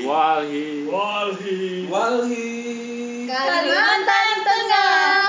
Walhi. Walhi. Walhi. Kalimantan Tengah.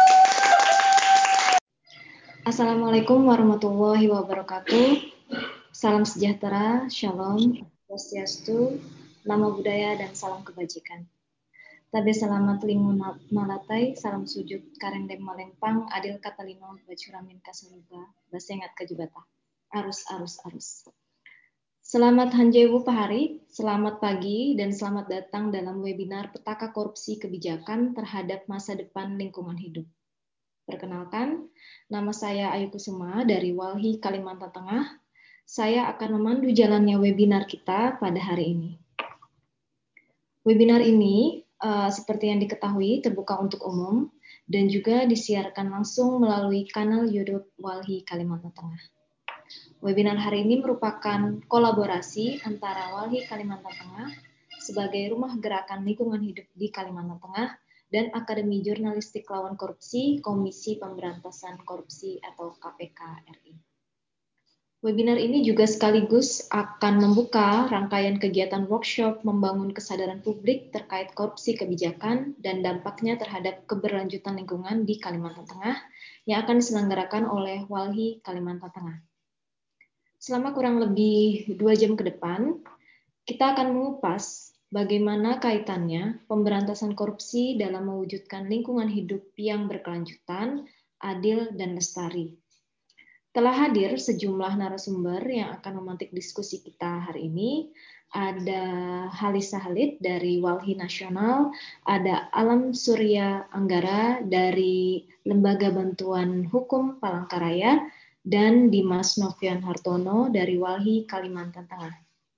Assalamualaikum warahmatullahi wabarakatuh. Salam sejahtera, shalom, swastiastu, namo buddhaya, dan salam kebajikan. Tabe selamat limun malatai, salam sujud karendem malempang, adil katalino bacuramin kasaluga, basengat kajubata. Arus. Selamat Hanjewu Pahari, selamat pagi, dan selamat datang dalam webinar Petaka Korupsi Kebijakan Terhadap Masa Depan Lingkungan Hidup. Perkenalkan, nama saya Ayu Kusuma dari Walhi, Kalimantan Tengah. Saya akan memandu jalannya webinar kita pada hari ini. Webinar ini, seperti yang diketahui, terbuka untuk umum dan juga disiarkan langsung melalui kanal YouTube Walhi, Kalimantan Tengah. Webinar hari ini merupakan kolaborasi antara Walhi Kalimantan Tengah sebagai Rumah Gerakan Lingkungan Hidup di Kalimantan Tengah dan Akademi Jurnalistik Lawan Korupsi Komisi Pemberantasan Korupsi atau KPK RI. Webinar ini juga sekaligus akan membuka rangkaian kegiatan workshop membangun kesadaran publik terkait korupsi kebijakan dan dampaknya terhadap keberlanjutan lingkungan di Kalimantan Tengah yang akan diselenggarakan oleh Walhi Kalimantan Tengah. Selama kurang lebih 2 jam ke depan, kita akan mengupas bagaimana kaitannya pemberantasan korupsi dalam mewujudkan lingkungan hidup yang berkelanjutan, adil, dan lestari. Telah hadir sejumlah narasumber yang akan memantik diskusi kita hari ini. Ada Halisa Halid dari Walhi Nasional, ada Alam Surya Anggara dari Lembaga Bantuan Hukum Palangkaraya, dan Dimas Novian Hartono dari Walhi Kalimantan Tengah.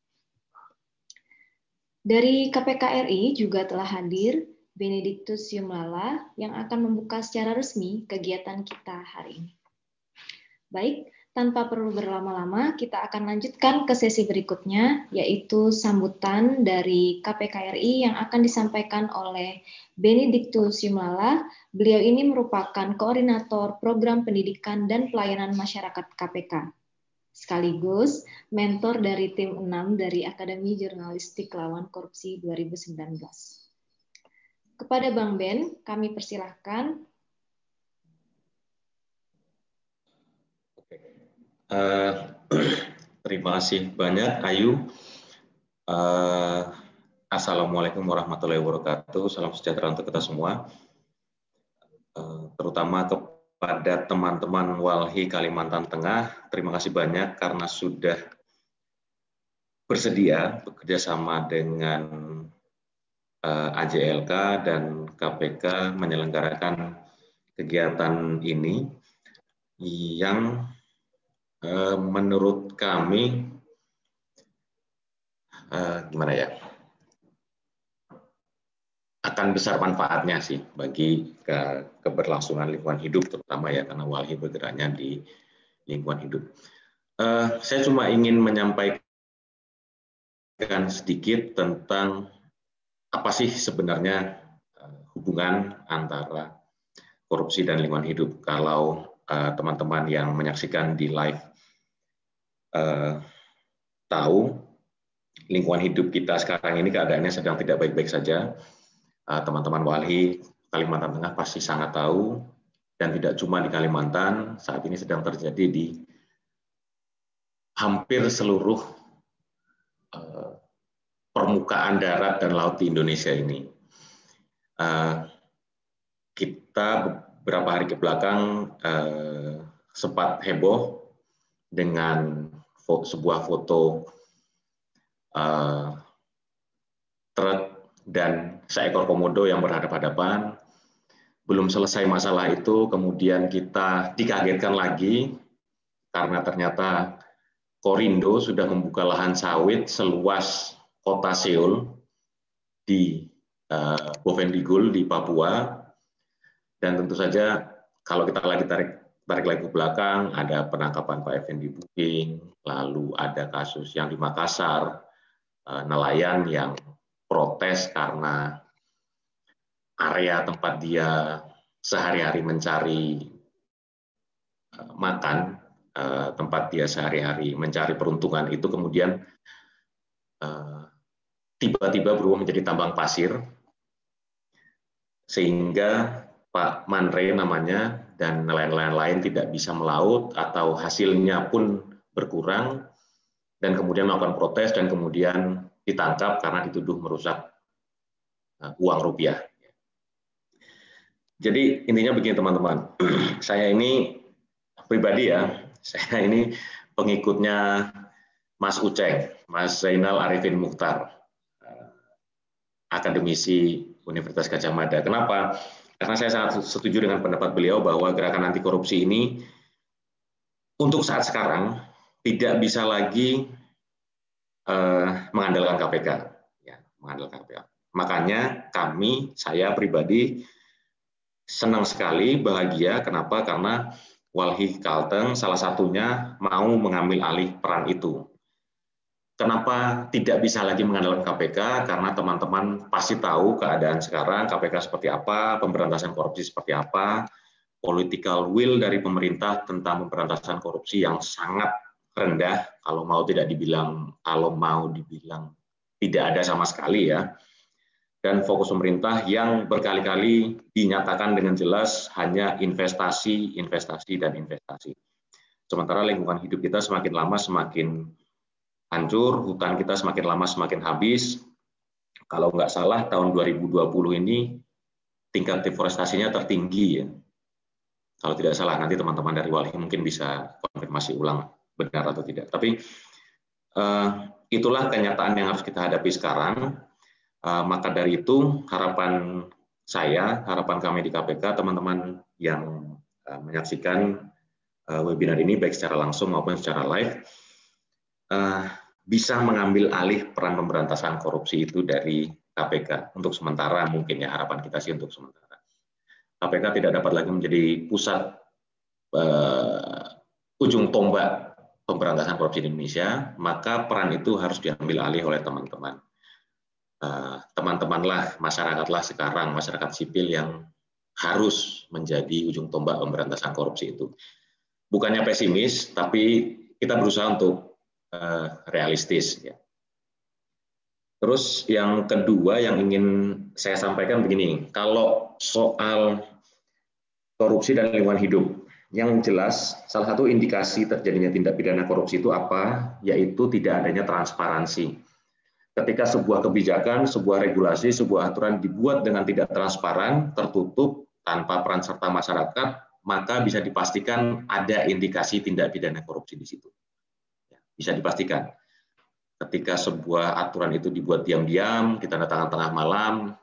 Dari KPK RI juga telah hadir Benedictus Yumlala yang akan membuka secara resmi kegiatan kita hari ini. Baik, tanpa perlu berlama-lama, kita akan lanjutkan ke sesi berikutnya, yaitu sambutan dari KPK RI yang akan disampaikan oleh Benedictus Yumlala. Beliau ini merupakan koordinator program pendidikan dan pelayanan masyarakat KPK. Sekaligus mentor dari tim 6 dari Akademi Jurnalistik Lawan Korupsi 2019. Kepada Bang Ben, kami persilahkan. Terima kasih banyak, Ayu. Assalamualaikum warahmatullahi wabarakatuh. Salam sejahtera untuk kita semua. Terutama kepada teman-teman Walhi Kalimantan Tengah, terima kasih banyak karena sudah bersedia bekerja sama dengan AJLK dan KPK menyelenggarakan kegiatan ini yang menurut kami akan besar manfaatnya sih bagi keberlangsungan lingkungan hidup, terutama ya karena Walhi bergeraknya di lingkungan hidup. Saya cuma ingin menyampaikan sedikit tentang apa sih sebenarnya hubungan antara korupsi dan lingkungan hidup. Kalau teman-teman yang menyaksikan di live tahu, lingkungan hidup kita sekarang ini keadaannya sedang tidak baik-baik saja. Teman-teman Walhi Kalimantan Tengah pasti sangat tahu, dan tidak cuma di Kalimantan, saat ini sedang terjadi di hampir seluruh permukaan darat dan laut di Indonesia ini. Kita beberapa hari ke belakang sempat heboh dengan sebuah foto truk dan seekor komodo yang berhadapan-hadapan. Belum selesai masalah itu, kemudian kita dikagetkan lagi karena ternyata Korindo sudah membuka lahan sawit seluas kota Seoul di Bovendigul di Papua. Dan tentu saja kalau kita lagi tarik lagi ke belakang, ada penangkapan Pak Effendi Buding, lalu ada kasus yang di Makassar, nelayan yang protes karena area tempat dia sehari-hari mencari makan, tempat dia sehari-hari mencari peruntungan itu kemudian tiba-tiba berubah menjadi tambang pasir, sehingga Pak Manre namanya dan nelayan-nelayan lain tidak bisa melaut atau hasilnya pun berkurang, dan kemudian melakukan protes dan kemudian ditangkap karena dituduh merusak uang rupiah. Jadi intinya begini teman-teman, saya ini pribadi ya, saya ini pengikutnya Mas Uceng, Mas Zainal Arifin Muchtar, akademisi Universitas Gadjah Mada. Kenapa? Karena saya sangat setuju dengan pendapat beliau bahwa gerakan anti korupsi ini untuk saat sekarang tidak bisa lagi mengandalkan KPK. Ya, mengandalkan KPK. Makanya saya pribadi senang sekali, bahagia. Kenapa? Karena Walhi Kalteng salah satunya mau mengambil alih peran itu. Kenapa tidak bisa lagi mengandalkan KPK? Karena teman-teman pasti tahu keadaan sekarang, KPK seperti apa, pemberantasan korupsi seperti apa, political will dari pemerintah tentang pemberantasan korupsi yang sangat rendah, kalau mau dibilang tidak ada sama sekali ya. Dan fokus pemerintah yang berkali-kali dinyatakan dengan jelas hanya investasi, investasi, dan investasi. Sementara lingkungan hidup kita semakin lama semakin hancur, hutan kita semakin lama semakin habis. Kalau nggak salah tahun 2020 ini tingkat deforestasinya tertinggi ya. Kalau tidak salah, nanti teman-teman dari Walhi mungkin bisa konfirmasi ulang benar atau tidak. Tapi itulah kenyataan yang harus kita hadapi sekarang. Maka dari itu harapan kami di KPK, teman-teman yang menyaksikan webinar ini baik secara langsung maupun secara live, bisa mengambil alih peran pemberantasan korupsi itu dari KPK untuk sementara, mungkin ya, harapan kita sih untuk sementara. KPK tidak dapat lagi menjadi pusat ujung tombak pemberantasan korupsi di Indonesia, maka peran itu harus diambil alih oleh teman-teman. Teman-temanlah, masyarakatlah sekarang, masyarakat sipil yang harus menjadi ujung tombak pemberantasan korupsi itu. Bukannya pesimis, tapi kita berusaha untuk realistis. Ya. Terus yang kedua yang ingin saya sampaikan begini, kalau soal korupsi dan lingkungan hidup, yang jelas salah satu indikasi terjadinya tindak pidana korupsi itu apa? Yaitu tidak adanya transparansi. Ketika sebuah kebijakan, sebuah regulasi, sebuah aturan dibuat dengan tidak transparan, tertutup, tanpa peran serta masyarakat, maka bisa dipastikan ada indikasi tindak pidana korupsi di situ. Bisa dipastikan. Ketika sebuah aturan itu dibuat diam-diam, di tengah malam,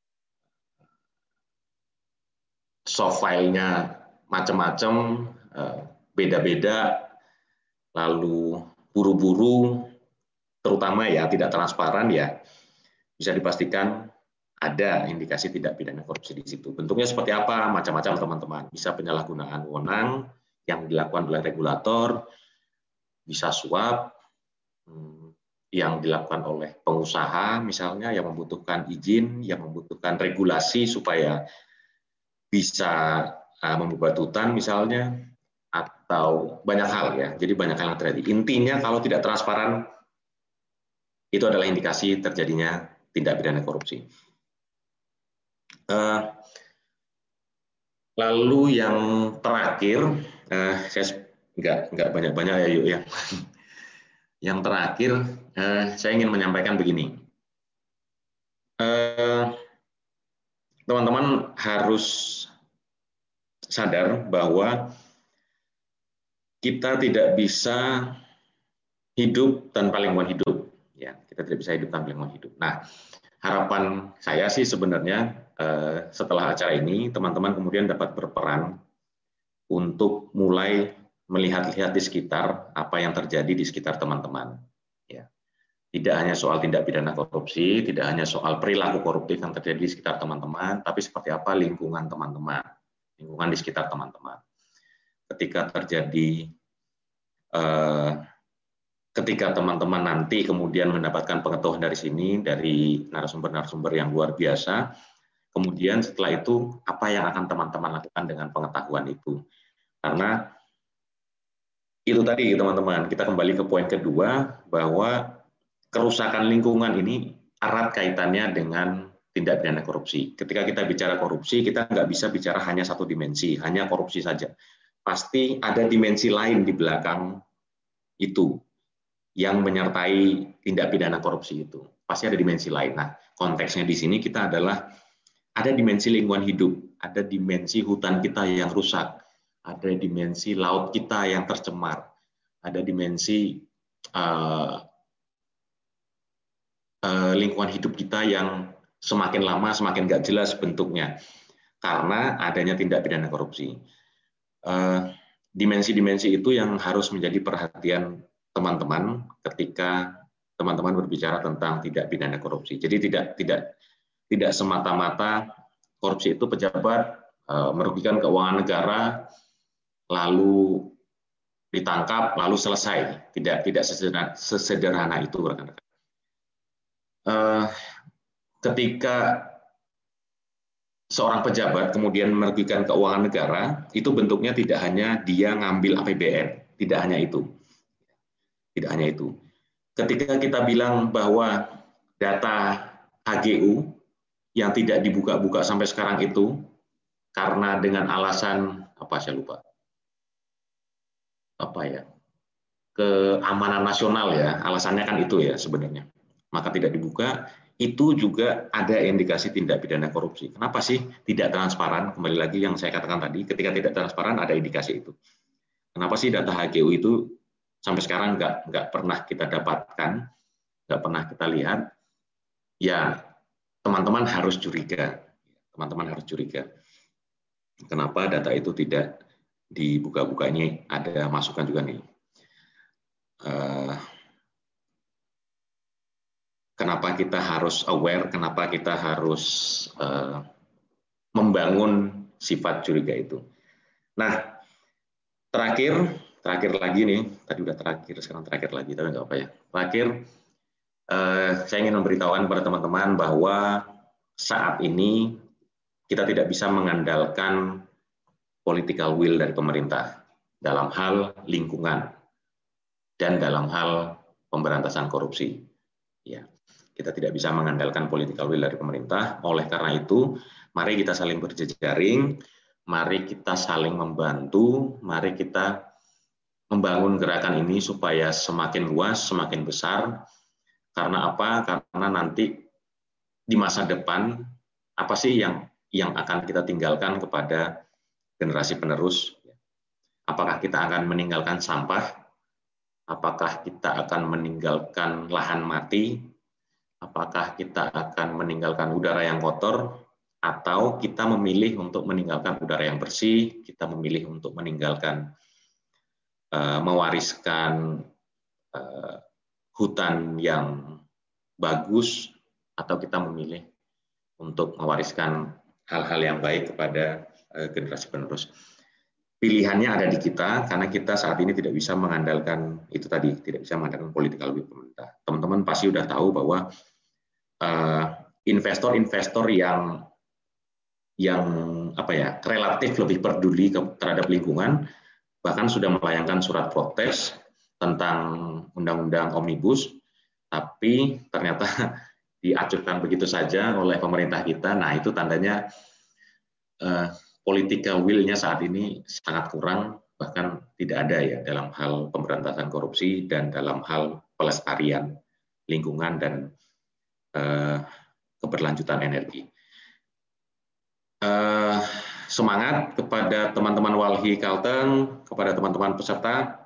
soft file-nya macam-macam, beda-beda, lalu buru-buru, terutama ya tidak transparan, ya bisa dipastikan ada indikasi tidak pidana korupsi di situ. Bentuknya seperti apa? Macam-macam teman-teman. Bisa penyalahgunaan wewenang yang dilakukan oleh regulator, bisa suap yang dilakukan oleh pengusaha misalnya yang membutuhkan izin, yang membutuhkan regulasi supaya bisa membuat hutan misalnya, atau banyak hal ya. Jadi banyak hal yang terjadi. Intinya kalau tidak transparan, itu adalah indikasi terjadinya tindak pidana korupsi. Lalu yang terakhir, saya nggak banyak-banyak ya yuk ya. Yang terakhir, saya ingin menyampaikan begini. Teman-teman harus sadar bahwa kita tidak bisa hidup tanpa lingkungan hidup. Ya, kita tidak bisa hidup tanpa lingkungan hidup. Nah, harapan saya sih sebenarnya setelah acara ini, teman-teman kemudian dapat berperan untuk mulai melihat-lihat di sekitar apa yang terjadi di sekitar teman-teman. Ya. Tidak hanya soal tindak pidana korupsi, tidak hanya soal perilaku koruptif yang terjadi di sekitar teman-teman, tapi seperti apa lingkungan teman-teman, lingkungan di sekitar teman-teman. Ketika teman-teman nanti kemudian mendapatkan pengetahuan dari sini, dari narasumber-narasumber yang luar biasa, kemudian setelah itu apa yang akan teman-teman lakukan dengan pengetahuan itu. Karena itu tadi teman-teman, kita kembali ke poin kedua, bahwa kerusakan lingkungan ini erat kaitannya dengan tindak pidana korupsi. Ketika kita bicara korupsi, kita nggak bisa bicara hanya satu dimensi, hanya korupsi saja. Pasti ada dimensi lain di belakang itu yang menyertai tindak pidana korupsi itu. Pasti ada dimensi lain. Nah, konteksnya di sini kita adalah ada dimensi lingkungan hidup, ada dimensi hutan kita yang rusak, ada dimensi laut kita yang tercemar, ada dimensi lingkungan hidup kita yang semakin lama semakin nggak jelas bentuknya karena adanya tindak pidana korupsi. Dimensi-dimensi itu yang harus menjadi perhatian teman-teman ketika teman-teman berbicara tentang tindak pidana korupsi. Jadi tidak semata-mata korupsi itu pejabat merugikan keuangan negara lalu ditangkap lalu selesai. Tidak sesederhana itu, rekan-rekan. Ketika seorang pejabat kemudian merugikan keuangan negara, itu bentuknya tidak hanya dia ngambil APBN, tidak hanya itu. Tidak hanya itu. Ketika kita bilang bahwa data HGU yang tidak dibuka-buka sampai sekarang itu karena dengan alasan apa saya lupa. Apa ya? Keamanan nasional ya, alasannya kan itu ya sebenarnya. Maka tidak dibuka, itu juga ada indikasi tindak pidana korupsi. Kenapa sih tidak transparan? Kembali lagi yang saya katakan tadi, ketika tidak transparan ada indikasi itu. Kenapa sih data HGU itu sampai sekarang nggak pernah kita dapatkan, nggak pernah kita lihat? Ya, teman-teman harus curiga. Teman-teman harus curiga. Kenapa data itu tidak dibuka-buka? Ini ada masukan juga nih. Kenapa kita harus aware, kenapa kita harus membangun sifat curiga itu. Nah, terakhir lagi nih, tadi udah terakhir, sekarang terakhir lagi, tapi nggak apa ya. Terakhir, saya ingin memberitahukan kepada teman-teman bahwa saat ini kita tidak bisa mengandalkan political will dari pemerintah dalam hal lingkungan dan dalam hal pemberantasan korupsi. Ya, kita tidak bisa mengandalkan political will dari pemerintah. Oleh karena itu, mari kita saling berjejaring, mari kita saling membantu, mari kita membangun gerakan ini supaya semakin luas, semakin besar. Karena apa? Karena nanti di masa depan apa sih yang akan kita tinggalkan kepada generasi penerus? Apakah kita akan meninggalkan sampah? Apakah kita akan meninggalkan lahan mati? Apakah kita akan meninggalkan udara yang kotor? Atau kita memilih untuk meninggalkan udara yang bersih? Kita memilih untuk meninggalkan mewariskan hutan yang bagus, atau kita memilih untuk mewariskan hal-hal yang baik kepada generasi penerus. Pilihannya ada di kita, karena kita saat ini tidak bisa mengandalkan itu tadi, tidak bisa mengandalkan political will pemerintah. Teman-teman pasti sudah tahu bahwa investor-investor yang apa ya, relatif lebih peduli terhadap lingkungan, bahkan sudah melayangkan surat protes tentang undang-undang omnibus, tapi ternyata diajukan begitu saja oleh pemerintah kita. Nah, itu tandanya political will-nya saat ini sangat kurang, bahkan tidak ada ya dalam hal pemberantasan korupsi dan dalam hal pelestarian lingkungan dan keberlanjutan energi. Semangat kepada teman-teman Walhi Kalteng, kepada teman-teman peserta.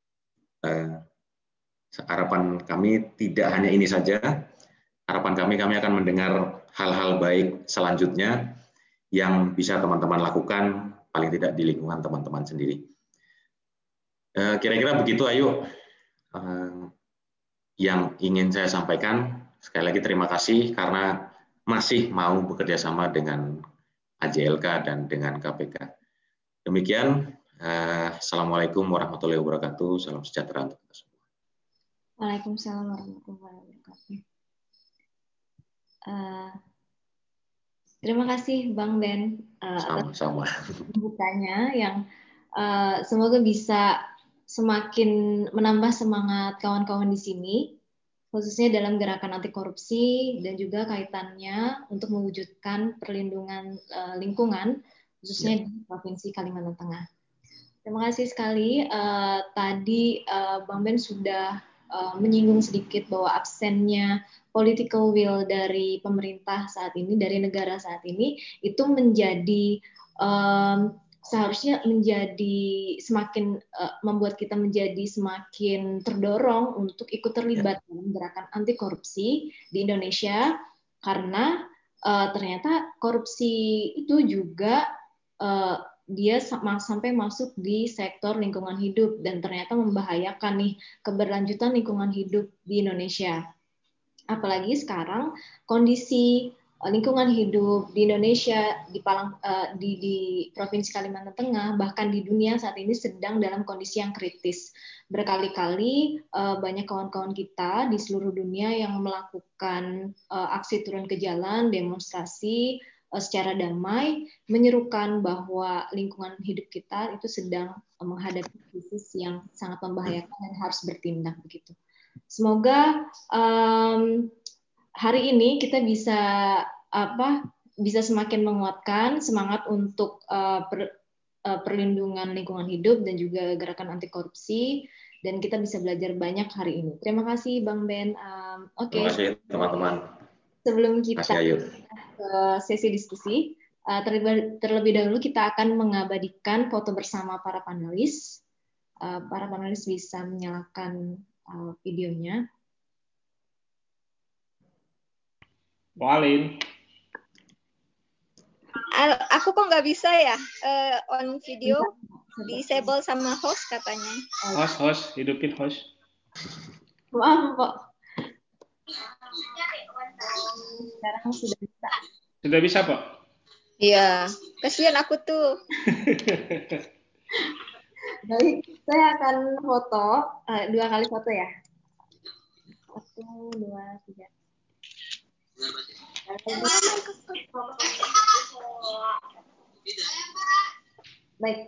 Harapan kami tidak hanya ini saja. Harapan kami akan mendengar hal-hal baik selanjutnya yang bisa teman-teman lakukan, paling tidak di lingkungan teman-teman sendiri. Kira-kira begitu, Ayu, yang ingin saya sampaikan. Sekali lagi terima kasih karena masih mau bekerja sama dengan AJLK dan dengan KPK. Demikian, Assalamualaikum warahmatullahi wabarakatuh. Salam sejahtera untuk kita semua. Waalaikumsalam warahmatullahi wabarakatuh. Terima kasih Bang Ben atas pembukanya yang semoga bisa semakin menambah semangat kawan-kawan di sini. khususnya dalam gerakan anti korupsi dan juga kaitannya untuk mewujudkan perlindungan lingkungan, khususnya di Provinsi Kalimantan Tengah. Terima kasih sekali. Tadi Bang Ben sudah menyinggung sedikit bahwa absennya political will dari pemerintah saat ini, dari negara saat ini, itu menjadi seharusnya menjadi semakin membuat kita menjadi semakin terdorong untuk ikut terlibat dalam gerakan anti korupsi di Indonesia, karena ternyata korupsi itu juga dia sampai masuk di sektor lingkungan hidup dan ternyata membahayakan nih keberlanjutan lingkungan hidup di Indonesia. Apalagi sekarang kondisi lingkungan hidup di Indonesia, di Provinsi Kalimantan Tengah, bahkan di dunia saat ini sedang dalam kondisi yang kritis. Berkali-kali banyak kawan-kawan kita di seluruh dunia yang melakukan aksi turun ke jalan, demonstrasi secara damai, menyerukan bahwa lingkungan hidup kita itu sedang menghadapi krisis yang sangat membahayakan dan harus bertindak begitu. Semoga hari ini kita bisa semakin menguatkan semangat untuk perlindungan lingkungan hidup dan juga gerakan anti korupsi, dan kita bisa belajar banyak hari ini. Terima kasih Bang Ben. Terima kasih teman-teman. Sebelum kita ke sesi diskusi, terlebih dahulu kita akan mengabadikan foto bersama para panelis. Para panelis bisa menyalakan videonya. Walin. Aku kok nggak bisa ya on video, disable sama host katanya. Host, hidupin host. Maaf, Pak. Sekarang sudah bisa. Sudah bisa, Pak? Iya, kasihan aku tuh. Baik, saya akan foto 2 kali foto ya. 1, 2, 3. Baik.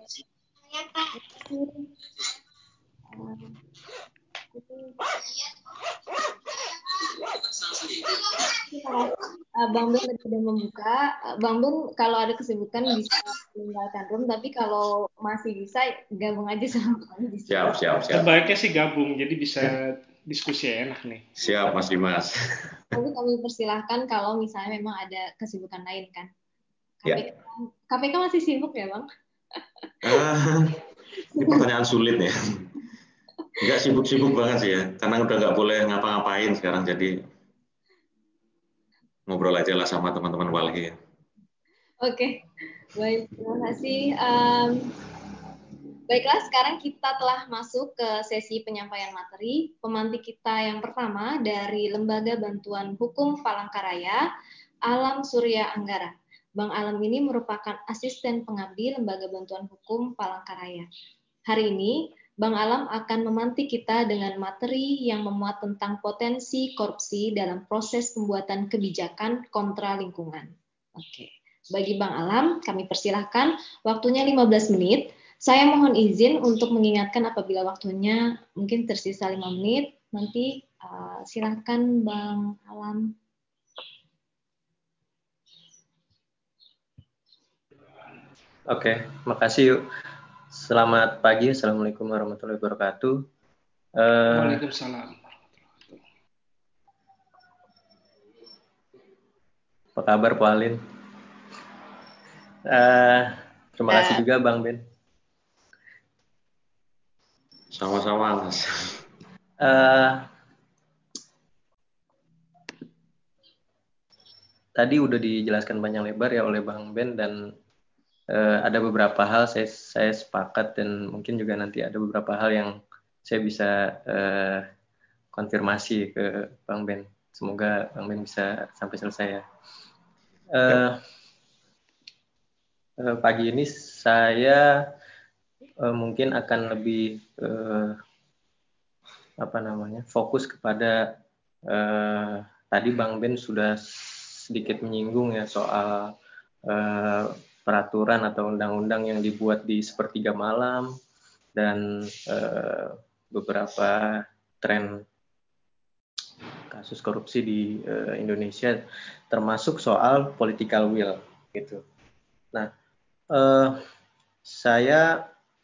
Bang Ben sudah membuka. Bang Ben kalau ada kesibukan bisa meninggalkan room, tapi kalau masih bisa gabung aja sama kami. Siap. Sebaiknya sih gabung, jadi bisa diskusi enak nih. Siap, Mas Dimas. Tapi kami persilahkan kalau misalnya memang ada kesibukan lain kan. KPK masih sibuk ya, Bang? Ini pertanyaan sulit ya. Enggak sibuk-sibuk banget sih ya, karena udah nggak boleh ngapa-ngapain sekarang, jadi ngobrol aja lah sama teman-teman Walhi. Oke, baik, terima kasih. Baiklah, sekarang kita telah masuk ke sesi penyampaian materi. Pemantik kita yang pertama dari Lembaga Bantuan Hukum Palangkaraya, Alam Surya Anggara. Bang Alam ini merupakan asisten pengabdi Lembaga Bantuan Hukum Palangkaraya. Hari ini, Bang Alam akan memantik kita dengan materi yang memuat tentang potensi korupsi dalam proses pembuatan kebijakan kontra lingkungan. Oke. Bagi Bang Alam, kami persilahkan waktunya 15 menit. Saya mohon izin untuk mengingatkan apabila waktunya mungkin tersisa 5 menit. Nanti silakan Bang Alam. Oke, makasih yuk. Selamat pagi, Assalamualaikum warahmatullahi wabarakatuh. Waalaikumsalam. Apa kabar, Pak Alin? Terima kasih juga, Bang Ben. Sama-sama, Mas. Tadi udah dijelaskan panjang lebar ya oleh Bang Ben, dan ada beberapa hal saya sepakat, dan mungkin juga nanti ada beberapa hal yang saya bisa konfirmasi ke Bang Ben. Semoga Bang Ben bisa sampai selesai ya. Pagi ini saya mungkin akan lebih fokus kepada tadi Bang Ben sudah sedikit menyinggung ya soal peraturan atau undang-undang yang dibuat di sepertiga malam dan beberapa tren kasus korupsi di Indonesia, termasuk soal political will gitu. Nah, saya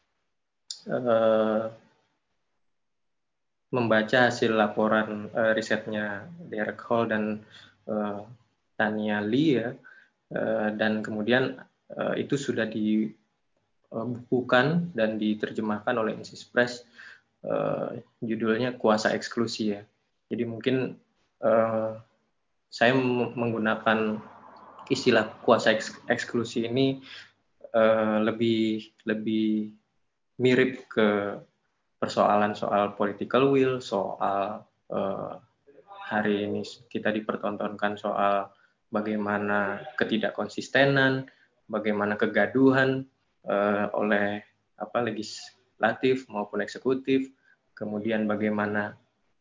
membaca hasil laporan risetnya Derek Hall dan Tania Lee ya, dan kemudian itu sudah dibukukan dan diterjemahkan oleh Insis Press, judulnya Kuasa Eksklusi ya. Jadi mungkin saya menggunakan istilah kuasa eksklusi ini lebih mirip ke persoalan soal political will, soal hari ini kita dipertontonkan soal bagaimana ketidakkonsistenan, bagaimana kegaduhan oleh legislatif maupun eksekutif, kemudian bagaimana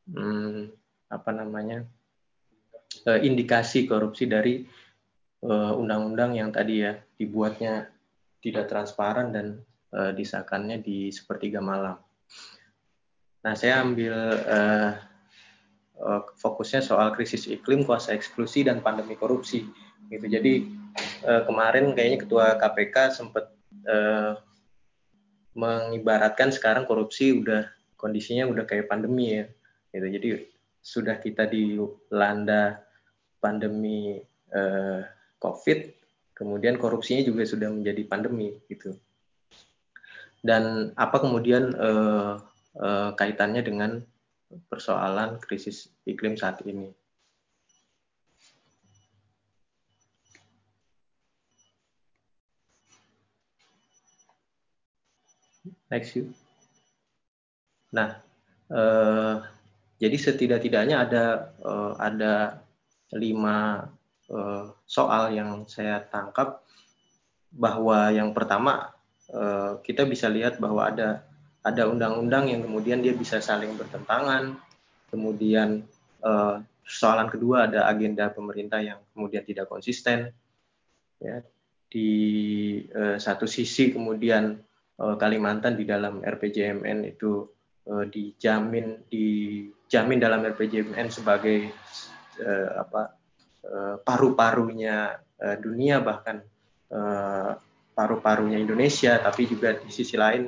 indikasi korupsi dari undang-undang yang tadi ya dibuatnya tidak transparan dan disahkannya di sepertiga malam. Nah, saya ambil fokusnya soal krisis iklim, kuasa eksklusi, dan pandemi korupsi. Gitu. Jadi kemarin kayaknya Ketua KPK sempat mengibaratkan sekarang korupsi kondisinya udah kayak pandemi ya. Gitu. Jadi sudah kita dilanda pandemi COVID, kemudian korupsinya juga sudah menjadi pandemi gitu. Dan apa kemudian kaitannya dengan persoalan krisis iklim saat ini? Next you. Nah, jadi setidak-tidaknya ada 5 soal yang saya tangkap, bahwa yang pertama kita bisa lihat bahwa ada undang-undang yang kemudian dia bisa saling bertentangan. Kemudian persoalan kedua, ada agenda pemerintah yang kemudian tidak konsisten. Ya. Di satu sisi kemudian Kalimantan di dalam RPJMN itu dijamin dalam RPJMN sebagai paru-parunya dunia, bahkan paru-parunya Indonesia, tapi juga di sisi lain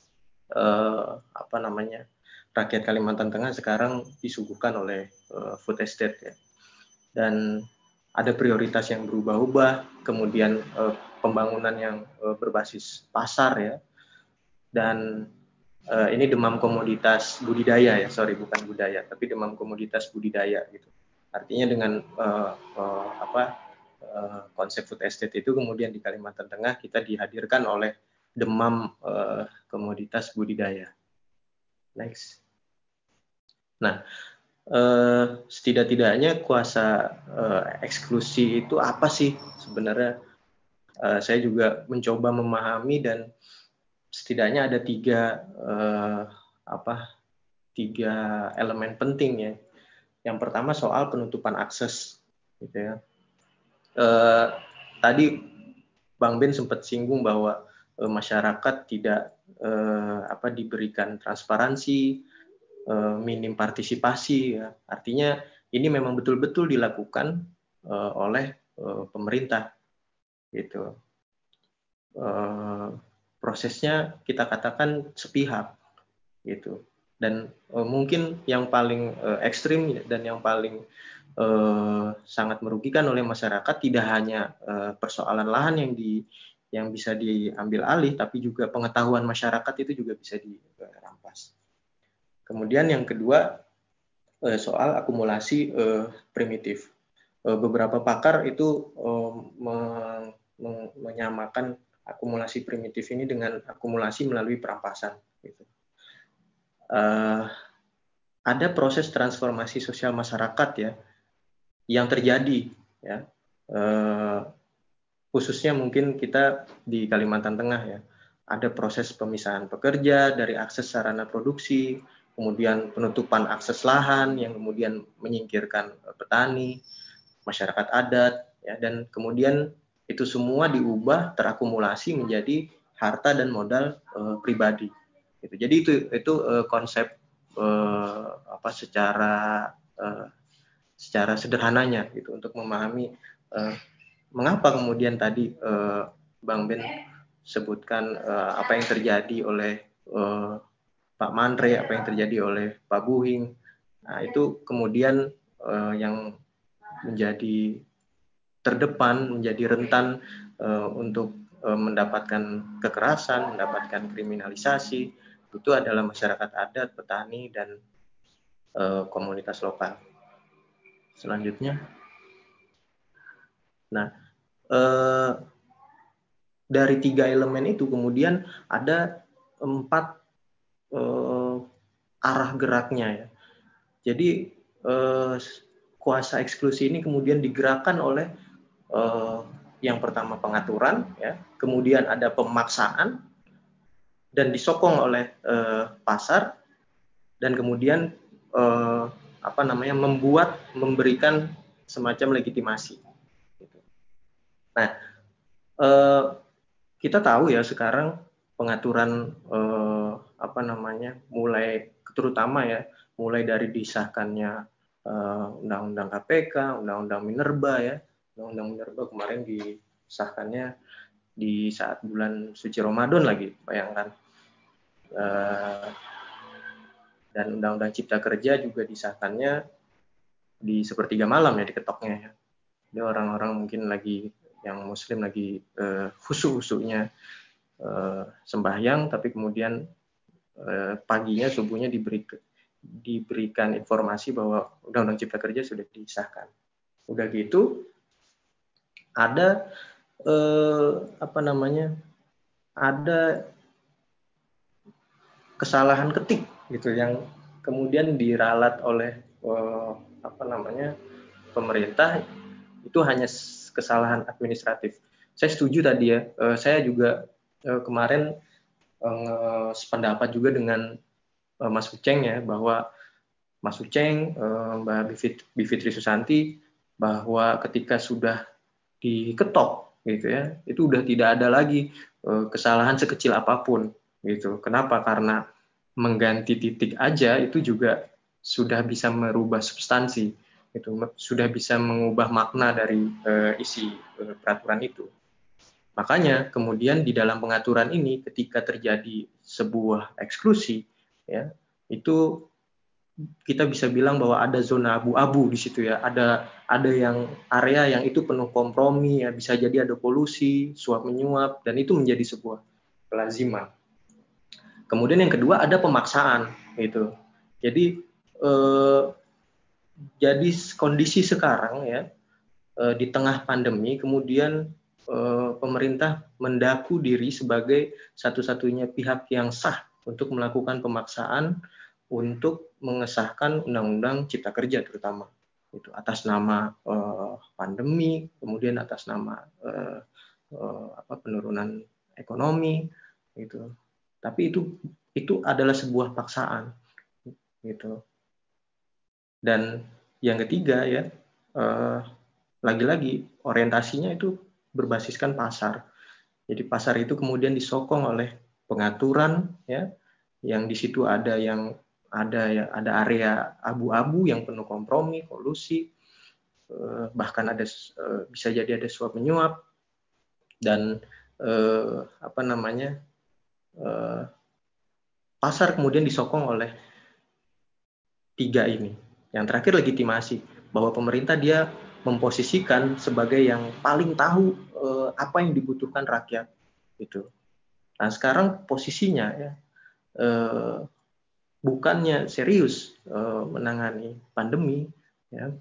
rakyat Kalimantan Tengah sekarang disuguhkan oleh food estate ya. Dan ada prioritas yang berubah-ubah, kemudian pembangunan yang berbasis pasar ya, dan ini demam komoditas budidaya ya, bukan budaya, tapi demam komoditas budidaya gitu. Artinya dengan konsep food estate itu kemudian di Kalimantan Tengah kita dihadirkan oleh demam komoditas budidaya. Next. Nah, setidak-tidaknya kuasa eksklusi itu apa sih sebenarnya? Saya juga mencoba memahami, dan setidaknya ada 3 elemen penting ya. Yang pertama soal penutupan akses, gitu ya. Tadi Bang Ben sempat singgung bahwa masyarakat tidak diberikan transparansi, minim partisipasi ya. Artinya ini memang betul-betul dilakukan oleh pemerintah gitu. Prosesnya kita katakan sepihak gitu. Dan mungkin yang paling ekstrim dan yang paling sangat merugikan oleh masyarakat tidak hanya persoalan lahan yang bisa diambil alih, tapi juga pengetahuan masyarakat itu juga bisa dirampas. Kemudian yang kedua soal akumulasi primitif. Beberapa pakar itu menyamakan akumulasi primitif ini dengan akumulasi melalui perampasan. Gitu. Ada proses transformasi sosial masyarakat ya yang terjadi ya, khususnya mungkin kita di Kalimantan Tengah ya, ada proses pemisahan pekerja dari akses sarana produksi, kemudian penutupan akses lahan yang kemudian menyingkirkan petani, masyarakat adat ya, dan kemudian itu semua diubah terakumulasi menjadi harta dan modal pribadi gitu. Jadi itu konsep secara secara sederhananya gitu untuk memahami mengapa kemudian tadi Bang Ben sebutkan apa yang terjadi oleh Pak Mandre, apa yang terjadi oleh Pak Buhing. Nah, itu kemudian yang menjadi terdepan, menjadi rentan untuk mendapatkan kekerasan, mendapatkan kriminalisasi, itu adalah masyarakat adat, petani, dan komunitas lokal. Selanjutnya, nah dari 3 elemen itu kemudian ada 4 arah geraknya ya. Jadi kuasa eksklusi ini kemudian digerakkan oleh yang pertama pengaturan, ya, kemudian ada pemaksaan dan disokong oleh pasar, dan kemudian memberikan semacam legitimasi. Nah, kita tahu ya sekarang pengaturan mulai dari disahkannya Undang-Undang KPK, Undang-Undang Minerba ya. Undang-Undang Minerba kemarin disahkannya di saat bulan suci Ramadan lagi, bayangkan. Dan Undang-Undang Cipta Kerja juga disahkannya di sepertiga malam ya, diketoknya ya. Jadi orang-orang mungkin lagi yang Muslim lagi khusyuk-khusyuknya sembahyang, tapi kemudian paginya, subuhnya diberikan informasi bahwa Undang-Undang Cipta Kerja sudah disahkan. Udah gitu ada ada kesalahan ketik gitu yang kemudian diralat oleh pemerintah, itu hanya kesalahan administratif. Saya setuju tadi ya, saya juga kemarin sependapat juga dengan Mas Uceng ya, bahwa Mas Uceng, Mbak Bivitri Susanti, bahwa ketika sudah diketok gitu ya, itu udah tidak ada lagi kesalahan sekecil apapun gitu. Kenapa? Karena mengganti titik aja itu juga sudah bisa merubah substansi, itu sudah bisa mengubah makna dari isi peraturan itu. Makanya kemudian di dalam pengaturan ini ketika terjadi sebuah eksklusi ya, itu kita bisa bilang bahwa ada zona abu-abu di situ ya, ada yang area yang itu penuh kompromi ya, bisa jadi ada kolusi, suap menyuap, dan itu menjadi sebuah kelaziman. Kemudian yang kedua ada pemaksaan gitu. Jadi jadi kondisi sekarang ya, di tengah pandemi kemudian pemerintah mendaku diri sebagai satu-satunya pihak yang sah untuk melakukan pemaksaan untuk mengesahkan Undang-Undang Cipta Kerja terutama itu atas nama pandemi, kemudian atas nama penurunan ekonomi gitu. Tapi itu adalah sebuah paksaan gitu. Dan yang ketiga ya, lagi-lagi orientasinya itu berbasiskan pasar. Jadi pasar itu kemudian disokong oleh pengaturan ya, yang di situ ada area abu-abu yang penuh kompromi, kolusi, bahkan ada bisa jadi ada suap menyuap, dan pasar kemudian disokong oleh 3 ini. Yang terakhir legitimasi, bahwa pemerintah dia memposisikan sebagai yang paling tahu apa yang dibutuhkan rakyat gitu. Nah sekarang posisinya ya, bukannya serius menangani pandemi ya,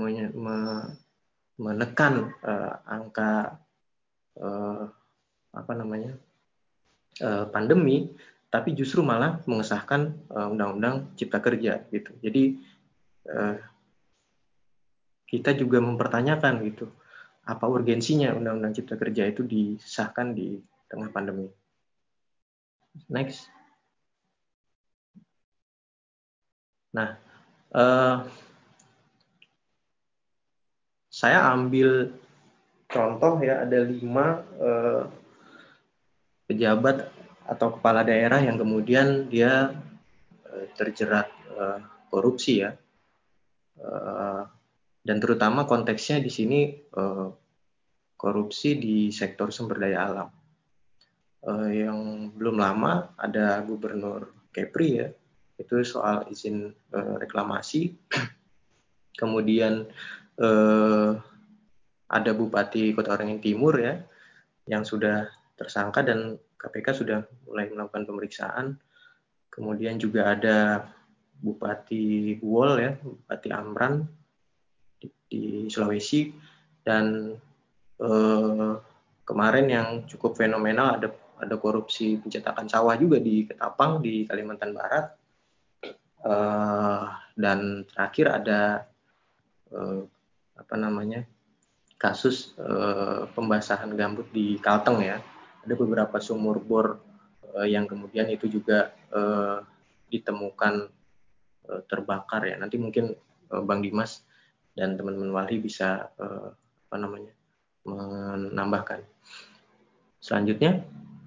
menekan angka pandemi, tapi justru malah mengesahkan Undang-Undang Cipta Kerja gitu. Jadi kita juga mempertanyakan gitu, apa urgensinya Undang-Undang Cipta Kerja itu disahkan di tengah pandemi. Next. Nah, saya ambil contoh ya, ada 5 pejabat atau kepala daerah yang kemudian dia terjerat korupsi ya. Dan terutama konteksnya di sini korupsi di sektor sumber daya alam. Yang belum lama ada Gubernur Kepri ya, itu soal izin reklamasi. Kemudian ada Bupati Kota Waringin Timur ya, yang sudah tersangka dan KPK sudah mulai melakukan pemeriksaan. Kemudian juga ada Bupati Buol ya, Bupati Amran di Sulawesi, dan kemarin yang cukup fenomenal ada korupsi pencetakan sawah juga di Ketapang di Kalimantan Barat, dan terakhir ada kasus pembasahan gambut di Kalteng ya. Ada beberapa sumur bor yang kemudian itu juga ditemukan terbakar ya. Nanti mungkin Bang Dimas dan teman-teman Walhi bisa menambahkan. Selanjutnya,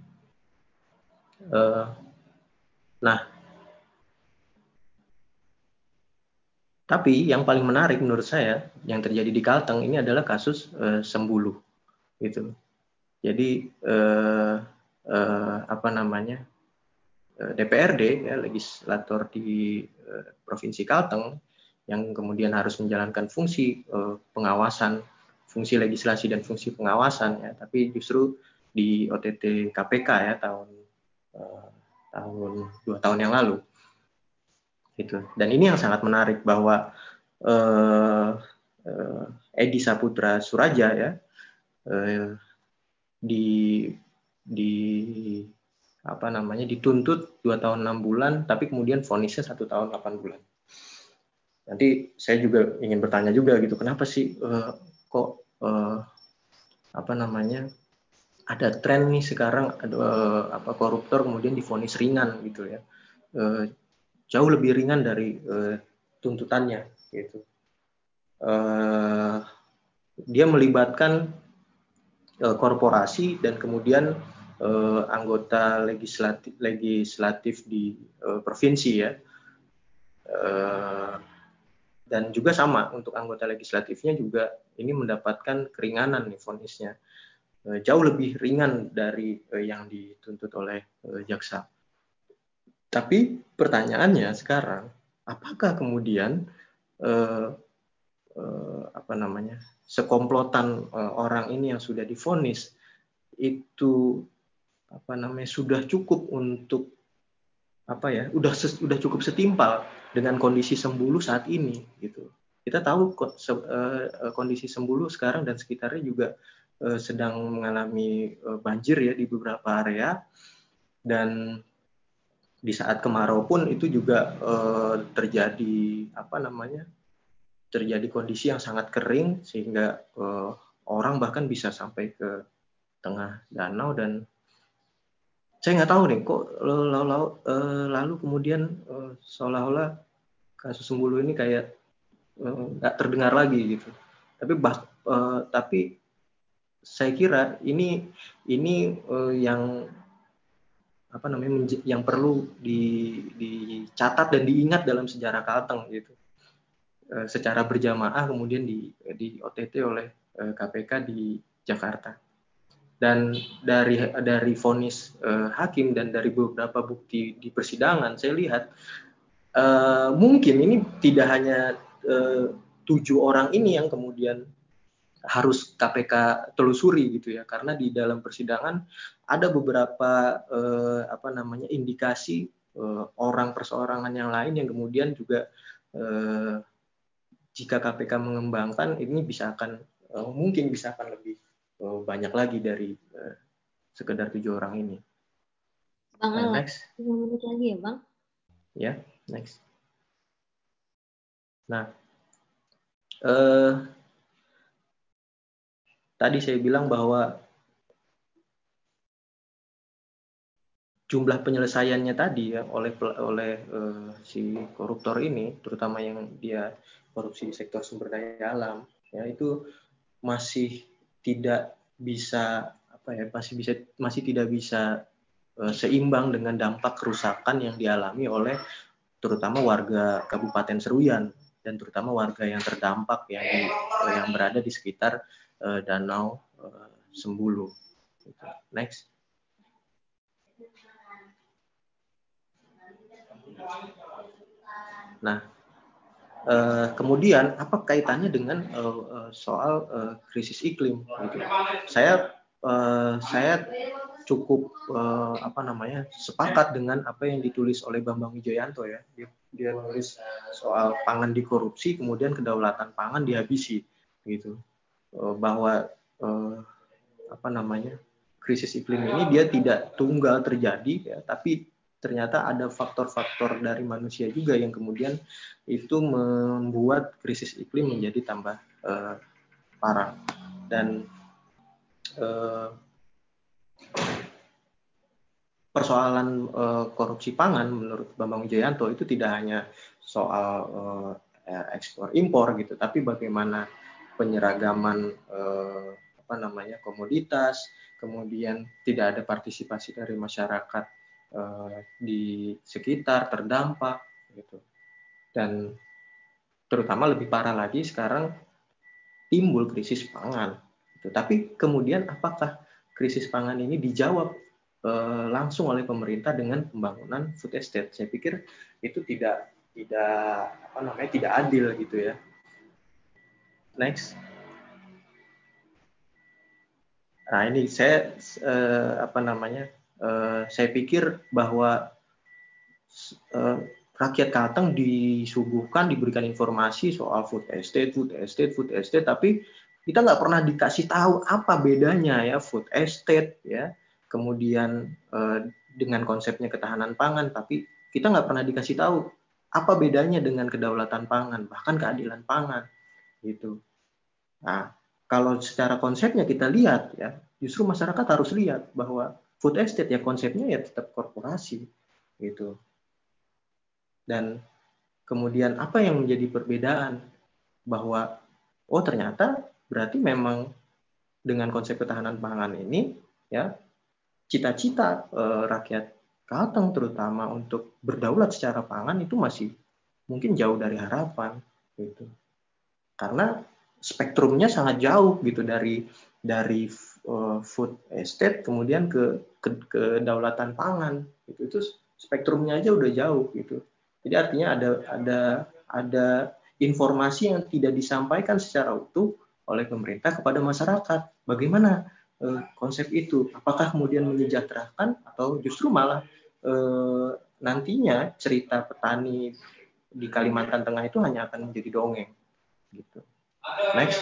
tapi yang paling menarik menurut saya yang terjadi di Kalteng ini adalah kasus Sembulu, gitu. Jadi DPRD ya, legislator di Provinsi Kalteng yang kemudian harus menjalankan fungsi pengawasan, fungsi legislasi dan fungsi pengawasan ya, tapi justru di OTT KPK ya tahun 2 tahun yang lalu gitu. Dan ini yang sangat menarik bahwa Edi Saputra Suraja ya dituntut 2 tahun 6 bulan tapi kemudian vonisnya 1 tahun 8 bulan. Nanti saya juga ingin bertanya juga gitu, kenapa sih ada tren nih sekarang koruptor kemudian divonis ringan gitu ya, jauh lebih ringan dari tuntutannya gitu. Dia melibatkan korporasi dan kemudian anggota legislatif di provinsi ya, dan juga sama untuk anggota legislatifnya juga ini mendapatkan keringanan nih vonisnya, jauh lebih ringan dari yang dituntut oleh jaksa. Tapi pertanyaannya sekarang, apakah kemudian sekomplotan orang ini yang sudah divonis itu sudah cukup untuk udah cukup setimpal dengan kondisi Sembulu saat ini gitu. Kita tahu kondisi Sembulu sekarang dan sekitarnya juga sedang mengalami banjir ya di beberapa area, dan di saat kemarau pun itu juga terjadi kondisi yang sangat kering sehingga orang bahkan bisa sampai ke tengah danau. Dan saya nggak tahu nih kok lalu kemudian seolah-olah kasus Sembulu ini kayak nggak terdengar lagi gitu. Tapi saya kira ini yang yang perlu dicatat dan diingat dalam sejarah Kalteng gitu. Secara berjamaah kemudian di OTT oleh KPK di Jakarta. Dan dari vonis hakim dan dari beberapa bukti di persidangan saya lihat mungkin ini tidak hanya 7 orang ini yang kemudian harus KPK telusuri gitu ya, karena di dalam persidangan ada beberapa indikasi orang perseorangan yang lain yang kemudian juga jika KPK mengembangkan ini mungkin bisa akan lebih banyak lagi dari sekedar 7 orang ini. Bang Alan, next. 5 menit lagi ya Bang? Ya, next. Nah, tadi saya bilang bahwa jumlah penyelesaiannya tadi ya oleh si koruptor ini, terutama yang dia korupsi di sektor sumber daya alam, ya itu masih tidak bisa masih tidak bisa seimbang dengan dampak kerusakan yang dialami oleh terutama warga Kabupaten Seruyan dan terutama warga yang terdampak yang berada di sekitar Danau Sembulu. Next. Nah, kemudian apa kaitannya dengan soal krisis iklim? Gitu. Saya cukup sepakat dengan apa yang ditulis oleh Bambang Wijoyanto ya. Dia nulis soal pangan dikorupsi, kemudian kedaulatan pangan dihabisi, gitu. Bahwa krisis iklim ini dia tidak tunggal terjadi ya, tapi ternyata ada faktor-faktor dari manusia juga yang kemudian itu membuat krisis iklim menjadi tambah parah. Dan persoalan korupsi pangan menurut Bambang Wijoyanto itu tidak hanya soal ekspor impor gitu, tapi bagaimana penyeragaman komoditas, kemudian tidak ada partisipasi dari masyarakat di sekitar terdampak gitu. Dan terutama lebih parah lagi sekarang timbul krisis pangan gitu. Tapi kemudian apakah krisis pangan ini dijawab langsung oleh pemerintah dengan pembangunan food estate? Saya pikir itu tidak adil gitu ya. Next. Nah, ini saya saya pikir bahwa rakyat Kalteng diberikan informasi soal food estate, tapi kita nggak pernah dikasih tahu apa bedanya ya food estate ya, kemudian dengan konsepnya ketahanan pangan, tapi kita nggak pernah dikasih tahu apa bedanya dengan kedaulatan pangan, bahkan keadilan pangan gitu. Nah, kalau secara konsepnya kita lihat ya, justru masyarakat harus lihat bahwa food estate ya konsepnya ya tetap korporasi gitu. Dan kemudian apa yang menjadi perbedaan bahwa ternyata berarti memang dengan konsep ketahanan pangan ini ya cita-cita rakyat Kalteng terutama untuk berdaulat secara pangan itu masih mungkin jauh dari harapan gitu. Karena spektrumnya sangat jauh gitu dari food estate kemudian ke kedaulatan pangan gitu. Itu spektrumnya aja udah jauh gitu. Jadi artinya ada informasi yang tidak disampaikan secara utuh oleh pemerintah kepada masyarakat. Bagaimana konsep itu? Apakah kemudian menyejahterakan atau justru malah nantinya cerita petani di Kalimantan Tengah itu hanya akan menjadi dongeng gitu. Next.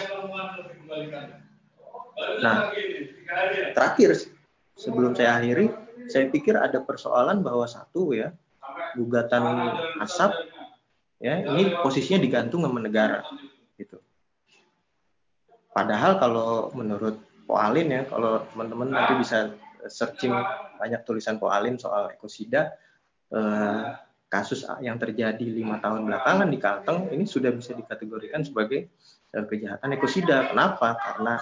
Nah, terakhir sebelum saya akhiri, saya pikir ada persoalan bahwa satu ya, gugatan ASAP ya, ini posisinya digantung sama negara gitu. Padahal kalau menurut Poalin ya, kalau teman-teman nanti bisa searching banyak tulisan Poalin soal ekosida, kasus yang terjadi 5 tahun belakangan di Kalteng ini sudah bisa dikategorikan sebagai kejahatan ekosida. Kenapa? Karena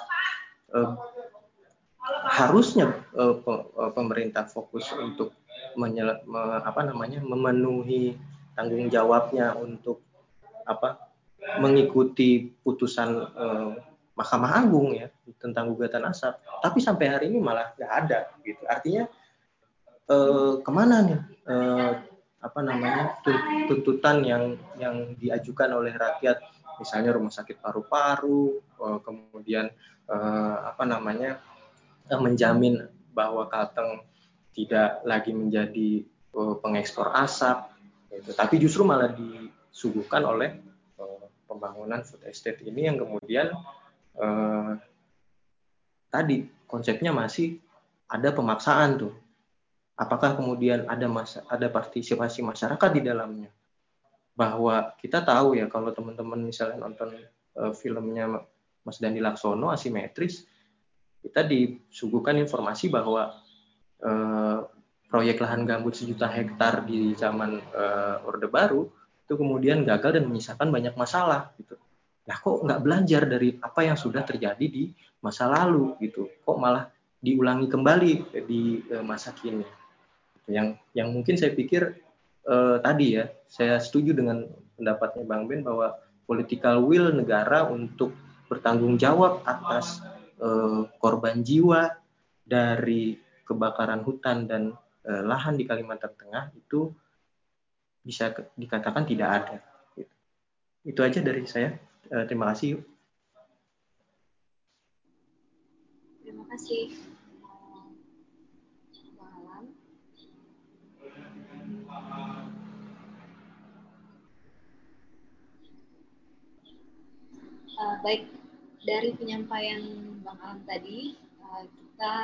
harusnya pemerintah fokus untuk memenuhi tanggung jawabnya untuk mengikuti putusan Mahkamah Agung ya tentang gugatan ASAP. Tapi sampai hari ini malah nggak ada gitu. Artinya kemana nih tuntutan yang diajukan oleh rakyat, misalnya rumah sakit paru-paru, kemudian menjamin bahwa Kalteng tidak lagi menjadi pengekspor asap, gitu. Tapi justru malah disuguhkan oleh pembangunan food estate ini yang kemudian tadi konsepnya masih ada pemaksaan tuh. Apakah kemudian ada partisipasi masyarakat di dalamnya? Bahwa kita tahu ya kalau teman-teman misalnya nonton filmnya Mas Dandi Laksono Asimetris, kita disuguhkan informasi bahwa proyek lahan gambut 1 juta hektar di zaman Orde Baru itu kemudian gagal dan menyisakan banyak masalah gitu. Nah kok nggak belajar dari apa yang sudah terjadi di masa lalu gitu? Kok malah diulangi kembali di masa kini? Yang mungkin saya pikir tadi ya, saya setuju dengan pendapatnya Bang Ben bahwa political will negara untuk bertanggung jawab atas korban jiwa dari kebakaran hutan dan lahan di Kalimantan Tengah itu bisa dikatakan tidak ada. Itu aja dari saya. Terima kasih. Terima kasih. Bang Alam. Baik, dari penyampaian Bang Alam tadi, kita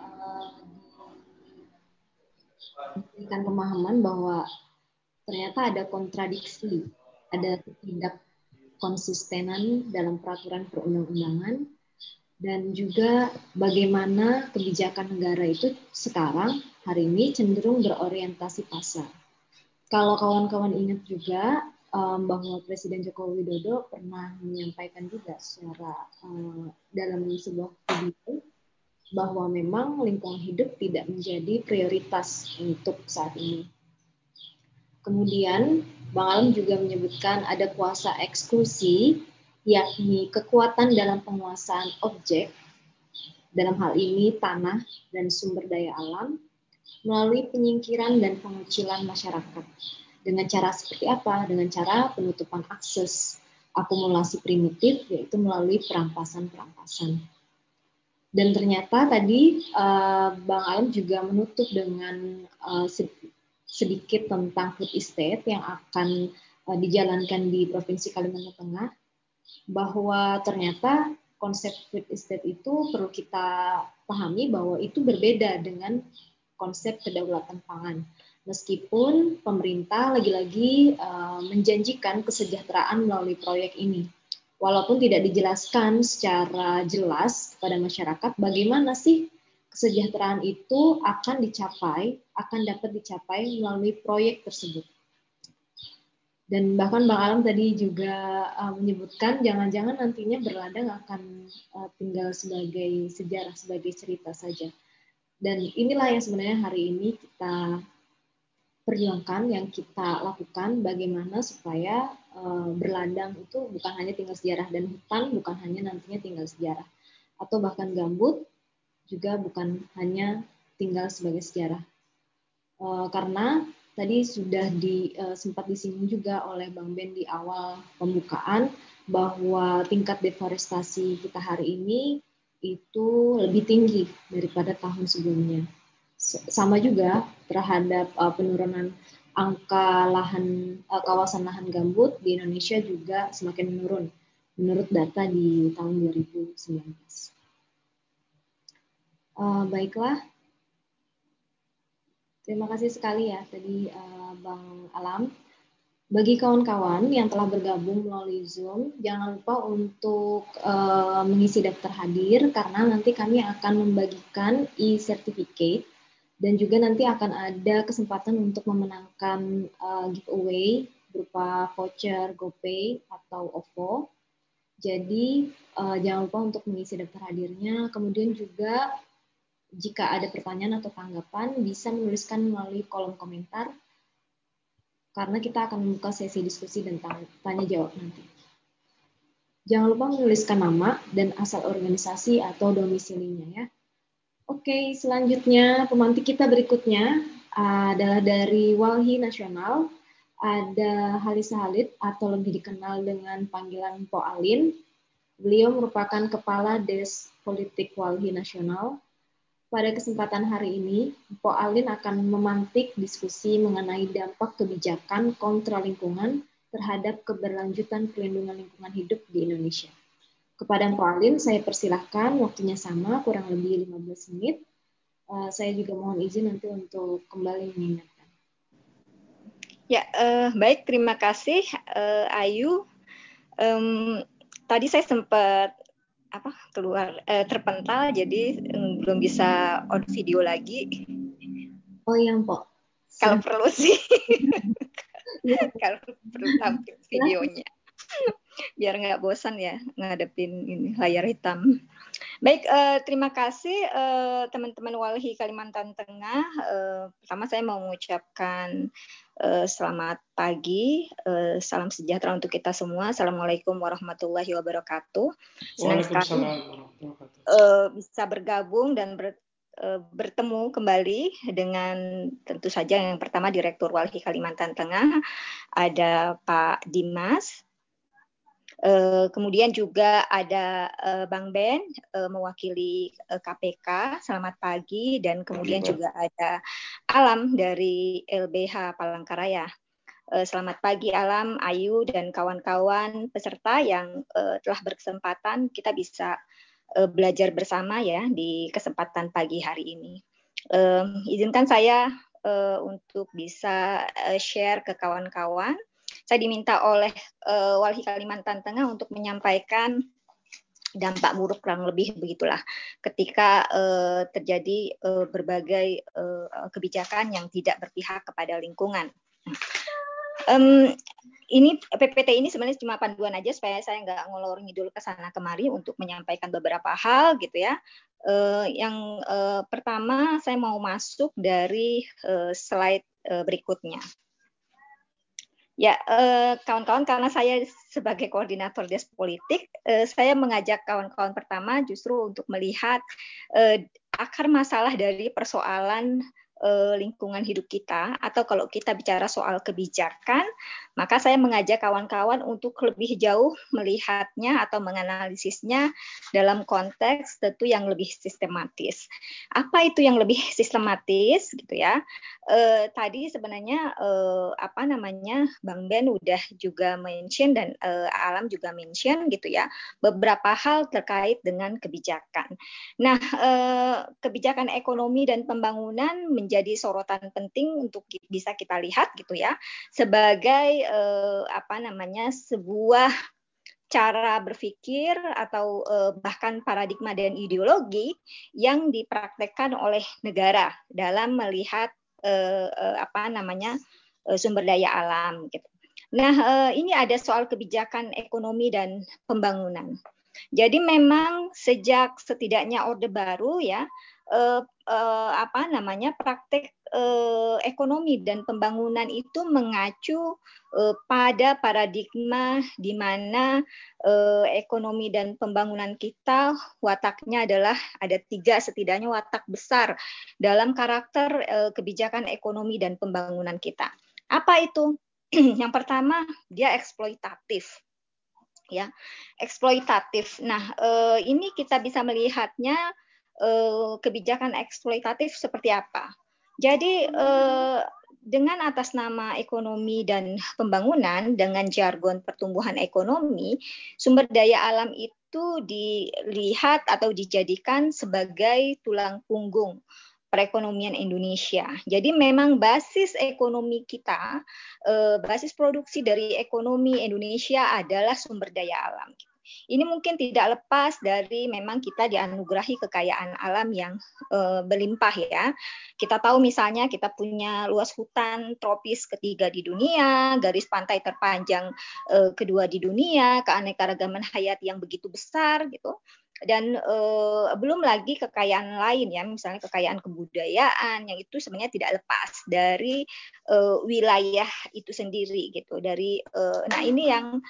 diberikan pemahaman bahwa ternyata ada kontradiksi, ada tidak konsistenan dalam peraturan perundang-undangan, dan juga bagaimana kebijakan negara itu sekarang hari ini cenderung berorientasi pasar. Kalau kawan-kawan ingat juga bahwa Presiden Joko Widodo pernah menyampaikan juga secara dalam sebuah video bahwa memang lingkungan hidup tidak menjadi prioritas untuk saat ini. Kemudian Bang Alam juga menyebutkan ada kuasa eksklusi, yakni kekuatan dalam penguasaan objek, dalam hal ini tanah dan sumber daya alam, melalui penyingkiran dan pengucilan masyarakat. Dengan cara seperti apa? Dengan cara penutupan akses, akumulasi primitif, yaitu melalui perampasan-perampasan. Dan ternyata tadi Bang Alam juga menutup dengan sedikit tentang food estate yang akan dijalankan di Provinsi Kalimantan Tengah, bahwa ternyata konsep food estate itu perlu kita pahami bahwa itu berbeda dengan konsep kedaulatan pangan. Meskipun pemerintah lagi-lagi menjanjikan kesejahteraan melalui proyek ini, walaupun tidak dijelaskan secara jelas kepada masyarakat bagaimana sih kesejahteraan itu akan dapat dicapai melalui proyek tersebut. Dan bahkan Bang Alam tadi juga menyebutkan jangan-jangan nantinya berladang akan tinggal sebagai sejarah, sebagai cerita saja. Dan inilah yang sebenarnya hari ini kita perjuangkan, yang kita lakukan, bagaimana supaya berladang itu bukan hanya tinggal sejarah, dan hutan bukan hanya nantinya tinggal sejarah, atau bahkan gambut juga bukan hanya tinggal sebagai sejarah. Karena tadi sudah sempat disinggung juga oleh Bang Ben di awal pembukaan bahwa tingkat deforestasi kita hari ini itu lebih tinggi daripada tahun sebelumnya. Sama juga terhadap penurunan angka kawasan lahan gambut di Indonesia juga semakin menurun menurut data di tahun 2019. Baiklah, terima kasih sekali ya tadi Bang Alam. Bagi kawan-kawan yang telah bergabung melalui Zoom, jangan lupa untuk mengisi daftar hadir karena nanti kami akan membagikan e-certificate dan juga nanti akan ada kesempatan untuk memenangkan giveaway berupa voucher GoPay atau OVO. Jadi jangan lupa untuk mengisi daftar hadirnya. Kemudian juga jika ada pertanyaan atau tanggapan bisa menuliskan melalui kolom komentar karena kita akan membuka sesi diskusi dan tanya jawab nanti. Jangan lupa menuliskan nama dan asal organisasi atau domisilinya ya. Oke, selanjutnya pemantik kita berikutnya adalah dari Walhi Nasional. Ada Halisa Halid atau lebih dikenal dengan panggilan Po Alin. Beliau merupakan Kepala Des Politik Walhi Nasional. Pada kesempatan hari ini, Po Alin akan memantik diskusi mengenai dampak kebijakan kontra lingkungan terhadap keberlanjutan perlindungan lingkungan hidup di Indonesia. Kepada Po Alin, saya persilahkan, waktunya sama, kurang lebih 15 menit. Saya juga mohon izin nanti untuk kembali mengingatkan. Ya, baik, terima kasih Ayu. Tadi saya sempat keluar terpental, jadi belum bisa on video lagi. Oh iya, Mpok. Kalau perlu sih. Kalau perlu tampil videonya. Biar nggak bosan ya ngadepin ini layar hitam. Baik, terima kasih teman-teman Walhi Kalimantan Tengah. Pertama saya mau mengucapkan selamat pagi, salam sejahtera untuk kita semua. Assalamualaikum warahmatullahi wabarakatuh. Senang sekali bisa bergabung dan bertemu kembali dengan tentu saja yang pertama Direktur Walhi Kalimantan Tengah, ada Pak Dimas. Kemudian juga ada Bang Ben mewakili KPK, selamat pagi, dan kemudian juga ada Alam dari LBH Palangkaraya. Selamat pagi Alam, Ayu, dan kawan-kawan peserta yang telah berkesempatan kita bisa belajar bersama ya di kesempatan pagi hari ini. Izinkan saya untuk bisa share ke kawan-kawan. Saya diminta oleh Walhi Kalimantan Tengah untuk menyampaikan dampak buruk kurang lebih begitulah ketika terjadi berbagai kebijakan yang tidak berpihak kepada lingkungan. Ini PPT ini sebenarnya cuma panduan aja supaya saya nggak ngolor ngidul ke sana kemari untuk menyampaikan beberapa hal gitu ya. Yang pertama saya mau masuk dari slide berikutnya. Ya, kawan-kawan, karena saya sebagai koordinator Des Politik, saya mengajak kawan-kawan pertama justru untuk melihat akar masalah dari persoalan lingkungan hidup kita, atau kalau kita bicara soal kebijakan, maka saya mengajak kawan-kawan untuk lebih jauh melihatnya atau menganalisisnya dalam konteks tentu yang lebih sistematis. Apa itu yang lebih sistematis gitu ya? Tadi sebenarnya Bang Ben udah juga mention dan Alam juga mention gitu ya, beberapa hal terkait dengan kebijakan. Nah, kebijakan ekonomi dan pembangunan menjadi sorotan penting untuk bisa kita lihat gitu ya, sebagai sebuah cara berpikir atau bahkan paradigma dan ideologi yang dipraktekkan oleh negara dalam melihat sumber daya alam gitu. Nah, ini ada soal kebijakan ekonomi dan pembangunan. Jadi memang sejak setidaknya Orde Baru ya, praktek ekonomi dan pembangunan itu mengacu pada paradigma di mana ekonomi dan pembangunan kita wataknya adalah ada 3 setidaknya watak besar dalam karakter kebijakan ekonomi dan pembangunan kita. Apa itu? Yang pertama, dia eksploitatif. Ya, eksploitatif. Nah, ini kita bisa melihatnya kebijakan eksploitatif seperti apa. Jadi dengan atas nama ekonomi dan pembangunan, dengan jargon pertumbuhan ekonomi, sumber daya alam itu dilihat atau dijadikan sebagai tulang punggung perekonomian Indonesia. Jadi memang basis ekonomi kita, basis produksi dari ekonomi Indonesia adalah sumber daya alam. Ini mungkin tidak lepas dari memang kita dianugerahi kekayaan alam yang berlimpah ya. Kita tahu misalnya kita punya luas hutan tropis ketiga di dunia, garis pantai terpanjang kedua di dunia, keanekaragaman hayati yang begitu besar gitu. Dan belum lagi kekayaan lain ya, misalnya kekayaan kebudayaan yang itu sebenarnya tidak lepas dari wilayah itu sendiri gitu. Dari nah ini yang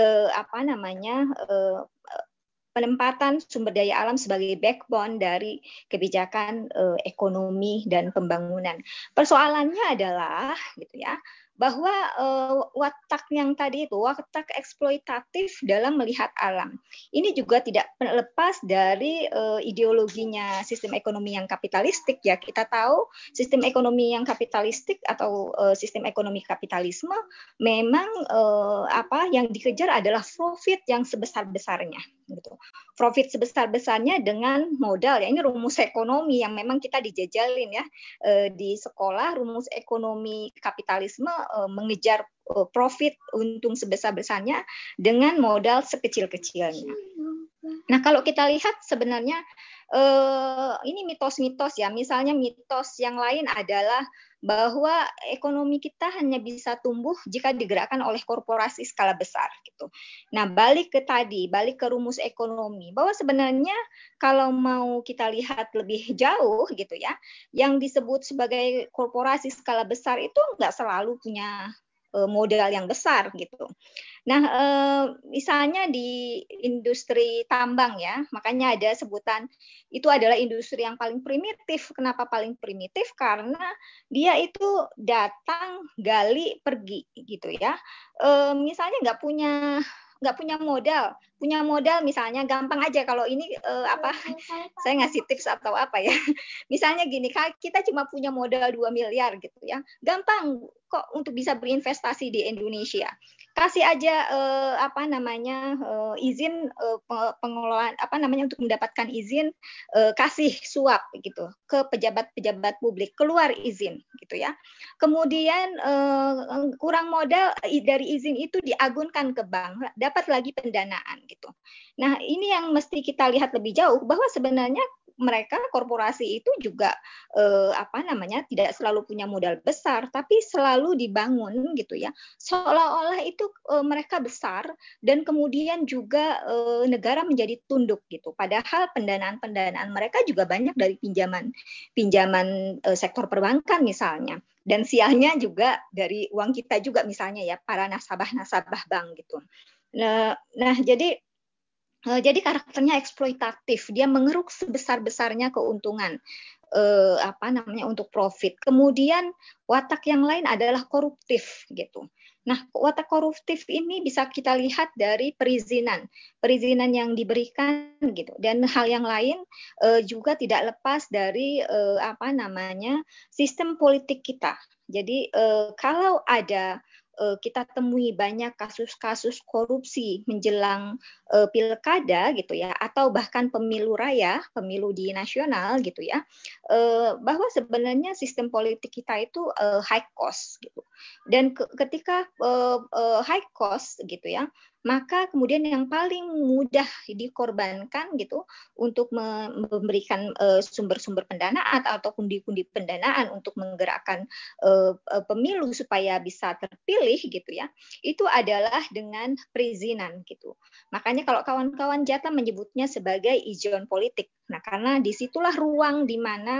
penempatan sumber daya alam sebagai backbone dari kebijakan ekonomi dan pembangunan. Persoalannya adalah gitu ya, bahwa watak yang tadi itu, watak eksploitatif dalam melihat alam, ini juga tidak lepas dari ideologinya sistem ekonomi yang kapitalistik ya. Kita tahu sistem ekonomi yang kapitalistik atau sistem ekonomi kapitalisme memang yang dikejar adalah profit yang sebesar-besarnya gitu. Profit sebesar-besarnya dengan modal ya. Ini rumus ekonomi yang memang kita dijajalin ya di sekolah. Rumus ekonomi kapitalisme mengejar profit untung sebesar-besarnya dengan modal sekecil-kecilnya. Nah, kalau kita lihat sebenarnya ini mitos-mitos ya. Misalnya mitos yang lain adalah bahwa ekonomi kita hanya bisa tumbuh jika digerakkan oleh korporasi skala besar gitu. Nah, balik ke rumus ekonomi, bahwa sebenarnya kalau mau kita lihat lebih jauh gitu ya, yang disebut sebagai korporasi skala besar itu nggak selalu punya modal yang besar gitu. Nah, misalnya di industri tambang ya, makanya ada sebutan itu adalah industri yang paling primitif. Kenapa paling primitif? Karena dia itu datang, gali, pergi gitu ya. Misalnya nggak punya modal misalnya gampang aja kalau ini saya ngasih tips atau apa ya. Misalnya gini, kita cuma punya modal 2 miliar gitu ya. Gampang kok untuk bisa berinvestasi di Indonesia. Kasih aja izin pengelolaan untuk mendapatkan izin, kasih suap gitu ke pejabat-pejabat publik, keluar izin gitu ya. Kemudian kurang modal dari izin itu diagunkan ke bank, dapat lagi pendanaan gitu. Nah, ini yang mesti kita lihat lebih jauh, bahwa sebenarnya mereka korporasi itu juga tidak selalu punya modal besar, tapi selalu dibangun gitu ya, seolah-olah itu mereka besar dan kemudian juga negara menjadi tunduk gitu. Padahal pendanaan mereka juga banyak dari pinjaman sektor perbankan misalnya, dan sialnya juga dari uang kita juga misalnya ya, para nasabah bank gitu. Nah jadi karakternya eksploitatif, dia mengeruk sebesar-besarnya keuntungan untuk profit. Kemudian watak yang lain adalah koruptif gitu. Nah, watak koruptif ini bisa kita lihat dari perizinan yang diberikan gitu. Dan hal yang lain juga tidak lepas dari sistem politik kita. Jadi kalau ada kita temui banyak kasus-kasus korupsi menjelang pilkada gitu ya, atau bahkan pemilu raya, pemilu di nasional gitu ya, bahwa sebenarnya sistem politik kita itu high cost gitu. Dan ketika high cost gitu ya, maka kemudian yang paling mudah dikorbankan gitu untuk memberikan sumber-sumber pendanaan atau pundi-pundi pendanaan untuk menggerakkan pemilu supaya bisa terpilih gitu ya, itu adalah dengan perizinan gitu. Makanya kalau kawan-kawan Jata menyebutnya sebagai ijon politik. Nah, karena disitulah ruang di mana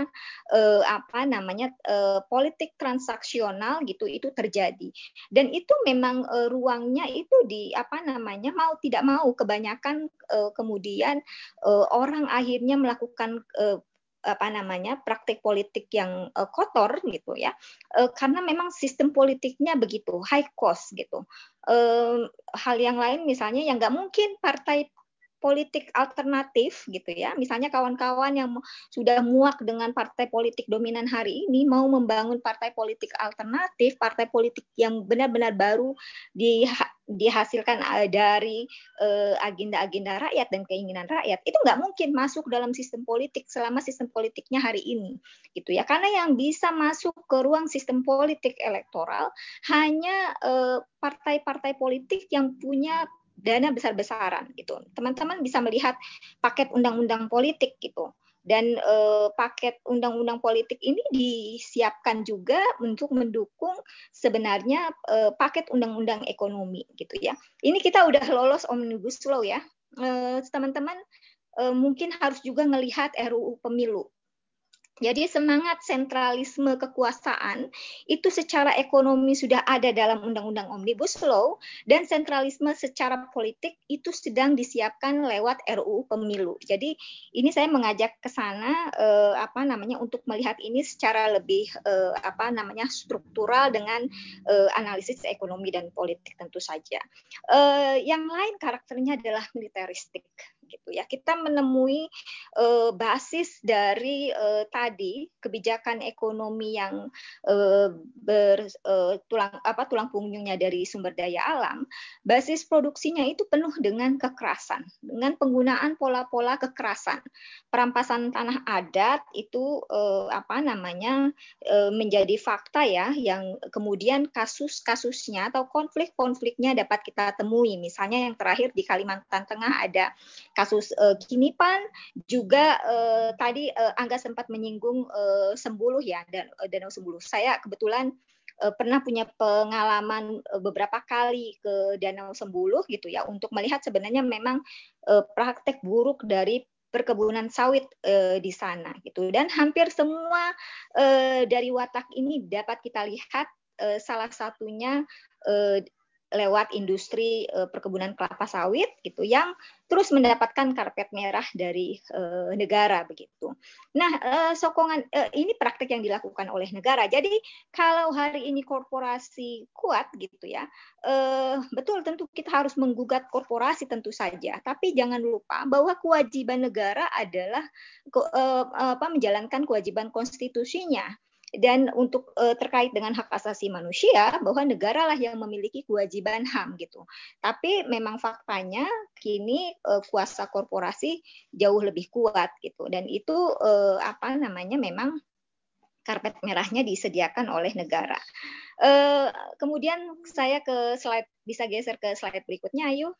politik transaksional gitu itu terjadi. Dan itu memang ruangnya itu mau tidak mau kebanyakan kemudian orang akhirnya melakukan praktik politik yang kotor gitu ya, karena memang sistem politiknya begitu high cost gitu. Hal yang lain misalnya yang nggak mungkin partai politik alternatif gitu ya, misalnya kawan-kawan yang sudah muak dengan partai politik dominan hari ini mau membangun partai politik alternatif, partai politik yang benar-benar baru dihasilkan dari agenda-agenda rakyat dan keinginan rakyat, itu nggak mungkin masuk dalam sistem politik selama sistem politiknya hari ini gitu ya, karena yang bisa masuk ke ruang sistem politik elektoral hanya partai-partai politik yang punya dana besar-besaran gitu. Teman-teman bisa melihat paket undang-undang politik gitu. Dan paket undang-undang politik ini disiapkan juga untuk mendukung sebenarnya paket undang-undang ekonomi gitu ya. Ini kita udah lolos Omnibus Law ya. Teman-teman mungkin harus juga melihat RUU Pemilu. Jadi semangat sentralisme kekuasaan itu secara ekonomi sudah ada dalam Undang-Undang Omnibus Law, dan sentralisme secara politik itu sedang disiapkan lewat RUU Pemilu. Jadi ini saya mengajak ke sana untuk melihat ini secara lebih struktural dengan analisis ekonomi dan politik tentu saja. Yang lain karakternya adalah militeristik gitu ya. Kita menemui basis dari tadi kebijakan ekonomi yang tulang punggungnya dari sumber daya alam, basis produksinya itu penuh dengan kekerasan, dengan penggunaan pola-pola kekerasan. Perampasan tanah adat itu menjadi fakta ya, yang kemudian kasus-kasusnya atau konflik-konfliknya dapat kita temui. Misalnya yang terakhir di Kalimantan Tengah ada kasus Kinipan, juga tadi Angga sempat menyinggung Sembuluh ya, Danau Sembuluh. Saya kebetulan pernah punya pengalaman beberapa kali ke Danau Sembuluh gitu ya, untuk melihat sebenarnya memang praktek buruk dari perkebunan sawit di sana gitu. Dan hampir semua dari watak ini dapat kita lihat, salah satunya lewat industri perkebunan kelapa sawit gitu, yang terus mendapatkan karpet merah dari negara begitu. Nah, sokongan ini praktek yang dilakukan oleh negara. Jadi kalau hari ini korporasi kuat gitu ya, betul, tentu kita harus menggugat korporasi tentu saja. Tapi jangan lupa bahwa kewajiban negara adalah menjalankan kewajiban konstitusinya. Dan untuk terkait dengan hak asasi manusia, bahwa negara lah yang memiliki kewajiban HAM gitu. Tapi memang faktanya kini kuasa korporasi jauh lebih kuat gitu. Dan itu memang karpet merahnya disediakan oleh negara. Kemudian saya ke slide, bisa geser ke slide berikutnya, ayo.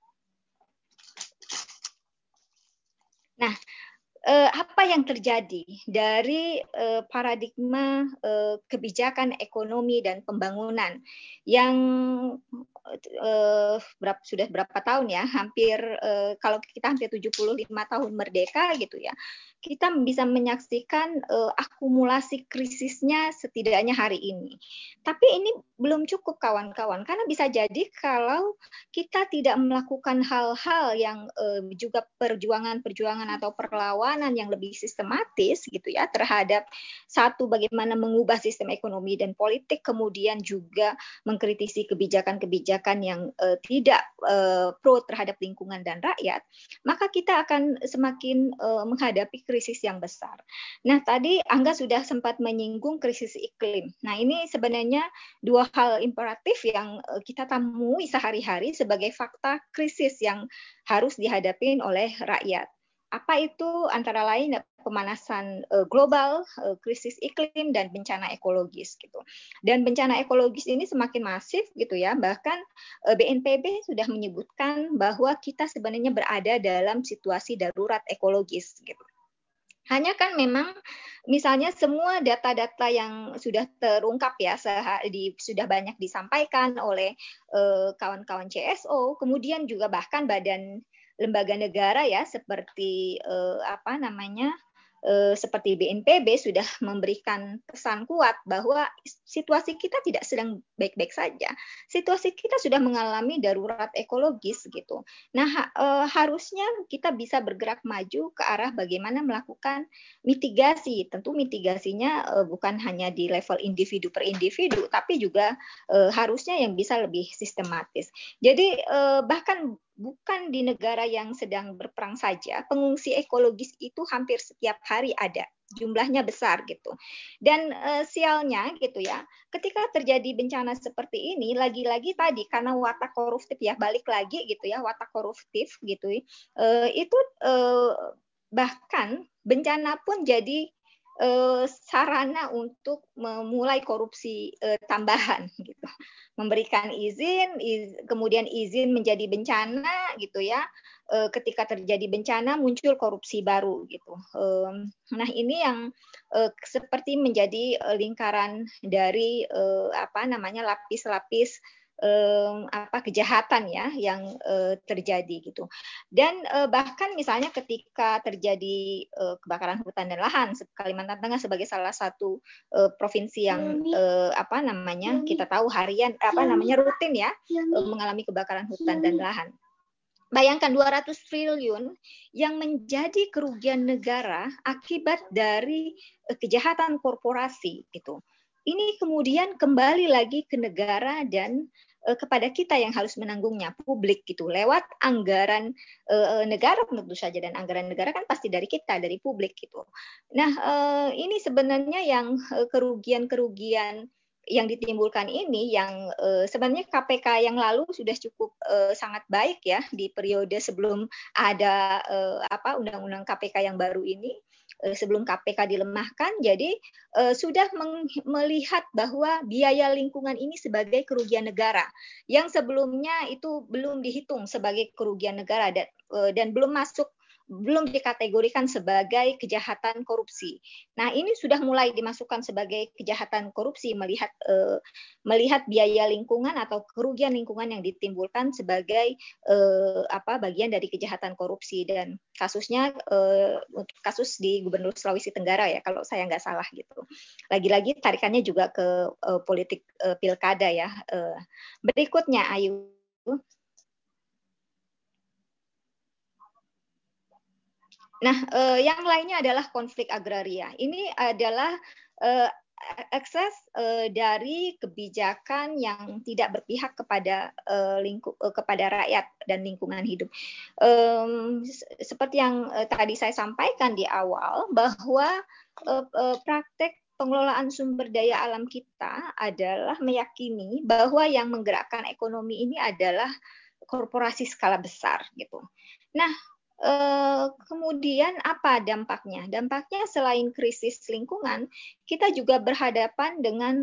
Nah, apa yang terjadi dari paradigma kebijakan ekonomi dan pembangunan yang sudah berapa tahun ya, hampir kalau kita hampir 75 tahun merdeka gitu ya, kita bisa menyaksikan akumulasi krisisnya setidaknya hari ini. Tapi ini belum cukup kawan-kawan, karena bisa jadi kalau kita tidak melakukan hal-hal yang juga perjuangan-perjuangan atau perlawanan yang lebih sistematis gitu ya, terhadap satu, bagaimana mengubah sistem ekonomi dan politik, kemudian juga mengkritisi kebijakan-kebijakan yang tidak pro terhadap lingkungan dan rakyat, maka kita akan semakin menghadapi krisis yang besar. Nah, tadi Angga sudah sempat menyinggung krisis iklim. Nah, ini sebenarnya dua hal imperatif yang kita temui sehari-hari sebagai fakta krisis yang harus dihadapi oleh rakyat. Apa itu? Antara lain pemanasan global, krisis iklim, dan bencana ekologis gitu. Dan bencana ekologis ini semakin masif gitu ya. Bahkan BNPB sudah menyebutkan bahwa kita sebenarnya berada dalam situasi darurat ekologis gitu. Hanya kan memang misalnya semua data-data yang sudah terungkap ya, sudah banyak disampaikan oleh kawan-kawan CSO, kemudian juga bahkan badan lembaga negara ya, seperti seperti BNPB sudah memberikan pesan kuat bahwa situasi kita tidak sedang baik-baik saja. Situasi kita sudah mengalami darurat ekologis gitu. Nah, harusnya kita bisa bergerak maju ke arah bagaimana melakukan mitigasi. Tentu mitigasinya bukan hanya di level individu per individu, tapi juga harusnya yang bisa lebih sistematis. Jadi bahkan bukan di negara yang sedang berperang saja, pengungsi ekologis itu hampir setiap hari ada, jumlahnya besar gitu. Dan sialnya gitu ya, ketika terjadi bencana seperti ini, lagi-lagi tadi karena watak koruptif ya, balik lagi gitu ya, watak koruptif gitu, itu bahkan bencana pun jadi sarana untuk memulai korupsi tambahan gitu, memberikan izin, kemudian izin menjadi bencana gitu ya, ketika terjadi bencana muncul korupsi baru gitu. Nah, ini yang seperti menjadi lingkaran dari lapis-lapis kejahatan ya yang terjadi gitu. Dan bahkan misalnya ketika terjadi kebakaran hutan dan lahan, Kalimantan Tengah sebagai salah satu provinsi yang kita tahu harian rutin ya mengalami kebakaran hutan dan lahan. Bayangkan 200 triliun yang menjadi kerugian negara akibat dari kejahatan korporasi gitu. Ini kemudian kembali lagi ke negara dan kepada kita yang harus menanggungnya, publik gitu, lewat anggaran negara tentu saja, dan anggaran negara kan pasti dari kita, dari publik gitu. Nah, ini sebenarnya yang kerugian-kerugian yang ditimbulkan ini yang sebenarnya KPK yang lalu sudah cukup sangat baik ya di periode sebelum ada undang-undang KPK yang baru ini, sebelum KPK dilemahkan. Jadi sudah melihat bahwa biaya lingkungan ini sebagai kerugian negara yang sebelumnya itu belum dihitung sebagai kerugian negara, dan belum dikategorikan sebagai kejahatan korupsi. Nah, ini sudah mulai dimasukkan sebagai kejahatan korupsi melihat biaya lingkungan atau kerugian lingkungan yang ditimbulkan sebagai bagian dari kejahatan korupsi, dan kasusnya untuk kasus di Gubernur Sulawesi Tenggara ya kalau saya nggak salah gitu. Lagi-lagi tarikannya juga ke politik pilkada ya. Berikutnya Ayu. Nah, yang lainnya adalah konflik agraria. Ini adalah ekses dari kebijakan yang tidak berpihak kepada kepada rakyat dan lingkungan hidup. Seperti yang tadi saya sampaikan di awal, bahwa praktek pengelolaan sumber daya alam kita adalah meyakini bahwa yang menggerakkan ekonomi ini adalah korporasi skala besar gitu. Nah, kemudian apa dampaknya? Dampaknya selain krisis lingkungan, kita juga berhadapan dengan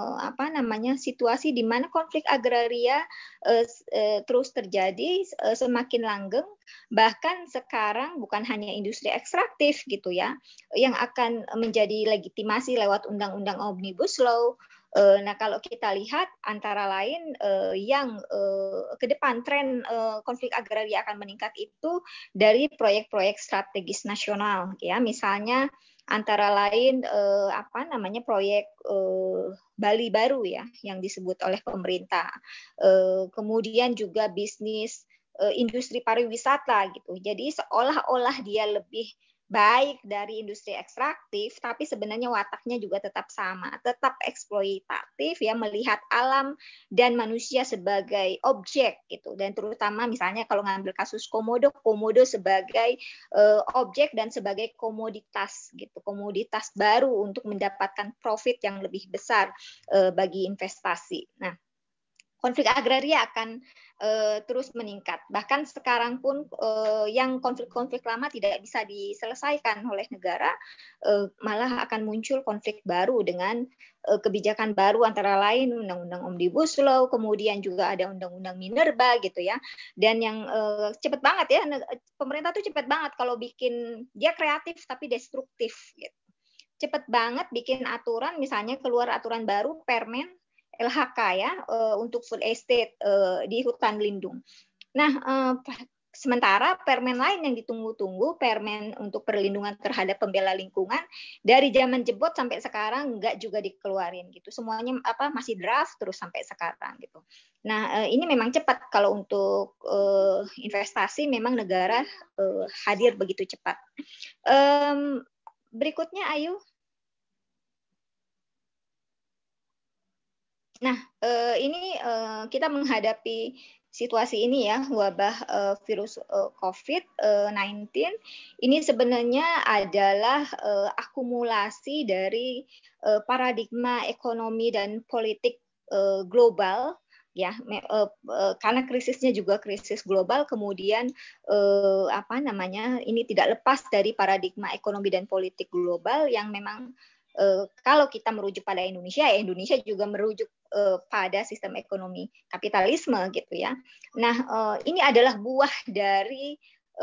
situasi di mana konflik agraria terus terjadi, semakin langgeng. Bahkan sekarang bukan hanya industri ekstraktif gitu ya, yang akan menjadi legitimasi lewat undang-undang Omnibus Law. Nah, kalau kita lihat antara lain yang ke depan tren konflik agraria akan meningkat itu dari proyek-proyek strategis nasional ya, misalnya antara lain proyek Bali Baru ya yang disebut oleh pemerintah. Kemudian juga bisnis industri pariwisata gitu. Jadi seolah-olah dia lebih baik dari industri ekstraktif, tapi sebenarnya wataknya juga tetap sama, tetap eksploitatif ya, melihat alam dan manusia sebagai objek gitu. Dan terutama misalnya kalau ngambil kasus Komodo sebagai objek dan sebagai komoditas gitu, komoditas baru untuk mendapatkan profit yang lebih besar bagi investasi. Nah, konflik agraria akan terus meningkat. Bahkan sekarang pun yang konflik-konflik lama tidak bisa diselesaikan oleh negara, malah akan muncul konflik baru dengan kebijakan baru, antara lain Undang-Undang Omnibus Law, kemudian juga ada Undang-Undang Minerba gitu ya. Dan yang cepat banget ya, pemerintah tuh cepat banget kalau bikin, dia kreatif tapi destruktif gitu. Cepat banget bikin aturan, misalnya keluar aturan baru Permen LHK ya untuk food estate di hutan lindung. Nah, sementara permen lain yang ditunggu-tunggu, permen untuk perlindungan terhadap pembela lingkungan, dari zaman jebot sampai sekarang nggak juga dikeluarin gitu. Semuanya masih draft terus sampai sekarang gitu. Nah, ini memang cepat kalau untuk investasi, memang negara hadir begitu cepat. Berikutnya Ayu. Nah, ini kita menghadapi situasi ini ya, wabah virus COVID-19. Ini sebenarnya adalah akumulasi dari paradigma ekonomi dan politik global ya, karena krisisnya juga krisis global, kemudian ini tidak lepas dari paradigma ekonomi dan politik global yang memang kalau kita merujuk pada Indonesia, ya Indonesia juga merujuk pada sistem ekonomi kapitalisme gitu ya. Nah, ini adalah buah dari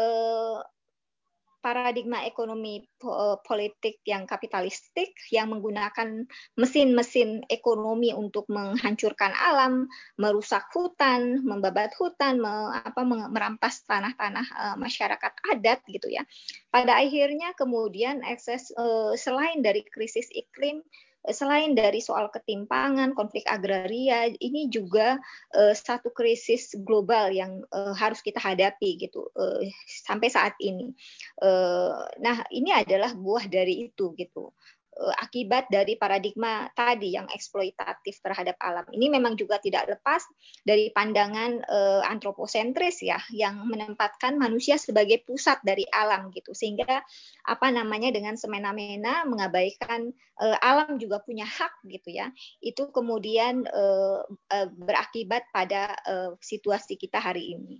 paradigma ekonomi politik yang kapitalistik, yang menggunakan mesin-mesin ekonomi untuk menghancurkan alam, merusak hutan, membabat hutan, merampas tanah-tanah masyarakat adat gitu ya. Pada akhirnya kemudian ekses selain dari krisis iklim, selain dari soal ketimpangan, konflik agraria, ini juga satu krisis global yang harus kita hadapi gitu sampai saat ini. Nah, ini adalah buah dari itu gitu. Akibat dari paradigma tadi yang eksploitatif terhadap alam. Ini memang juga tidak lepas dari pandangan antroposentris ya, yang menempatkan manusia sebagai pusat dari alam gitu, sehingga dengan semena-mena mengabaikan alam juga punya hak gitu ya. Itu kemudian berakibat pada situasi kita hari ini.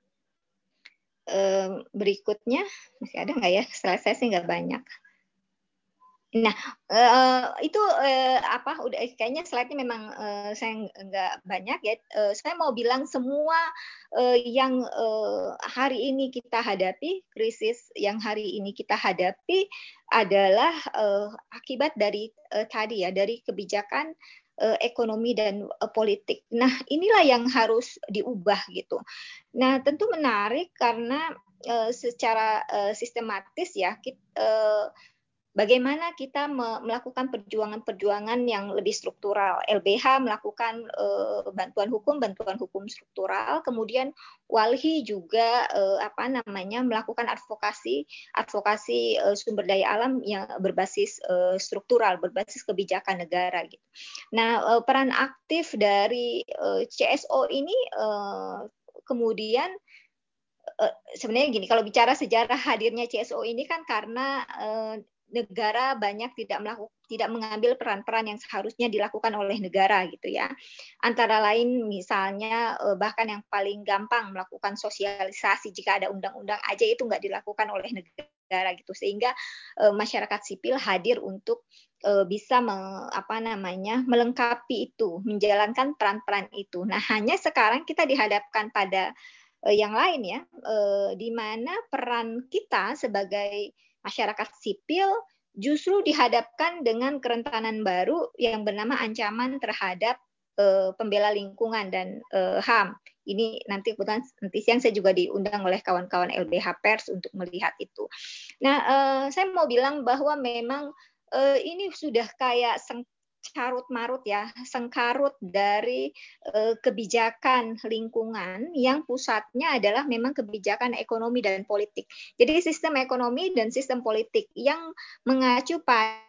Berikutnya masih ada nggak ya? Setelah saya sih nggak banyak. Nah, itu apa? Udah kayaknya slide-nya memang saya nggak banyak ya. Saya mau bilang semua yang hari ini kita hadapi, krisis yang hari ini kita hadapi adalah akibat dari tadi ya, dari kebijakan ekonomi dan politik. Nah, inilah yang harus diubah gitu. Nah, tentu menarik karena secara sistematis ya bagaimana kita melakukan perjuangan-perjuangan yang lebih struktural. LBH melakukan bantuan hukum struktural, kemudian Walhi juga melakukan advokasi sumber daya alam yang berbasis struktural, berbasis kebijakan negara gitu. Nah, peran aktif dari CSO ini kemudian sebenarnya gini, kalau bicara sejarah hadirnya CSO ini kan karena negara banyak tidak mengambil peran-peran yang seharusnya dilakukan oleh negara gitu ya. Antara lain misalnya bahkan yang paling gampang melakukan sosialisasi jika ada undang-undang aja itu nggak dilakukan oleh negara gitu, sehingga masyarakat sipil hadir untuk bisa melengkapi itu, menjalankan peran-peran itu. Nah, hanya sekarang kita dihadapkan pada yang lain ya, di mana peran kita sebagai masyarakat sipil justru dihadapkan dengan kerentanan baru yang bernama ancaman terhadap pembela lingkungan dan HAM. Ini nanti siang saya juga diundang oleh kawan-kawan LBH Pers untuk melihat itu. Nah, saya mau bilang bahwa memang ini sudah kayak carut-marut ya, sengkarut dari kebijakan lingkungan yang pusatnya adalah memang kebijakan ekonomi dan politik. Jadi sistem ekonomi dan sistem politik yang mengacu pada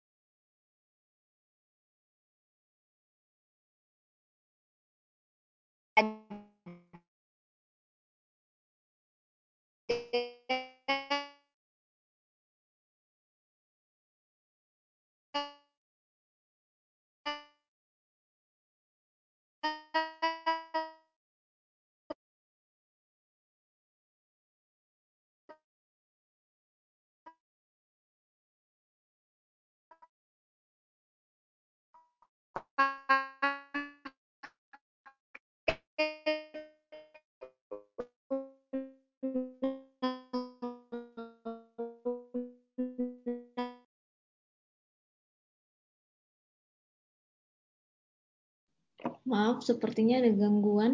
Maaf, sepertinya ada gangguan.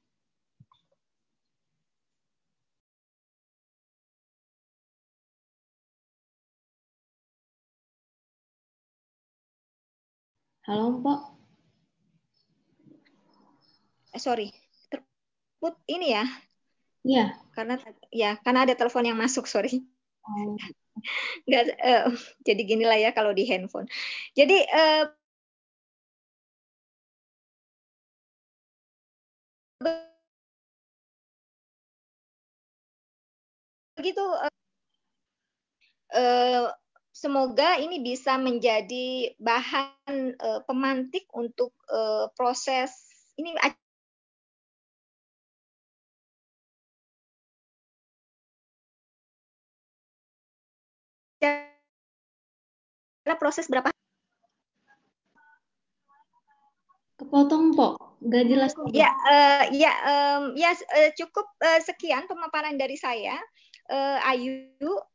Halo, Mpok. sorry, terput ini ya. Iya. Karena ada telepon yang masuk, sorry. Oh. Nggak, jadi ginilah ya kalau di handphone. Jadi begitu semoga ini bisa menjadi bahan pemantik untuk proses ini proses berapa Kepotong, Pok. Nggak jelas. Cukup sekian pemaparan dari saya, Ayu,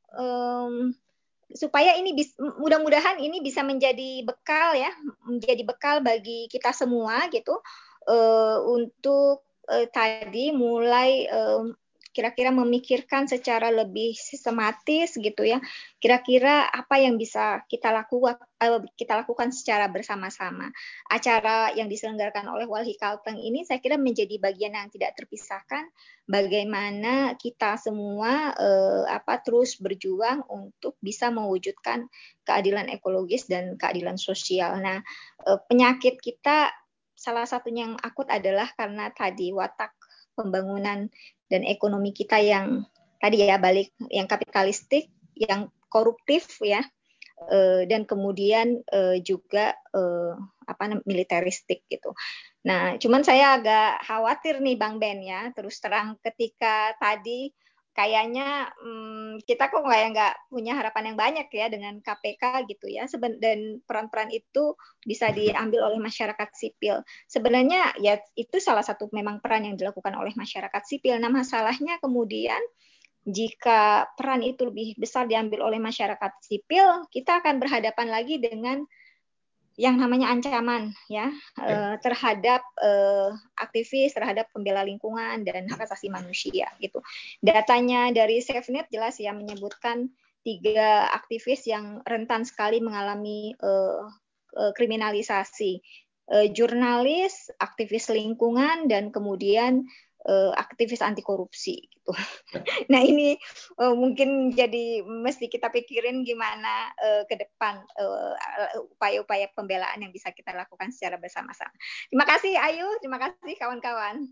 supaya ini mudah-mudahan ini bisa menjadi bekal bagi kita semua gitu, untuk tadi mulai kira-kira memikirkan secara lebih sistematis gitu ya, kira-kira apa yang bisa kita lakukan secara bersama-sama. Acara yang diselenggarakan oleh Walhi Kalteng ini saya kira menjadi bagian yang tidak terpisahkan bagaimana kita semua terus berjuang untuk bisa mewujudkan keadilan ekologis dan keadilan sosial. Nah, penyakit kita salah satunya yang akut adalah karena tadi watak pembangunan dan ekonomi kita yang tadi ya yang kapitalistik, yang koruptif ya, dan kemudian juga militeristik gitu. Nah, cuman saya agak khawatir nih Bang Ben ya, terus terang ketika tadi kayaknya kita kok nggak punya harapan yang banyak ya dengan KPK gitu ya. Dan peran-peran itu bisa diambil oleh masyarakat sipil. Sebenarnya ya itu salah satu memang peran yang dilakukan oleh masyarakat sipil. Nah, masalahnya kemudian jika peran itu lebih besar diambil oleh masyarakat sipil, kita akan berhadapan lagi dengan yang namanya ancaman ya terhadap aktivis, terhadap pembela lingkungan dan hak asasi manusia gitu. Datanya dari SafeNet jelas ya menyebutkan 3 aktivis yang rentan sekali mengalami kriminalisasi. Jurnalis, aktivis lingkungan, dan kemudian aktivis anti korupsi gitu. Nah ini mungkin jadi mesti kita pikirin gimana ke depan upaya-upaya pembelaan yang bisa kita lakukan secara bersama-sama. Terima kasih Ayu, terima kasih kawan-kawan.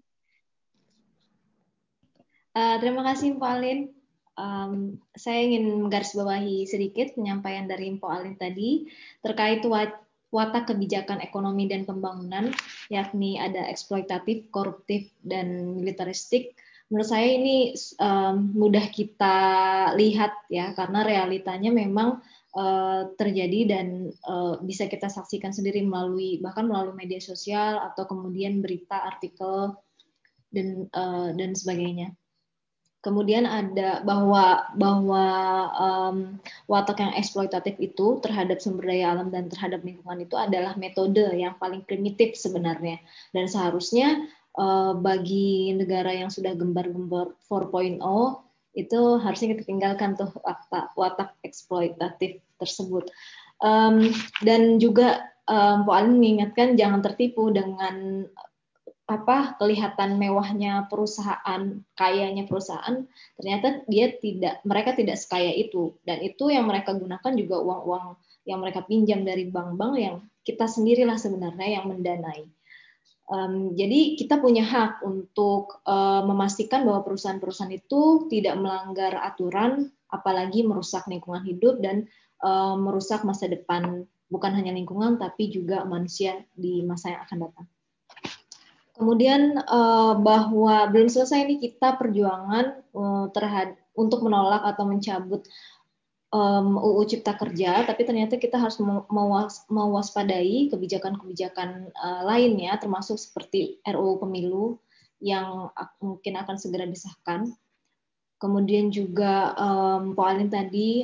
Terima kasih Mpok Alin. Saya ingin menggarisbawahi sedikit penyampaian dari Mpok Alin tadi terkait watak kebijakan ekonomi dan pembangunan, yakni ada eksploitatif, koruptif, dan militeristik. Menurut saya ini mudah kita lihat ya, karena realitanya memang terjadi dan bisa kita saksikan sendiri bahkan melalui media sosial atau kemudian berita, artikel, dan sebagainya. Kemudian ada bahwa watak yang eksploitatif itu terhadap sumber daya alam dan terhadap lingkungan itu adalah metode yang paling primitif sebenarnya. Dan seharusnya bagi negara yang sudah gembar-gembar 4.0 itu harusnya kita tinggalkan tuh watak eksploitatif tersebut. Dan juga Pak Alin mengingatkan jangan tertipu dengan kelihatan mewahnya perusahaan, kayanya perusahaan, ternyata mereka tidak sekaya itu, dan itu yang mereka gunakan juga uang-uang yang mereka pinjam dari bank-bank yang kita sendirilah sebenarnya yang mendanai. Jadi kita punya hak untuk memastikan bahwa perusahaan-perusahaan itu tidak melanggar aturan, apalagi merusak lingkungan hidup dan merusak masa depan bukan hanya lingkungan tapi juga manusia di masa yang akan datang. Kemudian bahwa belum selesai nih kita perjuangan untuk menolak atau mencabut UU Cipta Kerja, tapi ternyata kita harus mewaspadai kebijakan-kebijakan lainnya, termasuk seperti RUU Pemilu yang mungkin akan segera disahkan. Kemudian juga Pak Alin tadi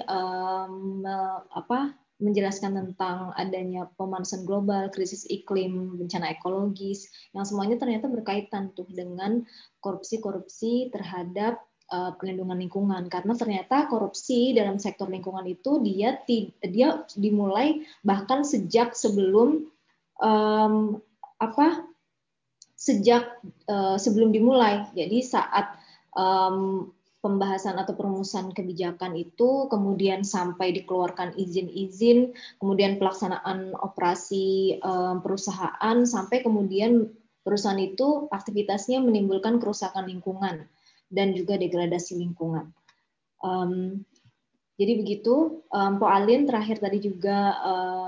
menjelaskan tentang adanya pemanasan global, krisis iklim, bencana ekologis, yang semuanya ternyata berkaitan tuh dengan korupsi-korupsi terhadap pelindungan lingkungan. Karena ternyata korupsi dalam sektor lingkungan itu dia dimulai bahkan sejak sebelum sebelum dimulai. Jadi saat pembahasan atau perumusan kebijakan itu, kemudian sampai dikeluarkan izin-izin, kemudian pelaksanaan operasi perusahaan, sampai kemudian perusahaan itu aktivitasnya menimbulkan kerusakan lingkungan dan juga degradasi lingkungan. Jadi begitu, Pak Alin terakhir tadi juga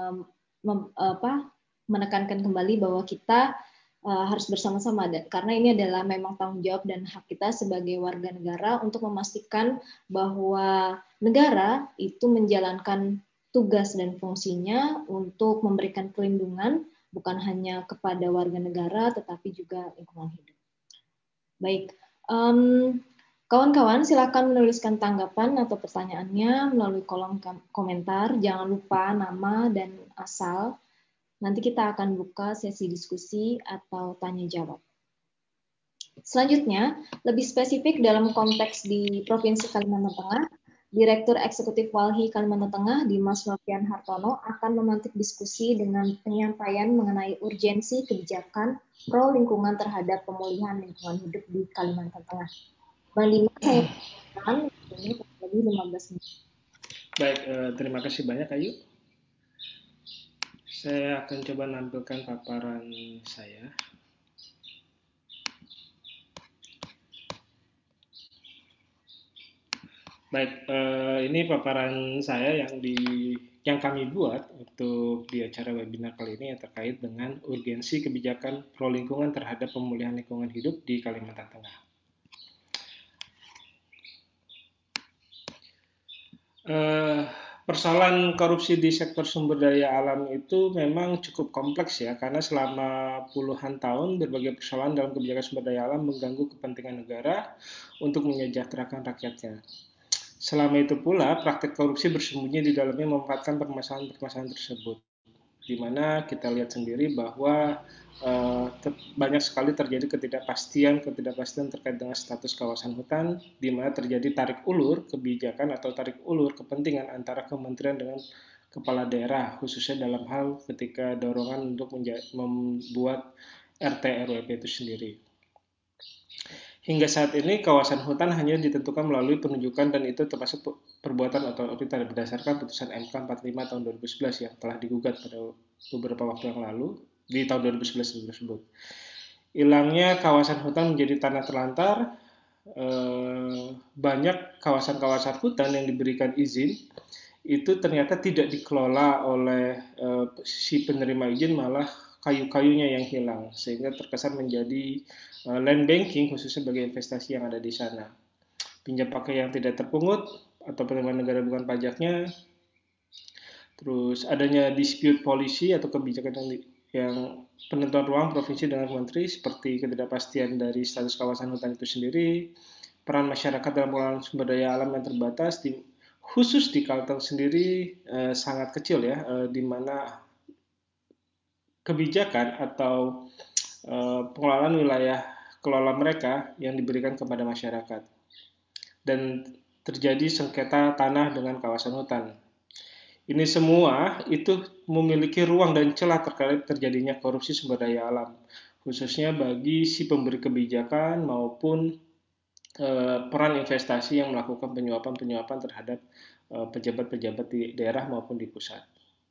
menekankan kembali bahwa kita harus bersama-sama, karena ini adalah memang tanggung jawab dan hak kita sebagai warga negara untuk memastikan bahwa negara itu menjalankan tugas dan fungsinya untuk memberikan perlindungan bukan hanya kepada warga negara tetapi juga lingkungan hidup. Baik, kawan-kawan silakan menuliskan tanggapan atau pertanyaannya melalui kolom komentar. Jangan lupa nama dan asal. Nanti kita akan buka sesi diskusi atau tanya jawab. Selanjutnya, lebih spesifik dalam konteks di Provinsi Kalimantan Tengah, Direktur Eksekutif Walhi Kalimantan Tengah, Dimas Novian Hartono, akan memantik diskusi dengan penyampaian mengenai urgensi kebijakan pro lingkungan terhadap pemulihan lingkungan hidup di Kalimantan Tengah. Bang Dimas, saya persilakan ini lebih 15 menit. Baik, terima kasih banyak Ayu. Saya akan coba menampilkan paparan saya. Baik, ini paparan saya yang kami buat untuk di acara webinar kali ini yang terkait dengan urgensi kebijakan pro lingkungan terhadap pemulihan lingkungan hidup di Kalimantan Tengah. Persoalan korupsi di sektor sumber daya alam itu memang cukup kompleks ya, karena selama puluhan tahun berbagai persoalan dalam kebijakan sumber daya alam mengganggu kepentingan negara untuk menyejahterakan rakyatnya. Selama itu pula, praktek korupsi bersembunyi di dalamnya memanfaatkan permasalahan-permasalahan tersebut, di mana kita lihat sendiri bahwa banyak sekali terjadi ketidakpastian terkait dengan status kawasan hutan, di mana terjadi tarik ulur kebijakan atau tarik ulur kepentingan antara kementerian dengan kepala daerah, khususnya dalam hal ketika dorongan untuk membuat RT RWP itu sendiri. Hingga saat ini kawasan hutan hanya ditentukan melalui penunjukan dan itu termasuk perbuatan otoriter berdasarkan putusan MK 45 tahun 2011 yang telah digugat pada beberapa waktu yang lalu di tahun 2011 tersebut. Hilangnya kawasan hutan menjadi tanah terlantar, banyak kawasan-kawasan hutan yang diberikan izin itu ternyata tidak dikelola oleh si penerima izin, malah kayu-kayunya yang hilang, sehingga terkesan menjadi land banking khususnya bagi investasi yang ada di sana. Pinjam pakai yang tidak terpungut atau penerimaan negara bukan pajaknya, terus adanya dispute policy atau kebijakan yang penentuan ruang provinsi dengan menteri seperti ketidakpastian dari status kawasan hutan itu sendiri, peran masyarakat dalam pengelolaan sumber daya alam yang terbatas, khusus di Kalteng sendiri sangat kecil ya, di mana kebijakan atau pengelolaan wilayah kelola mereka yang diberikan kepada masyarakat, dan terjadi sengketa tanah dengan kawasan hutan. Ini semua itu memiliki ruang dan celah terkait terjadinya korupsi sumber daya alam, khususnya bagi si pemberi kebijakan maupun peran investasi yang melakukan penyuapan terhadap pejabat-pejabat di daerah maupun di pusat.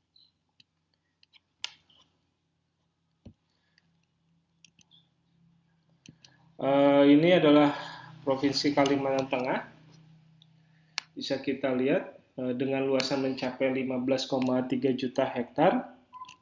Ini adalah Provinsi Kalimantan Tengah. Bisa kita lihat dengan luasan mencapai 15,3 juta hektar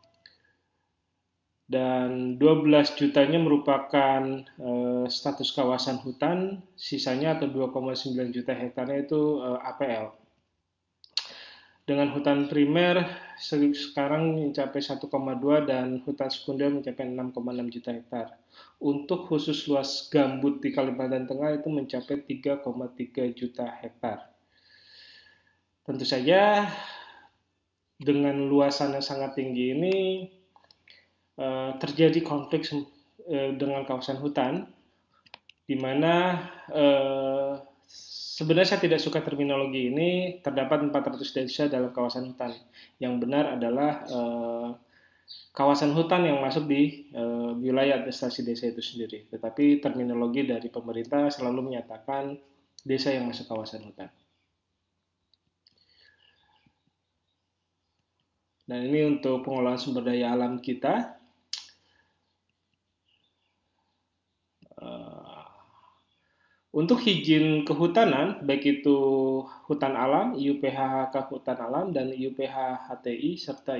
dan 12 jutanya merupakan status kawasan hutan, sisanya atau 2,9 juta hektarnya itu APL. Dengan hutan primer sekarang mencapai 1,2 dan hutan sekunder mencapai 6,6 juta hektar. Untuk khusus luas gambut di Kalimantan Tengah itu mencapai 3,3 juta hektar. Tentu saja dengan luasan yang sangat tinggi ini terjadi konflik dengan kawasan hutan, di mana sebenarnya saya tidak suka terminologi ini. Terdapat 400 desa dalam kawasan hutan. Yang benar adalah kawasan hutan yang masuk di wilayah administrasi desa itu sendiri. Tetapi terminologi dari pemerintah selalu menyatakan desa yang masuk kawasan hutan. Dan ini untuk pengelolaan sumber daya alam kita. Untuk izin kehutanan, baik itu hutan alam, IUPHK Hutan Alam, dan IUPH-HTI, serta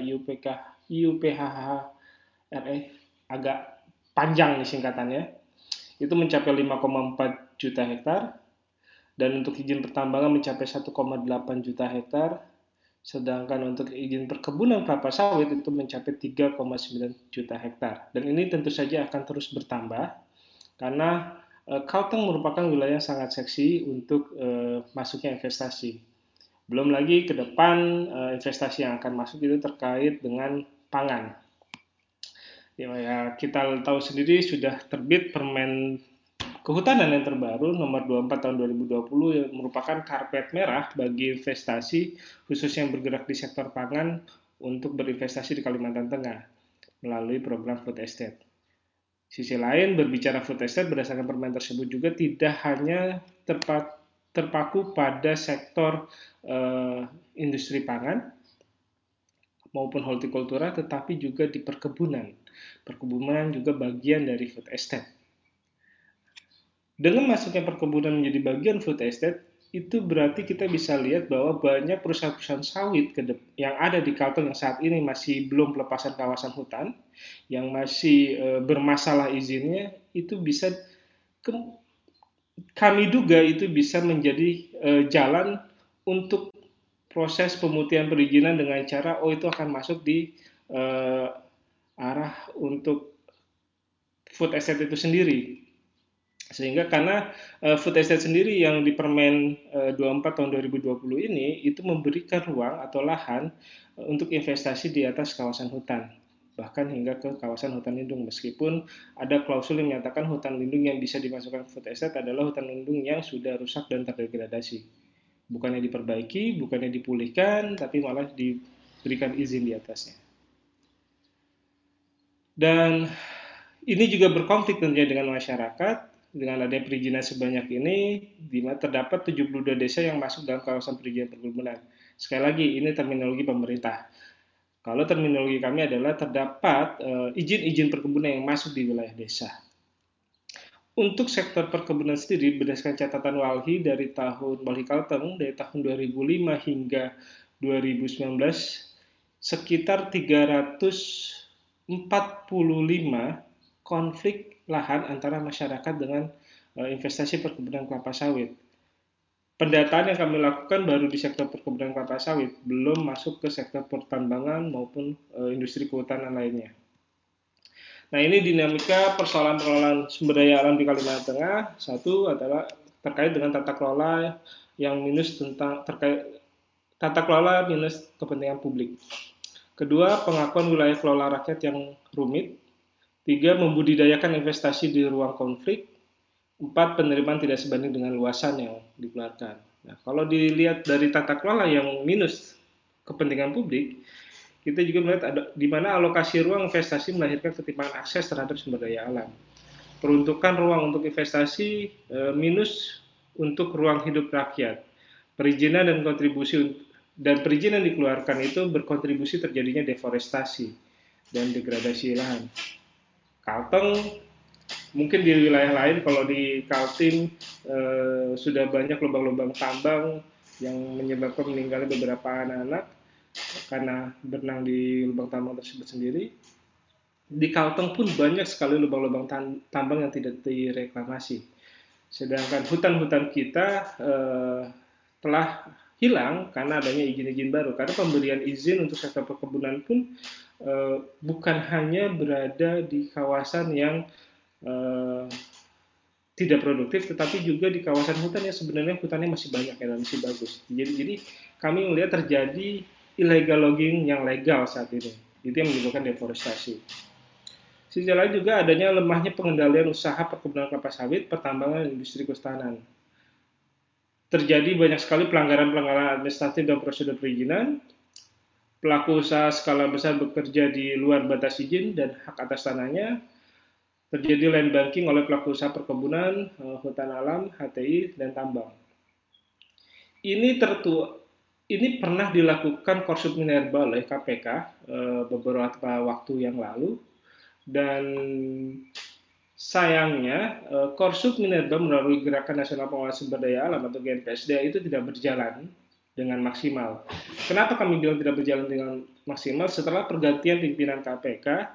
IUPHH-RE, agak panjang nih singkatannya, itu mencapai 5,4 juta hektar, dan untuk izin pertambangan mencapai 1,8 juta hektar, sedangkan untuk izin perkebunan kelapa sawit itu mencapai 3,9 juta hektar. Dan ini tentu saja akan terus bertambah, karena Kalteng merupakan wilayah yang sangat seksi untuk masuknya investasi. Belum lagi ke depan investasi yang akan masuk itu terkait dengan pangan. Ya, kita tahu sendiri sudah terbit Permen Kehutanan yang terbaru nomor 24 tahun 2020 yang merupakan karpet merah bagi investasi khususnya yang bergerak di sektor pangan untuk berinvestasi di Kalimantan Tengah melalui program Food Estate. Sisi lain, berbicara food estate berdasarkan permen tersebut juga tidak hanya terpaku pada sektor industri pangan maupun hortikultura, tetapi juga di perkebunan. Perkebunan juga bagian dari food estate. Dengan masuknya perkebunan menjadi bagian food estate, itu berarti kita bisa lihat bahwa banyak perusahaan-perusahaan sawit yang ada di Kalteng yang saat ini masih belum pelepasan kawasan hutan, yang masih bermasalah izinnya, itu bisa kami duga itu bisa menjadi jalan untuk proses pemutihan perizinan dengan cara itu akan masuk di arah untuk food estate itu sendiri. Sehingga karena food estate sendiri yang di Permen 24 tahun 2020 ini itu memberikan ruang atau lahan untuk investasi di atas kawasan hutan, bahkan hingga ke kawasan hutan lindung, meskipun ada klausul yang menyatakan hutan lindung yang bisa dimasukkan food estate adalah hutan lindung yang sudah rusak dan terdegradasi. Bukannya diperbaiki, bukannya dipulihkan, tapi malah diberikan izin di atasnya. Dan ini juga berkonflik tentunya dengan masyarakat. Dengan adanya perizinan sebanyak ini, di mana terdapat 72 desa yang masuk dalam kawasan perizinan perkebunan. Sekali lagi, ini terminologi pemerintah. Kalau terminologi kami adalah terdapat izin-izin perkebunan yang masuk di wilayah desa. Untuk sektor perkebunan sendiri, berdasarkan catatan Walhi dari tahun Walhi Kalteng dari tahun 2005 hingga 2019, sekitar 345 konflik lahan antara masyarakat dengan investasi perkebunan kelapa sawit. Pendataan yang kami lakukan baru di sektor perkebunan kelapa sawit, belum masuk ke sektor pertambangan maupun industri kehutanan lainnya. Nah, ini dinamika persoalan pengelolaan sumber daya alam di Kalimantan Tengah. Satu adalah terkait dengan tata kelola yang minus terkait tata kelola minus kepentingan publik. Kedua, pengakuan wilayah kelola rakyat yang rumit. 3. Membudidayakan investasi di ruang konflik. 4. Penerimaan tidak sebanding dengan luasan yang dikeluarkan. Nah, kalau dilihat dari tata kelola yang minus kepentingan publik, kita juga melihat ada di mana alokasi ruang investasi melahirkan ketimpangan akses terhadap sumber daya alam. Peruntukan ruang untuk investasi minus untuk ruang hidup rakyat. Perizinan dan perizinan dikeluarkan itu berkontribusi terjadinya deforestasi dan degradasi lahan. Kalteng, mungkin di wilayah lain, kalau di Kaltim sudah banyak lubang-lubang tambang yang menyebabkan meninggalnya beberapa anak-anak karena berenang di lubang tambang tersebut sendiri. Di Kalteng pun banyak sekali lubang-lubang tambang yang tidak direklamasi. Sedangkan hutan-hutan kita telah hilang karena adanya izin-izin baru. Karena pemberian izin untuk sektor perkebunan pun bukan hanya berada di kawasan yang tidak produktif, tetapi juga di kawasan hutan yang sebenarnya hutannya masih banyak dan masih bagus. Jadi kami melihat terjadi illegal logging yang legal saat ini. Itu yang menyebabkan deforestasi. Sisi lain juga adanya lemahnya pengendalian usaha perkebunan kelapa sawit, pertambangan, dan industri kehutanan. Terjadi banyak sekali pelanggaran-pelanggaran administratif dan prosedur perizinan. Pelaku usaha skala besar bekerja di luar batas izin dan hak atas tanahnya. Terjadi land banking oleh pelaku usaha perkebunan, hutan alam, HTI, dan tambang. Ini pernah dilakukan Korsub Minerba oleh KPK beberapa waktu yang lalu, dan sayangnya Korsub Minerba melalui Gerakan Nasional Pengelolaan Sumber Daya Alam atau GNPSDA itu tidak berjalan dengan maksimal. Kenapa kami bilang tidak berjalan dengan maksimal? Setelah pergantian pimpinan KPK,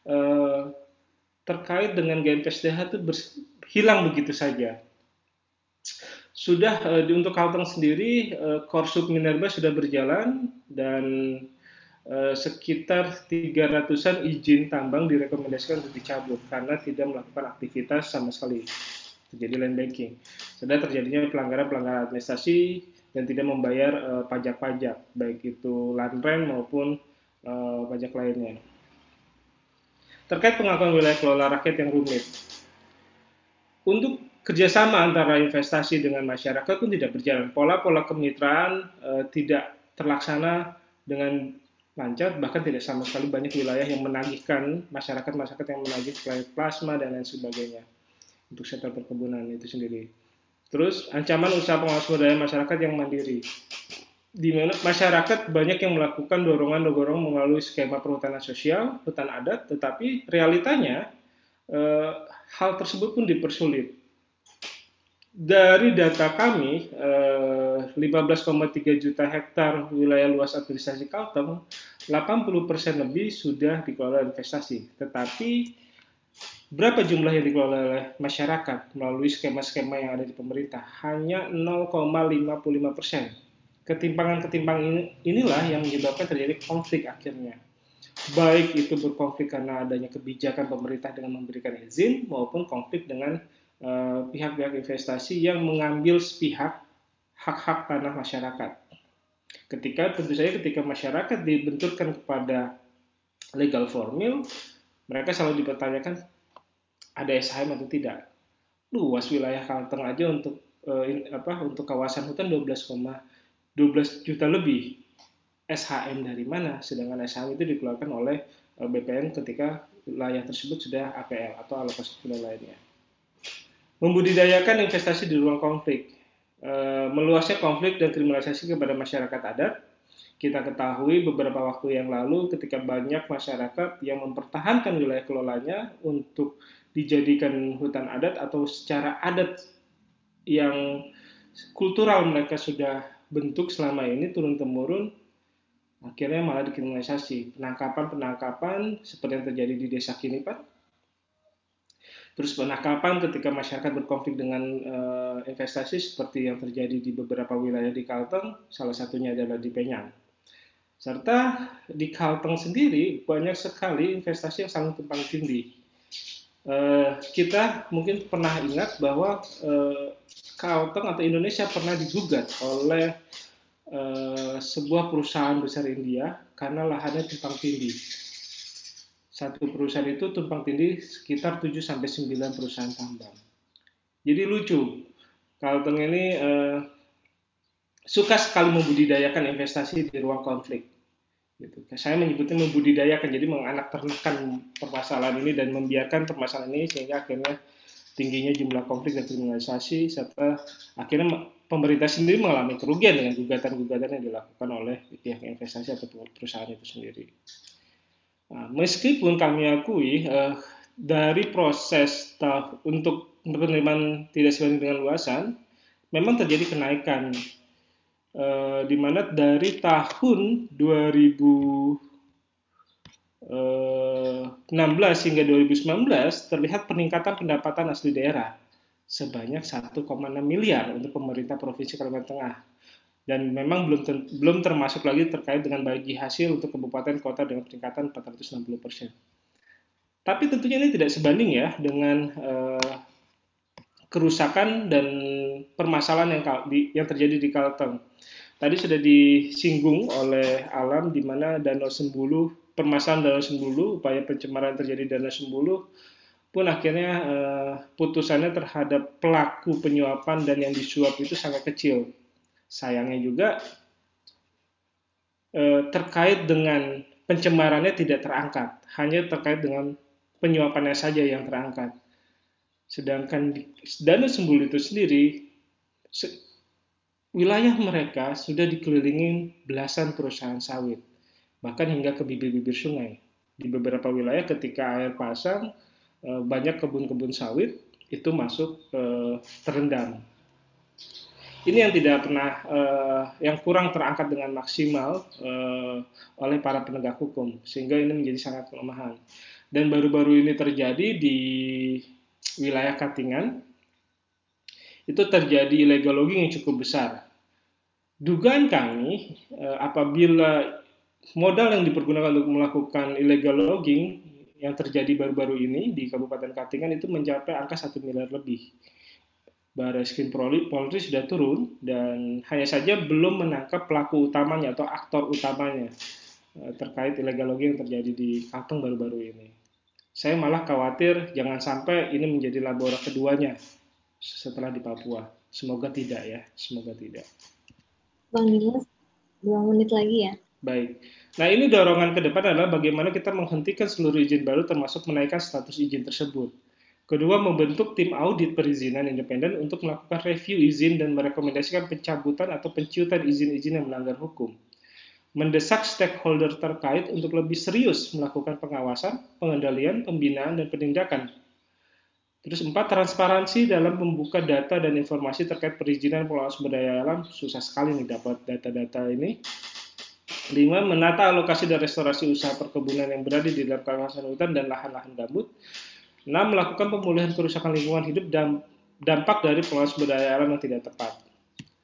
terkait dengan GNPSDA itu hilang begitu saja. Sudah untuk Kalteng sendiri, Korsub Minerba sudah berjalan dan sekitar 300-an izin tambang direkomendasikan untuk dicabut karena tidak melakukan aktivitas sama sekali. Terjadi land banking. Sudah terjadinya pelanggaran-pelanggaran administrasi dan tidak membayar pajak-pajak, baik itu land rent maupun pajak lainnya. Terkait pengakuan wilayah kelola rakyat yang rumit, untuk kerjasama antara investasi dengan masyarakat pun tidak berjalan. Pola-pola kemitraan tidak terlaksana dengan lancar, bahkan tidak sama sekali banyak wilayah yang menagihkan masyarakat yang menagih plasma dan lain sebagainya untuk sektor perkebunan itu sendiri. Terus ancaman usaha pengelolaan sumber daya masyarakat yang mandiri, di mana masyarakat banyak yang melakukan dorongan-dorongan melalui skema perhutanan sosial, hutan adat, tetapi realitanya hal tersebut pun dipersulit. Dari data kami, 15,3 juta hektar wilayah luas administrasi Kalteng, 80% lebih sudah dikelola investasi. Tetapi berapa jumlah yang dikelola oleh masyarakat melalui skema-skema yang ada di pemerintah? Hanya 0,55%. ketimpangan inilah yang menyebabkan terjadi konflik akhirnya. Baik itu berkonflik karena adanya kebijakan pemerintah dengan memberikan izin maupun konflik dengan pihak-pihak investasi yang mengambil sepihak hak-hak tanah masyarakat. Tentu saja ketika masyarakat dibenturkan kepada legal formil, mereka selalu dipertanyakan ada SHM atau tidak. Luas wilayah Kalteng aja untuk kawasan hutan 12 juta lebih. SHM dari mana? Sedangkan SHM itu dikeluarkan oleh BPN ketika wilayah tersebut sudah APL atau alokasi wilayah lainnya. Membudidayakan investasi di ruang konflik. Meluasnya konflik dan kriminalisasi kepada masyarakat adat. Kita ketahui beberapa waktu yang lalu ketika banyak masyarakat yang mempertahankan wilayah kelolanya untuk dijadikan hutan adat atau secara adat yang kultural mereka sudah bentuk selama ini turun-temurun, akhirnya malah dikriminalisasi. Penangkapan seperti yang terjadi di Desa Kinipan. Terus penangkapan ketika masyarakat berkonflik dengan investasi seperti yang terjadi di beberapa wilayah di Kalteng, salah satunya adalah di Penyang. Serta di Kalteng sendiri banyak sekali investasi yang saling tumpang tindih. Kita mungkin pernah ingat bahwa Kalteng atau Indonesia pernah digugat oleh sebuah perusahaan besar India karena lahannya tumpang tindih. Satu perusahaan itu tumpang tindih sekitar 7-9 perusahaan tambang. Jadi lucu, Kalteng ini suka sekali membudidayakan investasi di ruang konflik. Gitu. Saya menyebutnya membudidayakan, jadi menganak-ternakan permasalahan ini dan membiarkan permasalahan ini sehingga akhirnya tingginya jumlah konflik dan kriminalisasi serta akhirnya pemerintah sendiri mengalami kerugian dengan gugatan-gugatan yang dilakukan oleh pihak investasi atau perusahaan itu sendiri. Nah, meskipun kami akui dari proses untuk penerimaan tidak sebanding dengan luasan, memang terjadi kenaikan di mana dari tahun 2016 hingga 2019 terlihat peningkatan pendapatan asli daerah sebanyak 1,6 miliar untuk pemerintah Provinsi Kalimantan Tengah. Dan memang belum termasuk lagi terkait dengan bagi hasil untuk kabupaten kota dengan peningkatan 460%. Tapi tentunya ini tidak sebanding ya dengan kerusakan dan permasalahan yang terjadi di Kalteng. Tadi sudah disinggung oleh Alam di mana Danau Sembulu, permasalahan Danau Sembulu, upaya pencemaran terjadi di Danau Sembulu pun akhirnya putusannya terhadap pelaku penyuapan dan yang disuap itu sangat kecil. Sayangnya juga terkait dengan pencemarannya tidak terangkat, hanya terkait dengan penyuapannya saja yang terangkat. Sedangkan di Danau Sembulu itu sendiri, wilayah mereka sudah dikelilingi belasan perusahaan sawit, bahkan hingga ke bibir-bibir sungai. Di beberapa wilayah ketika air pasang, banyak kebun-kebun sawit itu masuk terendam. Ini yang tidak pernah, yang kurang terangkat dengan maksimal oleh para penegak hukum, sehingga ini menjadi sangat kelemahan. Dan baru-baru ini terjadi di wilayah Katingan, itu terjadi illegal logging yang cukup besar. Dugaan kami, apabila modal yang dipergunakan untuk melakukan illegal logging yang terjadi baru-baru ini di Kabupaten Katingan itu mencapai angka 1 miliar lebih. Barreskrim Polri sudah turun dan hanya saja belum menangkap pelaku utamanya atau aktor utamanya terkait illegal logging yang terjadi di Kalteng baru-baru ini. Saya malah khawatir jangan sampai ini menjadi labora keduanya setelah di Papua. Semoga tidak ya, semoga tidak. Bang Dimas, 2 menit lagi ya. Baik. Nah, ini dorongan ke depan adalah bagaimana kita menghentikan seluruh izin baru termasuk menaikkan status izin tersebut. Kedua, membentuk tim audit perizinan independen untuk melakukan review izin dan merekomendasikan pencabutan atau penciutan izin-izin yang melanggar hukum. Mendesak stakeholder terkait untuk lebih serius melakukan pengawasan, pengendalian, pembinaan, dan penindakan. Terus 4, transparansi dalam membuka data dan informasi terkait perizinan pengelolaan sumber daya alam. Susah sekali nih dapat data-data ini. 5, menata alokasi dan restorasi usaha perkebunan yang berada di dalam kawasan hutan dan lahan-lahan gambut. 6, melakukan pemulihan kerusakan lingkungan hidup dan dampak dari pengelolaan sumber daya alam yang tidak tepat.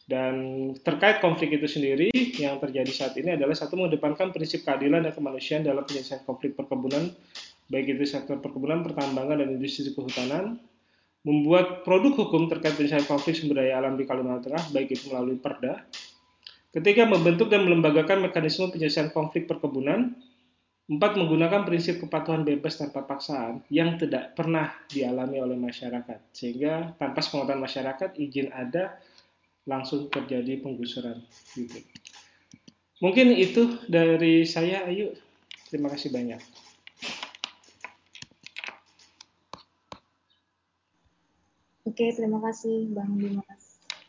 Dan terkait konflik itu sendiri, yang terjadi saat ini adalah satu, mengedepankan prinsip keadilan dan kemanusiaan dalam penyelesaian konflik perkebunan, baik itu sektor perkebunan, pertambangan, dan industri kehutanan, membuat produk hukum terkait penyelesaian konflik sumber daya alam di Kalimantan Tengah, baik itu melalui Perda. Ketiga, membentuk dan melembagakan mekanisme penyelesaian konflik perkebunan. 4, menggunakan prinsip kepatuhan bebas tanpa paksaan yang tidak pernah dialami oleh masyarakat, sehingga tanpa sepengetahuan masyarakat izin ada langsung terjadi penggusuran gitu. Mungkin itu dari saya, Ayu. Terima kasih banyak. Oke, terima kasih Bang Dimas.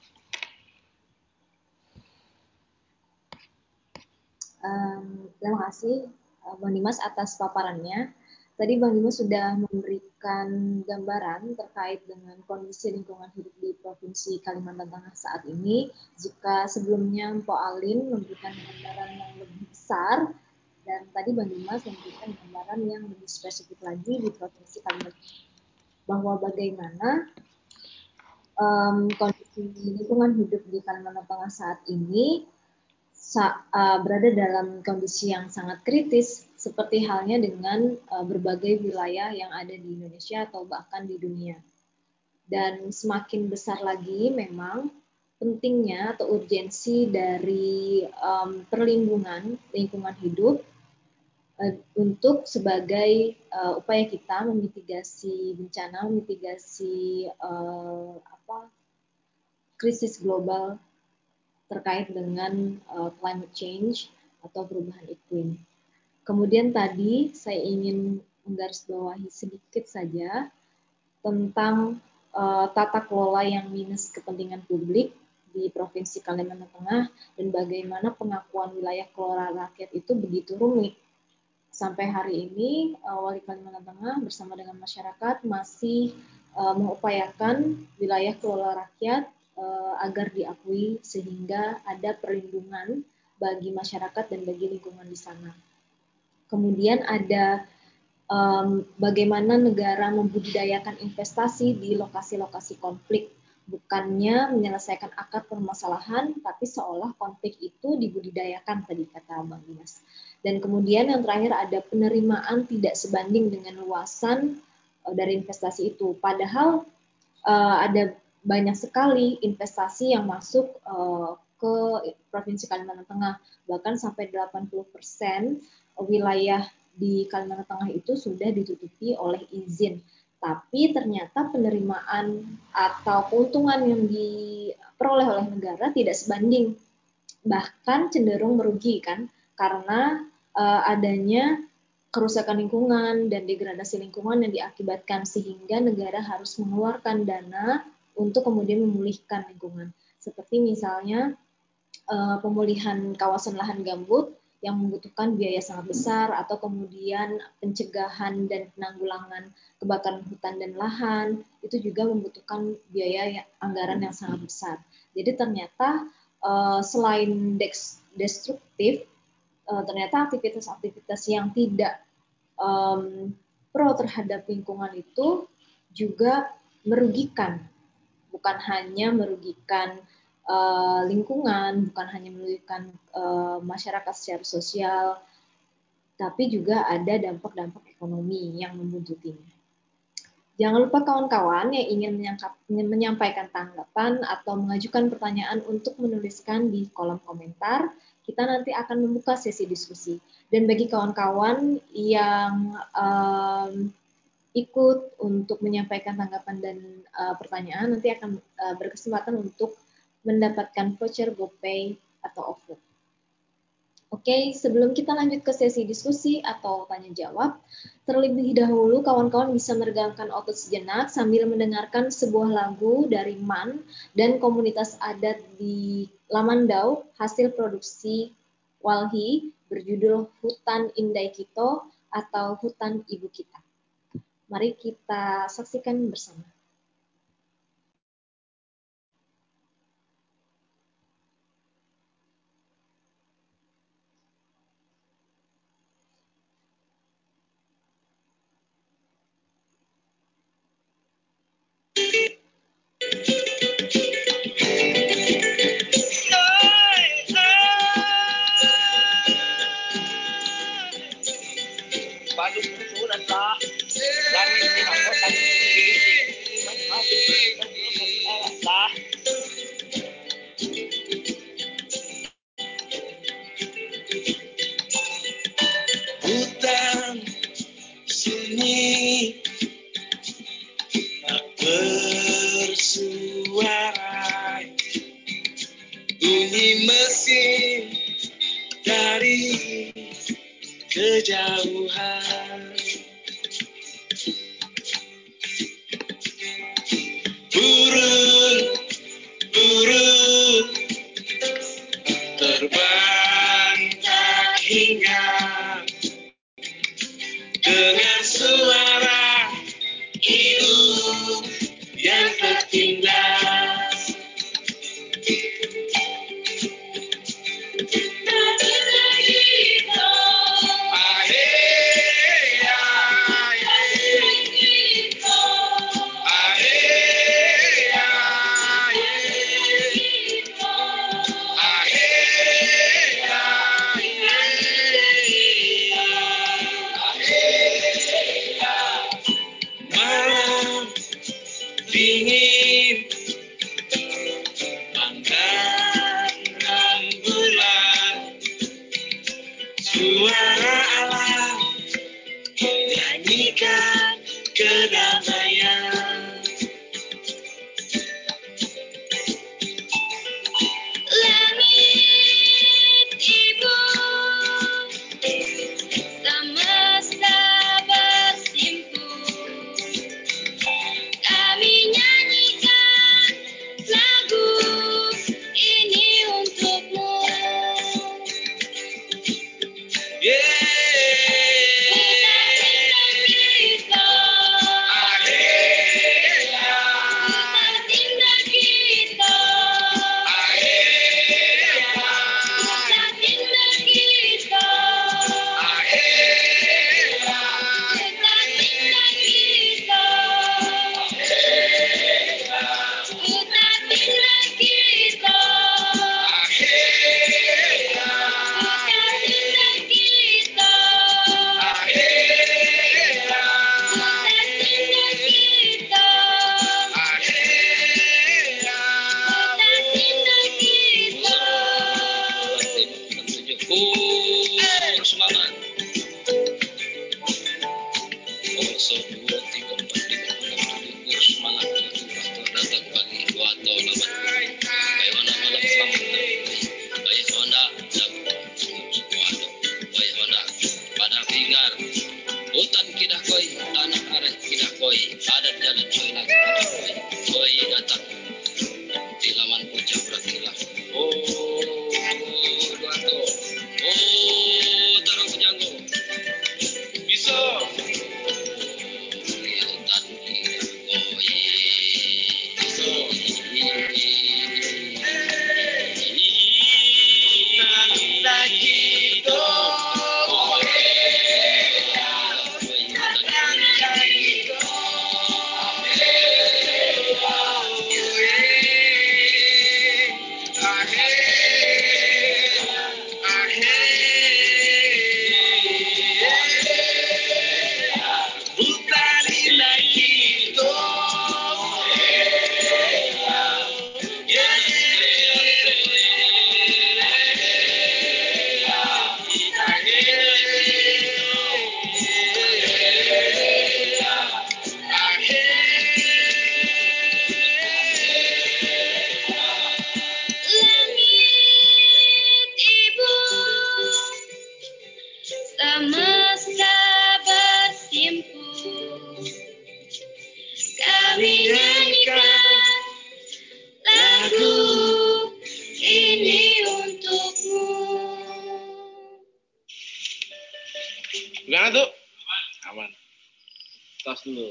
Terima kasih Bang Dimas atas paparannya. Tadi Bang Dimas sudah memberikan gambaran terkait dengan kondisi lingkungan hidup di Provinsi Kalimantan Tengah saat ini. Jika sebelumnya Mpok Alin memberikan gambaran yang lebih besar, dan tadi Bang Dimas memberikan gambaran yang lebih spesifik lagi di Provinsi Kalimantan Tengah, bahwa bagaimana kondisi lingkungan hidup di Kalimantan Tengah saat ini berada dalam kondisi yang sangat kritis, seperti halnya dengan berbagai wilayah yang ada di Indonesia atau bahkan di dunia. Dan semakin besar lagi memang pentingnya atau urgensi dari perlindungan lingkungan hidup untuk sebagai upaya kita memitigasi bencana, memitigasi krisis global terkait dengan climate change atau perubahan iklim. Kemudian tadi saya ingin menggarisbawahi sedikit saja tentang tata kelola yang minus kepentingan publik di Provinsi Kalimantan Tengah dan bagaimana pengakuan wilayah kelola rakyat itu begitu rumit. Sampai hari ini Wali Kalimantan Tengah bersama dengan masyarakat masih mengupayakan wilayah kelola rakyat agar diakui sehingga ada perlindungan bagi masyarakat dan bagi lingkungan di sana. Kemudian ada bagaimana negara membudidayakan investasi di lokasi-lokasi konflik, bukannya menyelesaikan akar permasalahan, tapi seolah konflik itu dibudidayakan tadi kata Bang Dimas. Dan kemudian yang terakhir ada penerimaan tidak sebanding dengan luasan dari investasi itu. Padahal ada banyak sekali investasi yang masuk ke Provinsi Kalimantan Tengah, bahkan sampai 80% wilayah di Kalimantan Tengah itu sudah ditutupi oleh izin. Tapi ternyata penerimaan atau keuntungan yang diperoleh oleh negara tidak sebanding, bahkan cenderung merugi kan, karena adanya kerusakan lingkungan dan degradasi lingkungan yang diakibatkan sehingga negara harus mengeluarkan dana untuk kemudian memulihkan lingkungan. Seperti misalnya pemulihan kawasan lahan gambut yang membutuhkan biaya sangat besar, atau kemudian pencegahan dan penanggulangan kebakaran hutan dan lahan, itu juga membutuhkan biaya anggaran yang sangat besar. Jadi ternyata selain destruktif, ternyata aktivitas-aktivitas yang tidak pro terhadap lingkungan itu juga merugikan, bukan hanya merugikan lingkungan, bukan hanya merugikan masyarakat secara sosial, tapi juga ada dampak-dampak ekonomi yang membuntutinya. Jangan lupa kawan-kawan yang ingin menyampaikan tanggapan atau mengajukan pertanyaan untuk menuliskan di kolom komentar. Kita nanti akan membuka sesi diskusi. Dan bagi kawan-kawan yang ikut untuk menyampaikan tanggapan dan pertanyaan, nanti akan berkesempatan untuk mendapatkan voucher GoPay atau OVO. Oke, sebelum kita lanjut ke sesi diskusi atau tanya jawab, terlebih dahulu kawan-kawan bisa meregangkan otot sejenak sambil mendengarkan sebuah lagu dari MAN dan komunitas adat di Lamandau hasil produksi Walhi berjudul Hutan Indai Kito atau Hutan Ibu Kita. Mari kita saksikan bersama. Hutan sunyi tak bersuara, bunyi mesin dari kejauhan. Burung terbang tak hinggap dengan suara hidup yang tertindas. Malam dingin, pandang rembulan, suara alam nyanyikan kedamaian. Langit ibu, semesta bersimpu, kami nyanyikan lagu ini untukmu. Semangat. Oh, 1, 2, 3, 4, 5, 6, 7, semangat. Tuh datang pagi, dua atau laban. Baik Honda malam selamat. Baik Honda dapat suatu. Baik Honda pada pingar. Hutan kidah koi, tanah arek kidah koi. Adat jalan koi lagi kidah koi. Koi datang di laman pucah berakilah. Oh, dua atau. Oh, tarang sejanggo. Bisa. Hutan kidah koi. Bisa. Hutan kita. Semesta bersimpu, kami nyanyikan lagu ini untukmu. Gimana tuh? Aman. Tos dulu.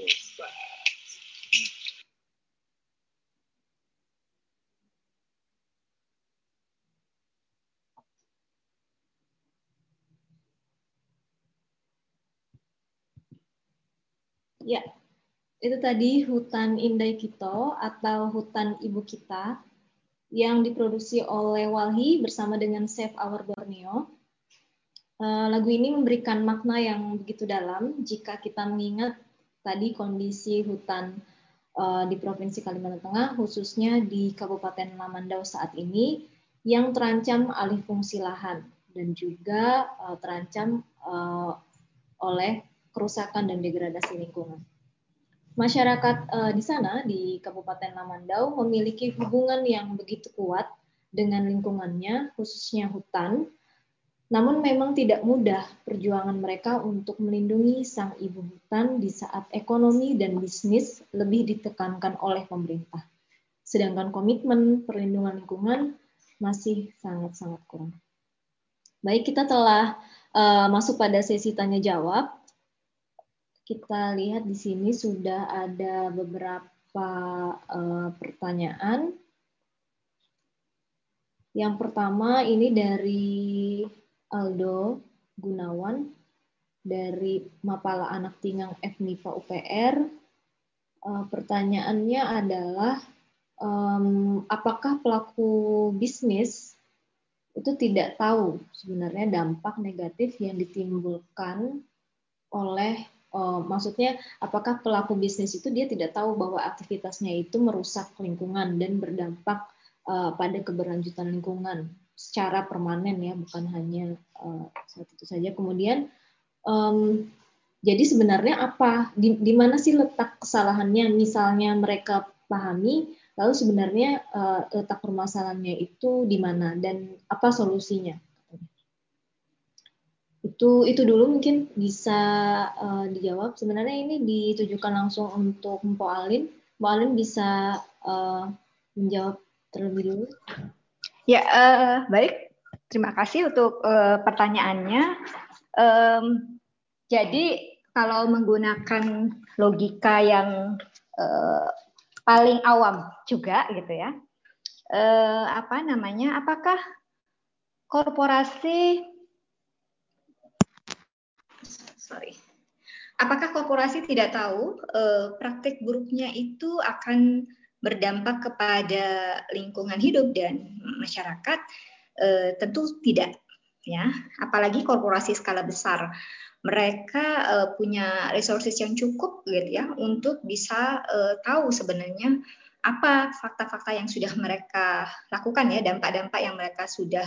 Ya, itu tadi Hutan Indai Kito atau Hutan Ibu Kita yang diproduksi oleh Walhi bersama dengan Save Our Borneo. Lagu ini memberikan makna yang begitu dalam jika kita mengingat tadi kondisi hutan di Provinsi Kalimantan Tengah, khususnya di Kabupaten Lamandau saat ini, yang terancam alih fungsi lahan dan juga terancam oleh kerusakan dan degradasi lingkungan. Masyarakat di sana, di Kabupaten Lamandau, memiliki hubungan yang begitu kuat dengan lingkungannya, khususnya hutan. Namun memang tidak mudah perjuangan mereka untuk melindungi sang ibu hutan di saat ekonomi dan bisnis lebih ditekankan oleh pemerintah. Sedangkan komitmen perlindungan lingkungan masih sangat-sangat kurang. Baik, kita telah masuk pada sesi tanya jawab. Kita lihat di sini sudah ada beberapa pertanyaan. Yang pertama ini dari Aldo Gunawan dari Mapala Anak Tingang FMIPA UPR. Pertanyaannya adalah apakah pelaku bisnis itu tidak tahu sebenarnya dampak negatif yang ditimbulkan oleh maksudnya apakah pelaku bisnis itu dia tidak tahu bahwa aktivitasnya itu merusak lingkungan dan berdampak pada keberlanjutan lingkungan secara permanen ya, bukan hanya saat itu saja. Kemudian jadi sebenarnya apa di mana sih letak kesalahannya? Misalnya mereka pahami, lalu sebenarnya letak permasalahannya itu di mana dan apa solusinya? Itu dulu mungkin bisa dijawab. Sebenarnya ini ditujukan langsung untuk Mpo Alin. Mpo Alin bisa menjawab terlebih dulu. Ya, baik. Terima kasih untuk pertanyaannya. Jadi kalau menggunakan logika yang paling awam juga gitu ya, apakah korporasi tidak tahu praktik buruknya itu akan berdampak kepada lingkungan hidup dan masyarakat? Tentu tidak, ya. Apalagi korporasi skala besar, mereka punya resources yang cukup, gitu ya, untuk bisa tahu sebenarnya apa fakta-fakta yang sudah mereka lakukan, ya, dampak-dampak yang mereka sudah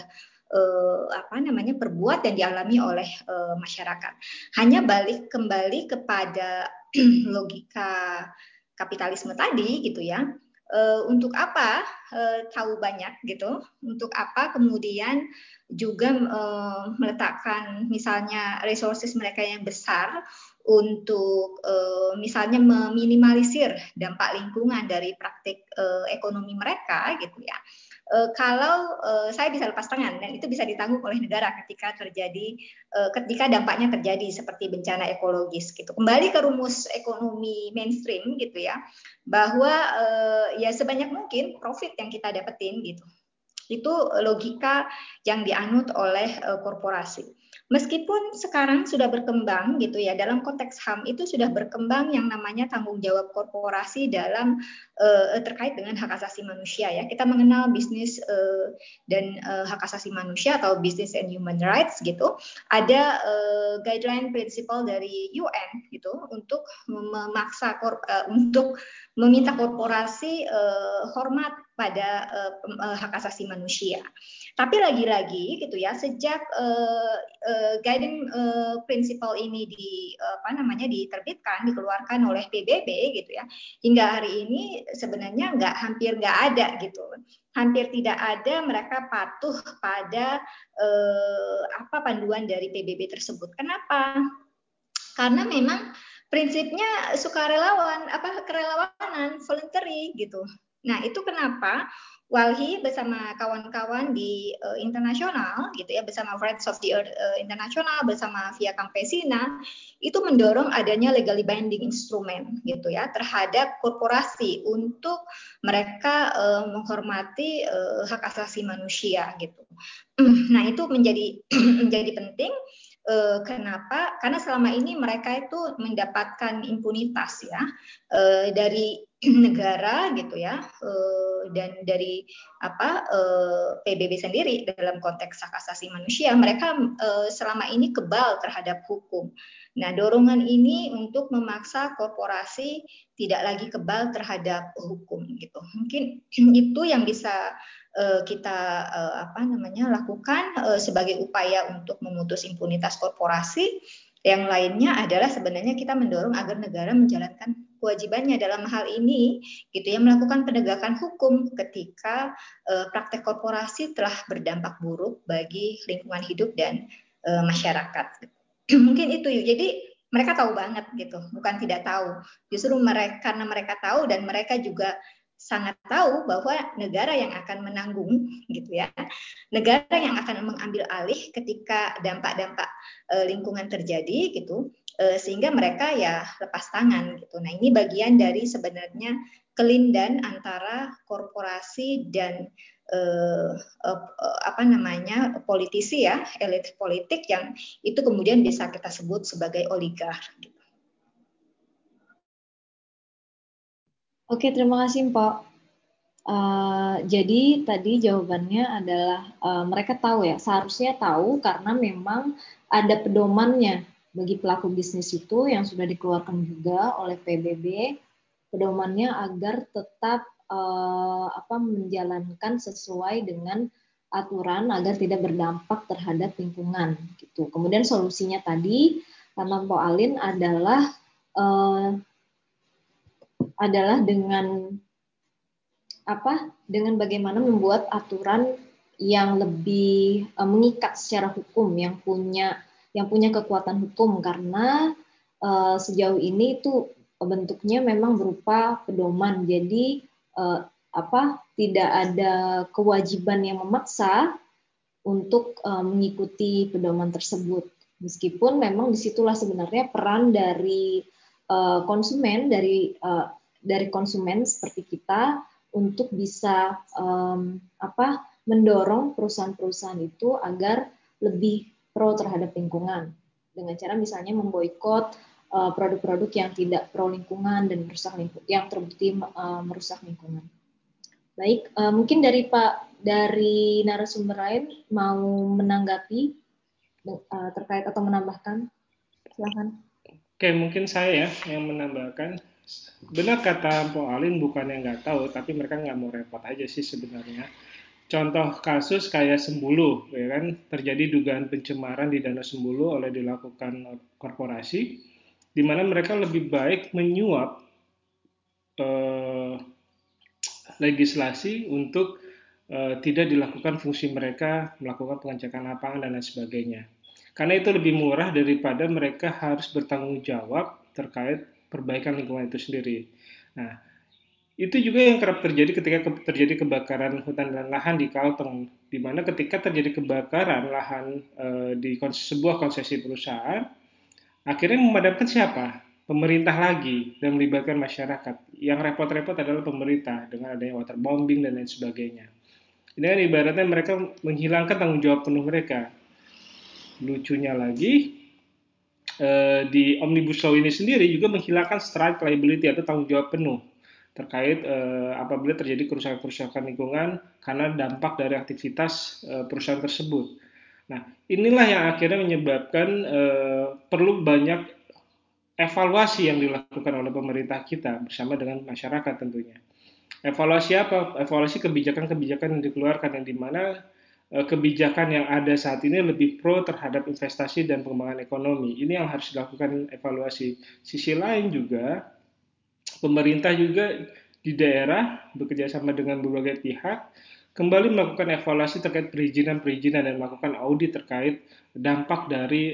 perbuat dan dialami oleh masyarakat. Hanya balik kembali kepada logika kapitalisme tadi, gitu ya. Untuk apa tahu banyak gitu? Untuk apa kemudian juga meletakkan misalnya resources mereka yang besar untuk misalnya meminimalisir dampak lingkungan dari praktik ekonomi mereka, gitu ya. Kalau saya bisa lepas tangan dan itu bisa ditanggung oleh negara ketika dampaknya terjadi seperti bencana ekologis gitu. Kembali ke rumus ekonomi mainstream gitu ya, bahwa ya sebanyak mungkin profit yang kita dapetin gitu. Itu logika yang dianut oleh korporasi. Meskipun sekarang sudah berkembang gitu ya, dalam konteks HAM itu sudah berkembang yang namanya tanggung jawab korporasi dalam terkait dengan hak asasi manusia ya. Kita mengenal bisnis dan hak asasi manusia atau business and human rights gitu. Ada guideline principle dari UN gitu untuk memaksa untuk meminta korporasi hormat pada hak asasi manusia. Tapi lagi-lagi gitu ya, sejak guiding principle ini diterbitkan, dikeluarkan oleh PBB gitu ya, hingga hari ini sebenarnya hampir nggak ada gitu. Hampir tidak ada mereka patuh pada panduan dari PBB tersebut. Kenapa? Karena memang prinsipnya kerelawanan, voluntary gitu. Nah, itu kenapa Walhi bersama kawan-kawan di internasional gitu ya, bersama Friends of the Earth International, bersama Via Campesina itu mendorong adanya legally binding instrument gitu ya terhadap korporasi untuk mereka menghormati hak asasi manusia gitu. Nah, itu menjadi penting. Kenapa? Karena selama ini mereka itu mendapatkan impunitas ya dari negara gitu ya, dan dari PBB sendiri dalam konteks hak asasi manusia, mereka selama ini kebal terhadap hukum. Nah, dorongan ini untuk memaksa korporasi tidak lagi kebal terhadap hukum gitu. Mungkin itu yang bisa kita lakukan sebagai upaya untuk memutus impunitas korporasi. Yang lainnya adalah sebenarnya kita mendorong agar negara menjalankan kewajibannya dalam hal ini gitu ya, melakukan penegakan hukum ketika praktek korporasi telah berdampak buruk bagi lingkungan hidup dan masyarakat. Mungkin itu yuk. Jadi mereka tahu banget gitu, bukan tidak tahu. Justru karena mereka tahu dan mereka juga sangat tahu bahwa negara yang akan menanggung gitu ya, negara yang akan mengambil alih ketika dampak-dampak lingkungan terjadi gitu, sehingga mereka ya lepas tangan gitu. Nah, ini bagian dari sebenarnya kelindan antara korporasi dan politisi ya, elit politik yang itu kemudian bisa kita sebut sebagai oligark gitu. Oke, terima kasih Mpok. Jadi tadi jawabannya adalah mereka tahu ya, seharusnya tahu karena memang ada pedomannya bagi pelaku bisnis itu yang sudah dikeluarkan juga oleh PBB, pedomannya agar tetap menjalankan sesuai dengan aturan agar tidak berdampak terhadap lingkungan gitu. Kemudian solusinya tadi kata Mpok Alin adalah dengan bagaimana membuat aturan yang lebih mengikat secara hukum, yang punya kekuatan hukum, karena sejauh ini itu bentuknya memang berupa pedoman. Jadi tidak ada kewajiban yang memaksa untuk mengikuti pedoman tersebut. Meskipun memang disitulah sebenarnya peran dari konsumen, dari konsumen seperti kita untuk bisa mendorong perusahaan-perusahaan itu agar lebih pro terhadap lingkungan dengan cara misalnya memboikot produk-produk yang tidak pro lingkungan dan yang terbukti merusak lingkungan. Baik, mungkin dari narasumber lain mau menanggapi terkait atau menambahkan, silakan. Oke, mungkin saya yang menambahkan. Benar kata Mpok Alin, bukannya nggak tahu, tapi mereka nggak mau repot aja sih sebenarnya. Contoh kasus kayak Sembulu, ya kan, terjadi dugaan pencemaran di Danau Sembulu oleh dilakukan korporasi, di mana mereka lebih baik menyuap legislasi untuk tidak dilakukan fungsi mereka melakukan pengecekan lapangan dan lain sebagainya. Karena itu lebih murah daripada mereka harus bertanggung jawab terkait perbaikan lingkungan itu sendiri. Nah, itu juga yang kerap terjadi ketika terjadi kebakaran hutan dan lahan di Kalteng, di mana ketika terjadi kebakaran lahan di sebuah konsesi perusahaan, akhirnya memadamkan siapa? Pemerintah lagi dan melibatkan masyarakat. Yang repot-repot adalah pemerintah dengan adanya waterbombing dan lain sebagainya. Ini kan ibaratnya mereka menghilangkan tanggung jawab penuh mereka. Lucunya lagi, di Omnibus Law ini sendiri juga menghilangkan strict liability atau tanggung jawab penuh terkait apabila terjadi kerusakan-kerusakan lingkungan karena dampak dari aktivitas perusahaan tersebut. Nah, inilah yang akhirnya menyebabkan perlu banyak evaluasi yang dilakukan oleh pemerintah kita bersama dengan masyarakat tentunya. Evaluasi apa? Evaluasi kebijakan-kebijakan yang dikeluarkan, yang dimana kebijakan yang ada saat ini lebih pro terhadap investasi dan pengembangan ekonomi. Ini yang harus dilakukan evaluasi. Sisi lain juga, pemerintah juga di daerah bekerjasama dengan berbagai pihak kembali melakukan evaluasi terkait perizinan-perizinan dan melakukan audit terkait dampak dari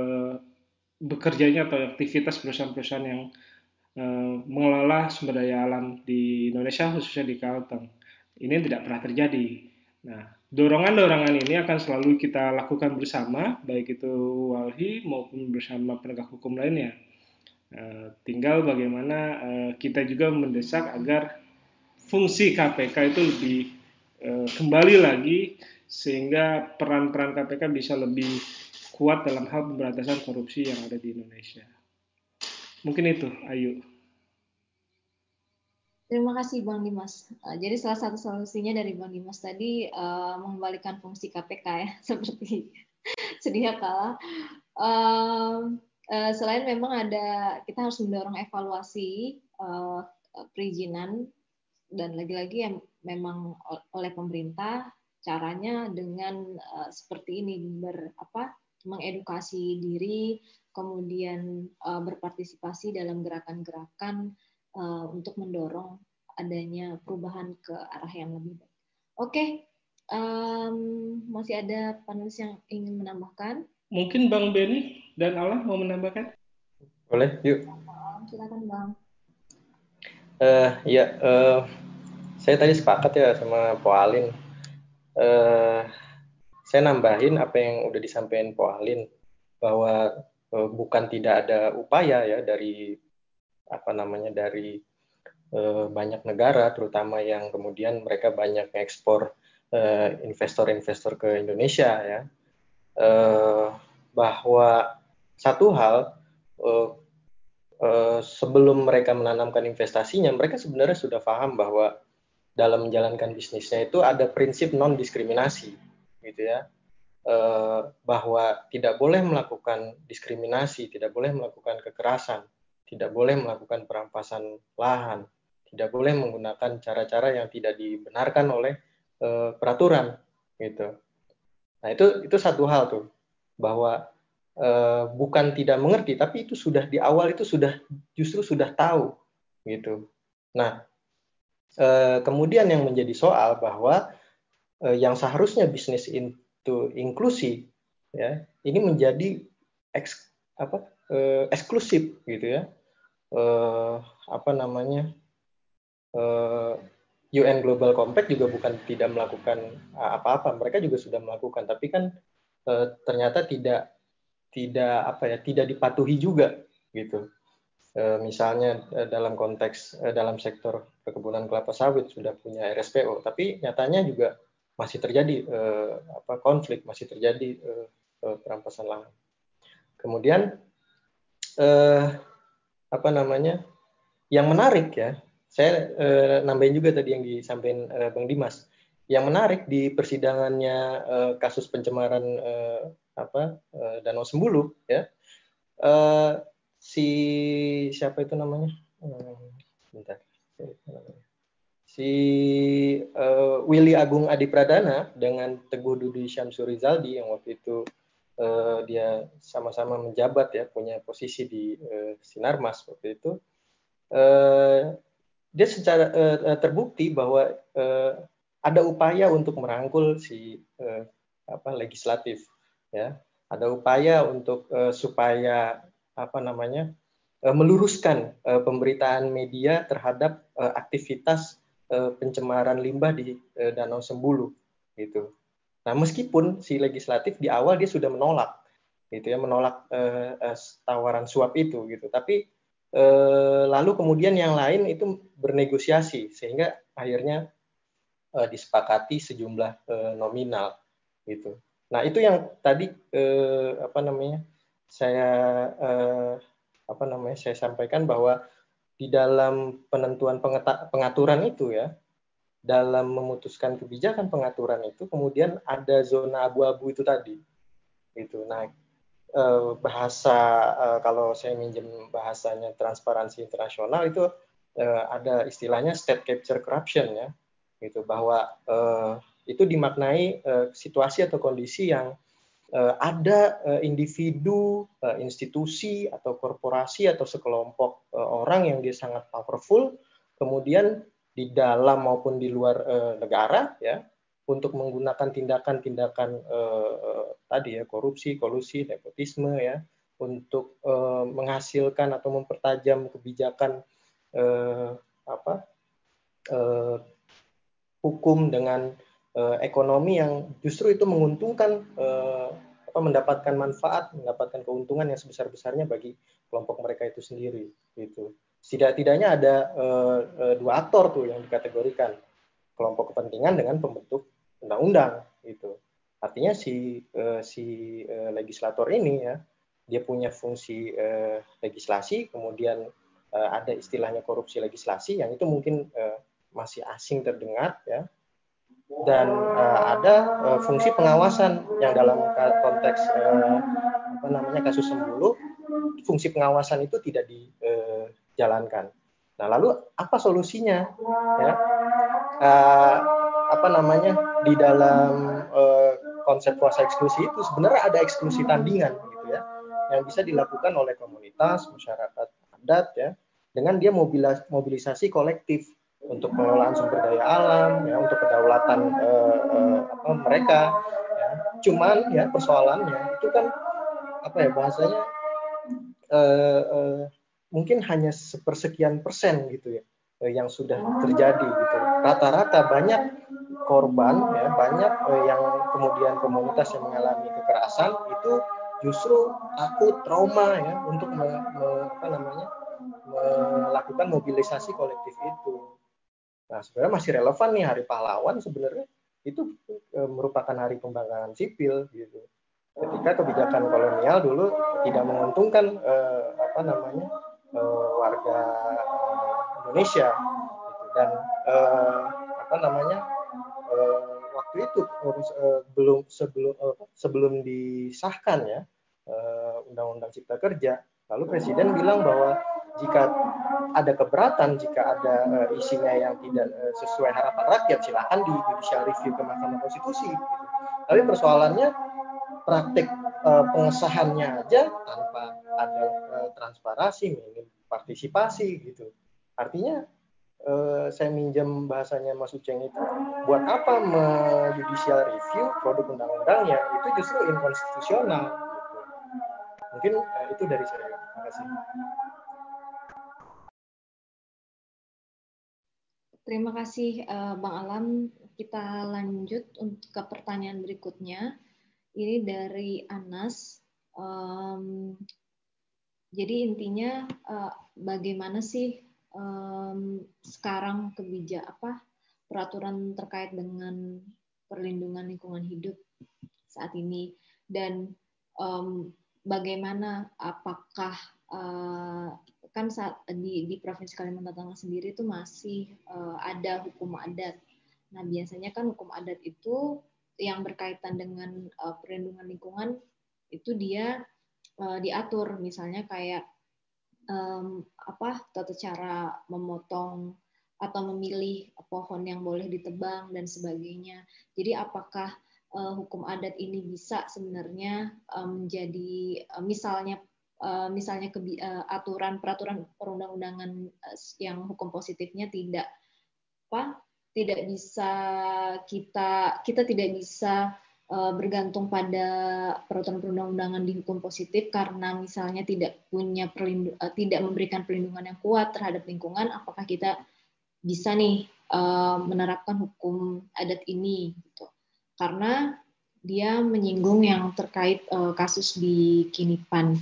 bekerjanya atau aktivitas perusahaan-perusahaan yang mengelola sumber daya alam di Indonesia, khususnya di Kalteng. Ini tidak pernah terjadi. Nah, dorongan-dorongan ini akan selalu kita lakukan bersama, baik itu Walhi maupun bersama penegak hukum lainnya. Tinggal bagaimana kita juga mendesak agar fungsi KPK itu lebih kembali lagi, sehingga peran-peran KPK bisa lebih kuat dalam hal pemberantasan korupsi yang ada di Indonesia. Mungkin itu, Ayu. Terima kasih Bang Dimas. Jadi salah satu solusinya dari Bang Dimas tadi mengembalikan fungsi KPK ya, seperti sedia kala. Selain memang kita harus mendorong evaluasi perizinan, dan lagi-lagi yang memang oleh pemerintah, caranya dengan seperti ini, mengedukasi diri, kemudian berpartisipasi dalam gerakan-gerakan untuk mendorong adanya perubahan ke arah yang lebih baik. Oke, masih ada panelis yang ingin menambahkan? Mungkin Bang Benny dan Allah mau menambahkan? Boleh, yuk. Silakan Bang. Saya tadi sepakat ya sama Po Alin. Saya nambahin apa yang udah disampaikan Po Alin, bahwa bukan tidak ada upaya ya dari banyak negara, terutama yang kemudian mereka banyak ekspor investor-investor ke Indonesia ya, bahwa satu hal, sebelum mereka menanamkan investasinya, mereka sebenarnya sudah paham bahwa dalam menjalankan bisnisnya itu ada prinsip non-diskriminasi, gitu ya, bahwa tidak boleh melakukan diskriminasi, tidak boleh melakukan kekerasan, tidak boleh melakukan perampasan lahan, tidak boleh menggunakan cara-cara yang tidak dibenarkan oleh peraturan, gitu. Nah itu satu hal tuh, bahwa bukan tidak mengerti, tapi itu sudah di awal itu justru sudah tahu, gitu. Nah kemudian yang menjadi soal bahwa yang seharusnya bisnis itu inklusi, ya, ini menjadi eksklusif, gitu ya. UN Global Compact juga bukan tidak melakukan apa-apa, mereka juga sudah melakukan, tapi kan ternyata tidak dipatuhi juga, gitu. Misalnya dalam konteks dalam sektor perkebunan kelapa sawit sudah punya RSPO, tapi nyatanya juga masih terjadi konflik, masih terjadi perampasan lahan. Kemudian yang menarik ya, saya nambahin juga tadi yang disampaikan Bang Dimas. Yang menarik di persidangannya kasus pencemaran Danau Sembulu ya, siapa itu namanya? Si Willy Agung Adipradana dengan Teguh Dudi Syamsur Rizaldi yang waktu itu dia sama-sama menjabat ya, punya posisi di Sinarmas waktu itu, dia secara terbukti bahwa ada upaya untuk merangkul si legislatif ya, ada upaya untuk supaya meluruskan pemberitaan media terhadap aktivitas pencemaran limbah di Danau Sembulu, gitu. Nah, meskipun si legislatif di awal dia sudah menolak, gitu ya, menolak tawaran suap itu, gitu. Tapi lalu kemudian yang lain itu bernegosiasi sehingga akhirnya disepakati sejumlah nominal, gitu. Nah, itu yang tadi saya sampaikan bahwa di dalam penentuan pengaturan itu ya, dalam memutuskan kebijakan pengaturan itu kemudian ada zona abu-abu itu tadi, gitu. Nah, bahasa kalau saya minjem bahasanya Transparansi Internasional itu ada istilahnya state capture corruption ya, gitu, bahwa itu dimaknai situasi atau kondisi yang ada individu, institusi atau korporasi atau sekelompok orang yang dia sangat powerful, kemudian di dalam maupun di luar negara ya, untuk menggunakan tindakan-tindakan tadi ya, korupsi, kolusi, nepotisme ya, untuk menghasilkan atau mempertajam kebijakan hukum dengan ekonomi yang justru itu menguntungkan, mendapatkan manfaat, mendapatkan keuntungan yang sebesar-besarnya bagi kelompok mereka itu sendiri, gitu. Setidaknya ada dua aktor tuh yang dikategorikan, kelompok kepentingan dengan pembentuk undang-undang, gitu. Artinya si legislator ini ya, dia punya fungsi legislasi, kemudian ada istilahnya korupsi legislasi yang itu mungkin masih asing terdengar ya. Dan ada fungsi pengawasan yang dalam konteks kasus Sembulu, fungsi pengawasan itu tidak dijalankan. Nah, lalu apa solusinya? Ya, di dalam konsep puasa eksklusi itu sebenarnya ada eksklusi tandingan gitu ya, yang bisa dilakukan oleh komunitas masyarakat adat ya, dengan dia mobilisasi kolektif untuk pengelolaan sumber daya alam ya, untuk kedaulatan mereka ya. Cuman ya persoalannya itu kan bahasanya mungkin hanya sepersekian persen gitu ya yang sudah terjadi gitu. Rata-rata banyak korban ya, banyak yang kemudian komunitas yang mengalami kekerasan itu justru takut, trauma ya untuk melakukan mobilisasi kolektif itu. Nah, sebenarnya masih relevan nih Hari Pahlawan sebenarnya itu merupakan hari pembangkangan sipil gitu. Ketika kebijakan kolonial dulu tidak menguntungkan warga Indonesia gitu. Dan waktu itu sebelum disahkan ya Undang-Undang Cipta Kerja, lalu Presiden bilang bahwa jika ada keberatan, jika ada isinya yang tidak sesuai harapan rakyat, silakan di judicial review ke Mahkamah Konstitusi. Gitu. Tapi persoalannya praktik pengesahannya aja tanpa ada transparansi, minim partisipasi gitu. Artinya saya minjam bahasanya Mas Uceng itu, buat apa judicial review produk undang-undangnya, itu justru inkonstitusional gitu. Mungkin itu dari saya. Terima kasih. Terima kasih Bang Alam. Kita lanjut untuk ke pertanyaan berikutnya. Ini dari Anas. Jadi intinya bagaimana sih sekarang peraturan terkait dengan perlindungan lingkungan hidup saat ini, dan bagaimana apakah kan saat di Provinsi Kalimantan Tengah sendiri itu masih ada hukum adat. Nah, biasanya kan hukum adat itu yang berkaitan dengan perlindungan lingkungan itu dia diatur, misalnya kayak tata cara memotong atau memilih pohon yang boleh ditebang dan sebagainya. Jadi apakah hukum adat ini bisa sebenarnya menjadi misalnya peraturan perundang-undangan yang hukum positifnya tidak bisa kita tidak bisa bergantung pada peraturan perundang-undangan di hukum positif karena misalnya tidak memberikan perlindungan yang kuat terhadap lingkungan, apakah kita bisa nih menerapkan hukum adat ini gitu. Karena dia menyinggung yang terkait kasus di Kinipan.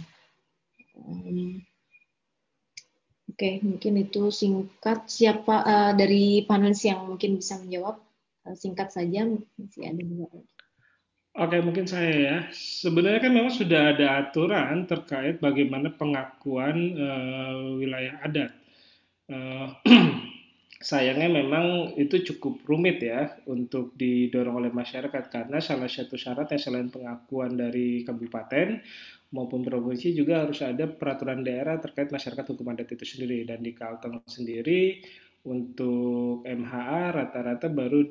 Oke, mungkin itu singkat. Siapa dari panelis yang mungkin bisa menjawab? Singkat saja, masih ada dua. Oke, mungkin saya ya. Sebenarnya kan memang sudah ada aturan terkait bagaimana pengakuan wilayah adat. Sayangnya memang itu cukup rumit ya untuk didorong oleh masyarakat, karena salah satu syaratnya selain pengakuan dari kabupaten maupun provinsi juga harus ada peraturan daerah terkait masyarakat hukum adat itu sendiri. Dan di Kalteng sendiri untuk MHA rata-rata baru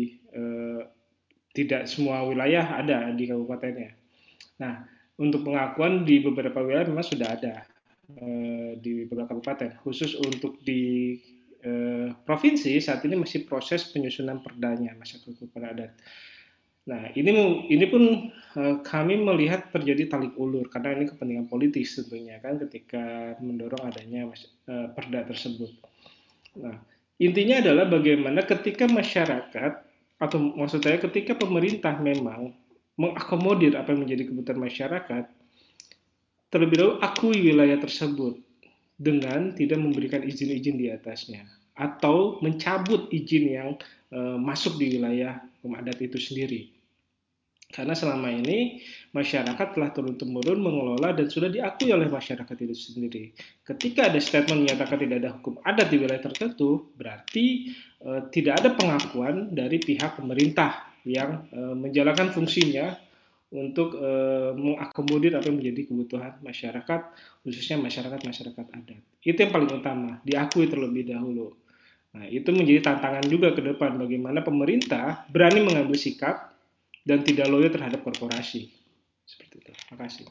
tidak semua wilayah ada di kabupatennya. Nah, untuk pengakuan di beberapa wilayah memang sudah ada di beberapa kabupaten. Khusus untuk di provinsi saat ini masih proses penyusunan perdanya masyarakat hukum adat. Nah, ini pun kami melihat terjadi talik ulur karena ini kepentingan politis tentunya kan ketika mendorong adanya perda tersebut. Nah, intinya adalah bagaimana ketika masyarakat atau maksud saya ketika pemerintah memang mengakomodir apa yang menjadi kebutuhan masyarakat, terlebih dahulu akui wilayah tersebut dengan tidak memberikan izin-izin di atasnya atau mencabut izin yang masuk di wilayah hukum adat itu sendiri. Karena selama ini masyarakat telah turun-temurun mengelola dan sudah diakui oleh masyarakat itu sendiri. Ketika ada statement menyatakan tidak ada hukum adat di wilayah tertentu, berarti tidak ada pengakuan dari pihak pemerintah yang menjalankan fungsinya untuk mengakomodir apa yang menjadi kebutuhan masyarakat, khususnya masyarakat adat. Itu yang paling utama, diakui terlebih dahulu. Nah, itu menjadi tantangan juga ke depan, bagaimana pemerintah berani mengambil sikap dan tidak loyo terhadap korporasi. Seperti itu. Terima kasih.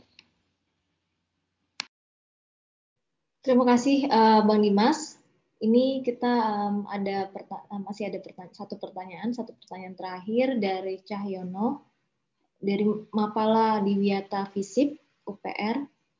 Terima kasih Bang Dimas. Ini kita masih ada satu pertanyaan terakhir dari Cahyono dari Mapala Diwiata Visip UPR.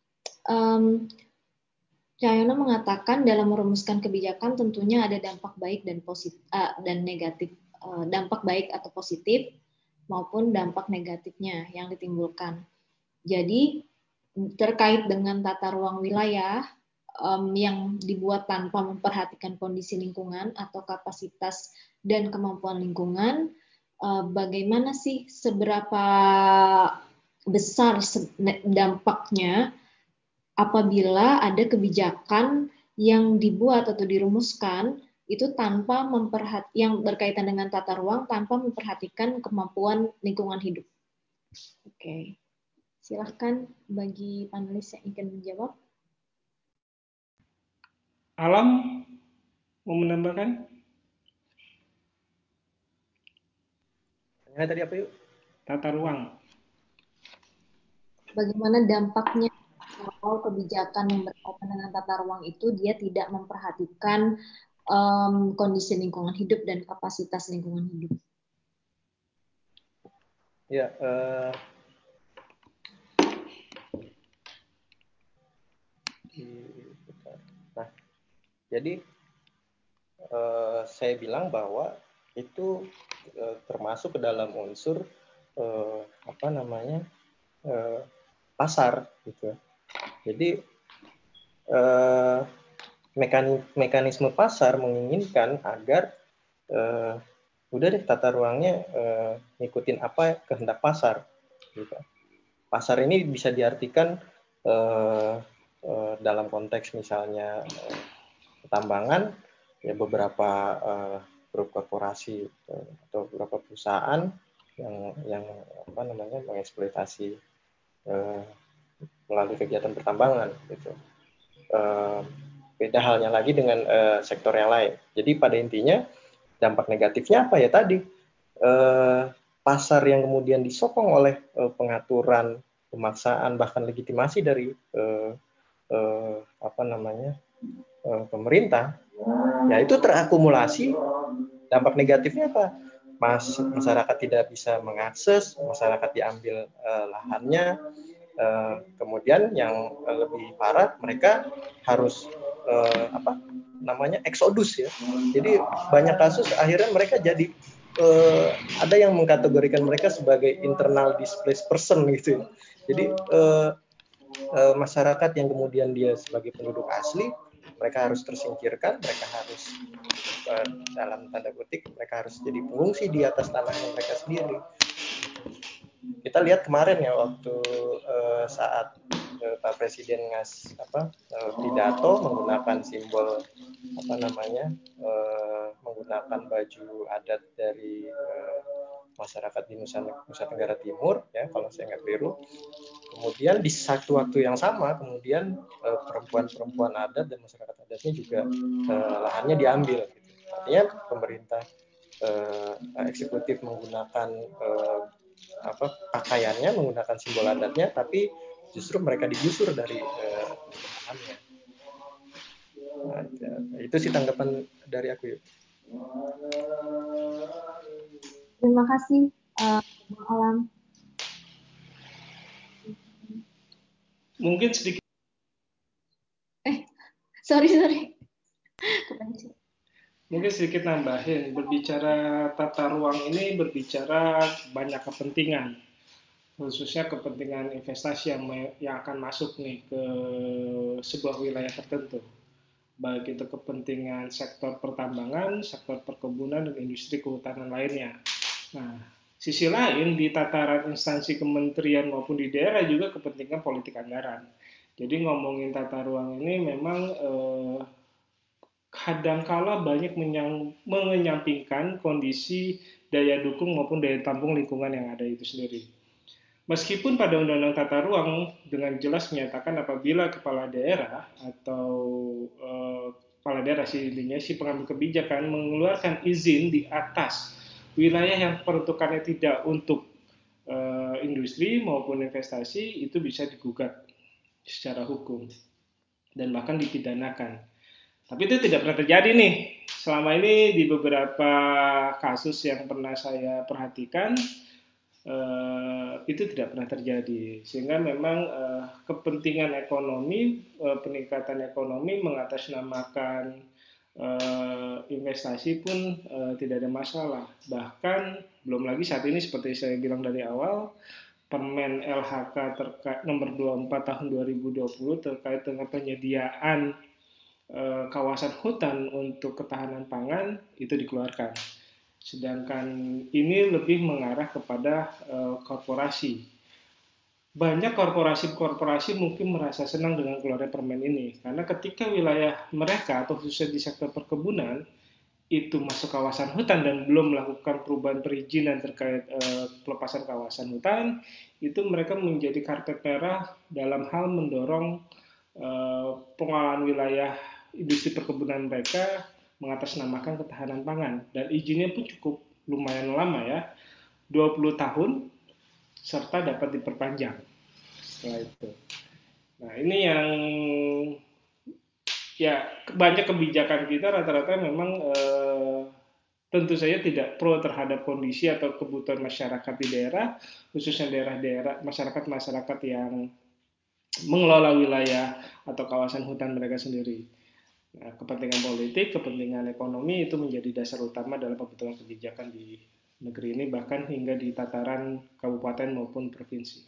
Cahyono mengatakan dalam merumuskan kebijakan tentunya ada dampak baik dan positif dan negatif, dampak baik atau positif maupun dampak negatifnya yang ditimbulkan. Jadi terkait dengan tata ruang wilayah yang dibuat tanpa memperhatikan kondisi lingkungan atau kapasitas dan kemampuan lingkungan, bagaimana sih seberapa besar dampaknya apabila ada kebijakan yang dibuat atau dirumuskan itu tanpa yang berkaitan dengan tata ruang tanpa memperhatikan kemampuan lingkungan hidup. Oke. Silahkan bagi panelis yang ingin menjawab. Alam mau menambahkan? Tadi apa yuk? Tata ruang. Bagaimana dampaknya kalau kebijakan yang berkaitan dengan tata ruang itu dia tidak memperhatikan kondisi lingkungan hidup dan kapasitas lingkungan hidup. Ya, nah, jadi saya bilang bahwa itu termasuk ke dalam unsur pasar gitu. Jadi mekanisme pasar menginginkan agar udah deh tata ruangnya ngikutin apa kehendak pasar gitu. Pasar ini bisa diartikan dalam konteks misalnya pertambangan ya beberapa grup korporasi atau beberapa perusahaan yang mengeksploitasi melalui kegiatan pertambangan gitu. Beda halnya lagi dengan sektor yang lain. Jadi pada intinya dampak negatifnya apa ya tadi pasar yang kemudian disokong oleh pengaturan, pemaksaan bahkan legitimasi dari pemerintah, ya itu terakumulasi. Dampak negatifnya apa? Masyarakat tidak bisa mengakses, masyarakat diambil lahannya, kemudian yang lebih parah mereka harus eksodus ya. Jadi banyak kasus akhirnya mereka jadi ada yang mengkategorikan mereka sebagai internal displaced person gitu. Jadi masyarakat yang kemudian dia sebagai penduduk asli mereka harus tersingkirkan, mereka harus dalam tanda kutip mereka harus jadi pengungsi di atas tanahnya mereka sendiri. Kita lihat kemarin ya waktu saat Pak Presiden pidato menggunakan simbol menggunakan baju adat dari masyarakat di Nusa Tenggara Timur ya kalau saya nggak keliru. Kemudian di satu waktu yang sama kemudian perempuan adat dan masyarakat adatnya juga lahannya diambil. Artinya pemerintah eksekutif menggunakan pakaiannya, menggunakan simbol adatnya, tapi justru mereka digusur dari lahannya. Itu sih tanggapan dari aku yuk. Terima kasih Alam. Mungkin sedikit. Sorry. Mungkin sedikit nambahin, berbicara tata ruang ini berbicara banyak kepentingan, khususnya kepentingan investasi yang akan masuk nih ke sebuah wilayah tertentu, baik itu kepentingan sektor pertambangan, sektor perkebunan, dan industri kehutanan lainnya. Nah, Sisi lain di tataran instansi kementerian maupun di daerah juga kepentingan politik anggaran. Jadi ngomongin tata ruang ini memang kadangkala banyak menyampingkan kondisi daya dukung maupun daya tampung lingkungan yang ada itu sendiri. Meskipun pada Undang-Undang Tata Ruang dengan jelas menyatakan apabila kepala daerah atau kepala daerah intinya si pengambil kebijakan mengeluarkan izin di atas wilayah yang peruntukannya tidak untuk industri maupun investasi, itu bisa digugat secara hukum dan bahkan dipidanakan. Tapi itu tidak pernah terjadi nih. Selama ini di beberapa kasus yang pernah saya perhatikan, itu tidak pernah terjadi. Sehingga memang kepentingan ekonomi, peningkatan ekonomi mengatasnamakan investasi pun tidak ada masalah. Bahkan belum lagi saat ini seperti saya bilang dari awal, Permen LHK terkait nomor 24 tahun 2020 terkait dengan penyediaan kawasan hutan untuk ketahanan pangan itu dikeluarkan. Sedangkan ini lebih mengarah kepada korporasi. Banyak korporasi mungkin merasa senang dengan keluarnya permen ini, karena ketika wilayah mereka atau khususnya di sektor perkebunan itu masuk kawasan hutan dan belum melakukan perubahan perizinan terkait pelepasan kawasan hutan, itu mereka menjadi karpet merah dalam hal mendorong pengelolaan wilayah industri perkebunan mereka mengatasnamakan ketahanan pangan. Dan izinnya pun cukup lumayan lama ya, 20 tahun, serta dapat diperpanjang setelah itu. Nah ini yang ya banyak kebijakan kita rata-rata memang tentu saja tidak pro terhadap kondisi atau kebutuhan masyarakat di daerah, khususnya daerah-daerah masyarakat yang mengelola wilayah atau kawasan hutan mereka sendiri. Nah, kepentingan politik, kepentingan ekonomi itu menjadi dasar utama dalam pembentukan kebijakan di negeri ini, bahkan hingga di tataran kabupaten maupun provinsi.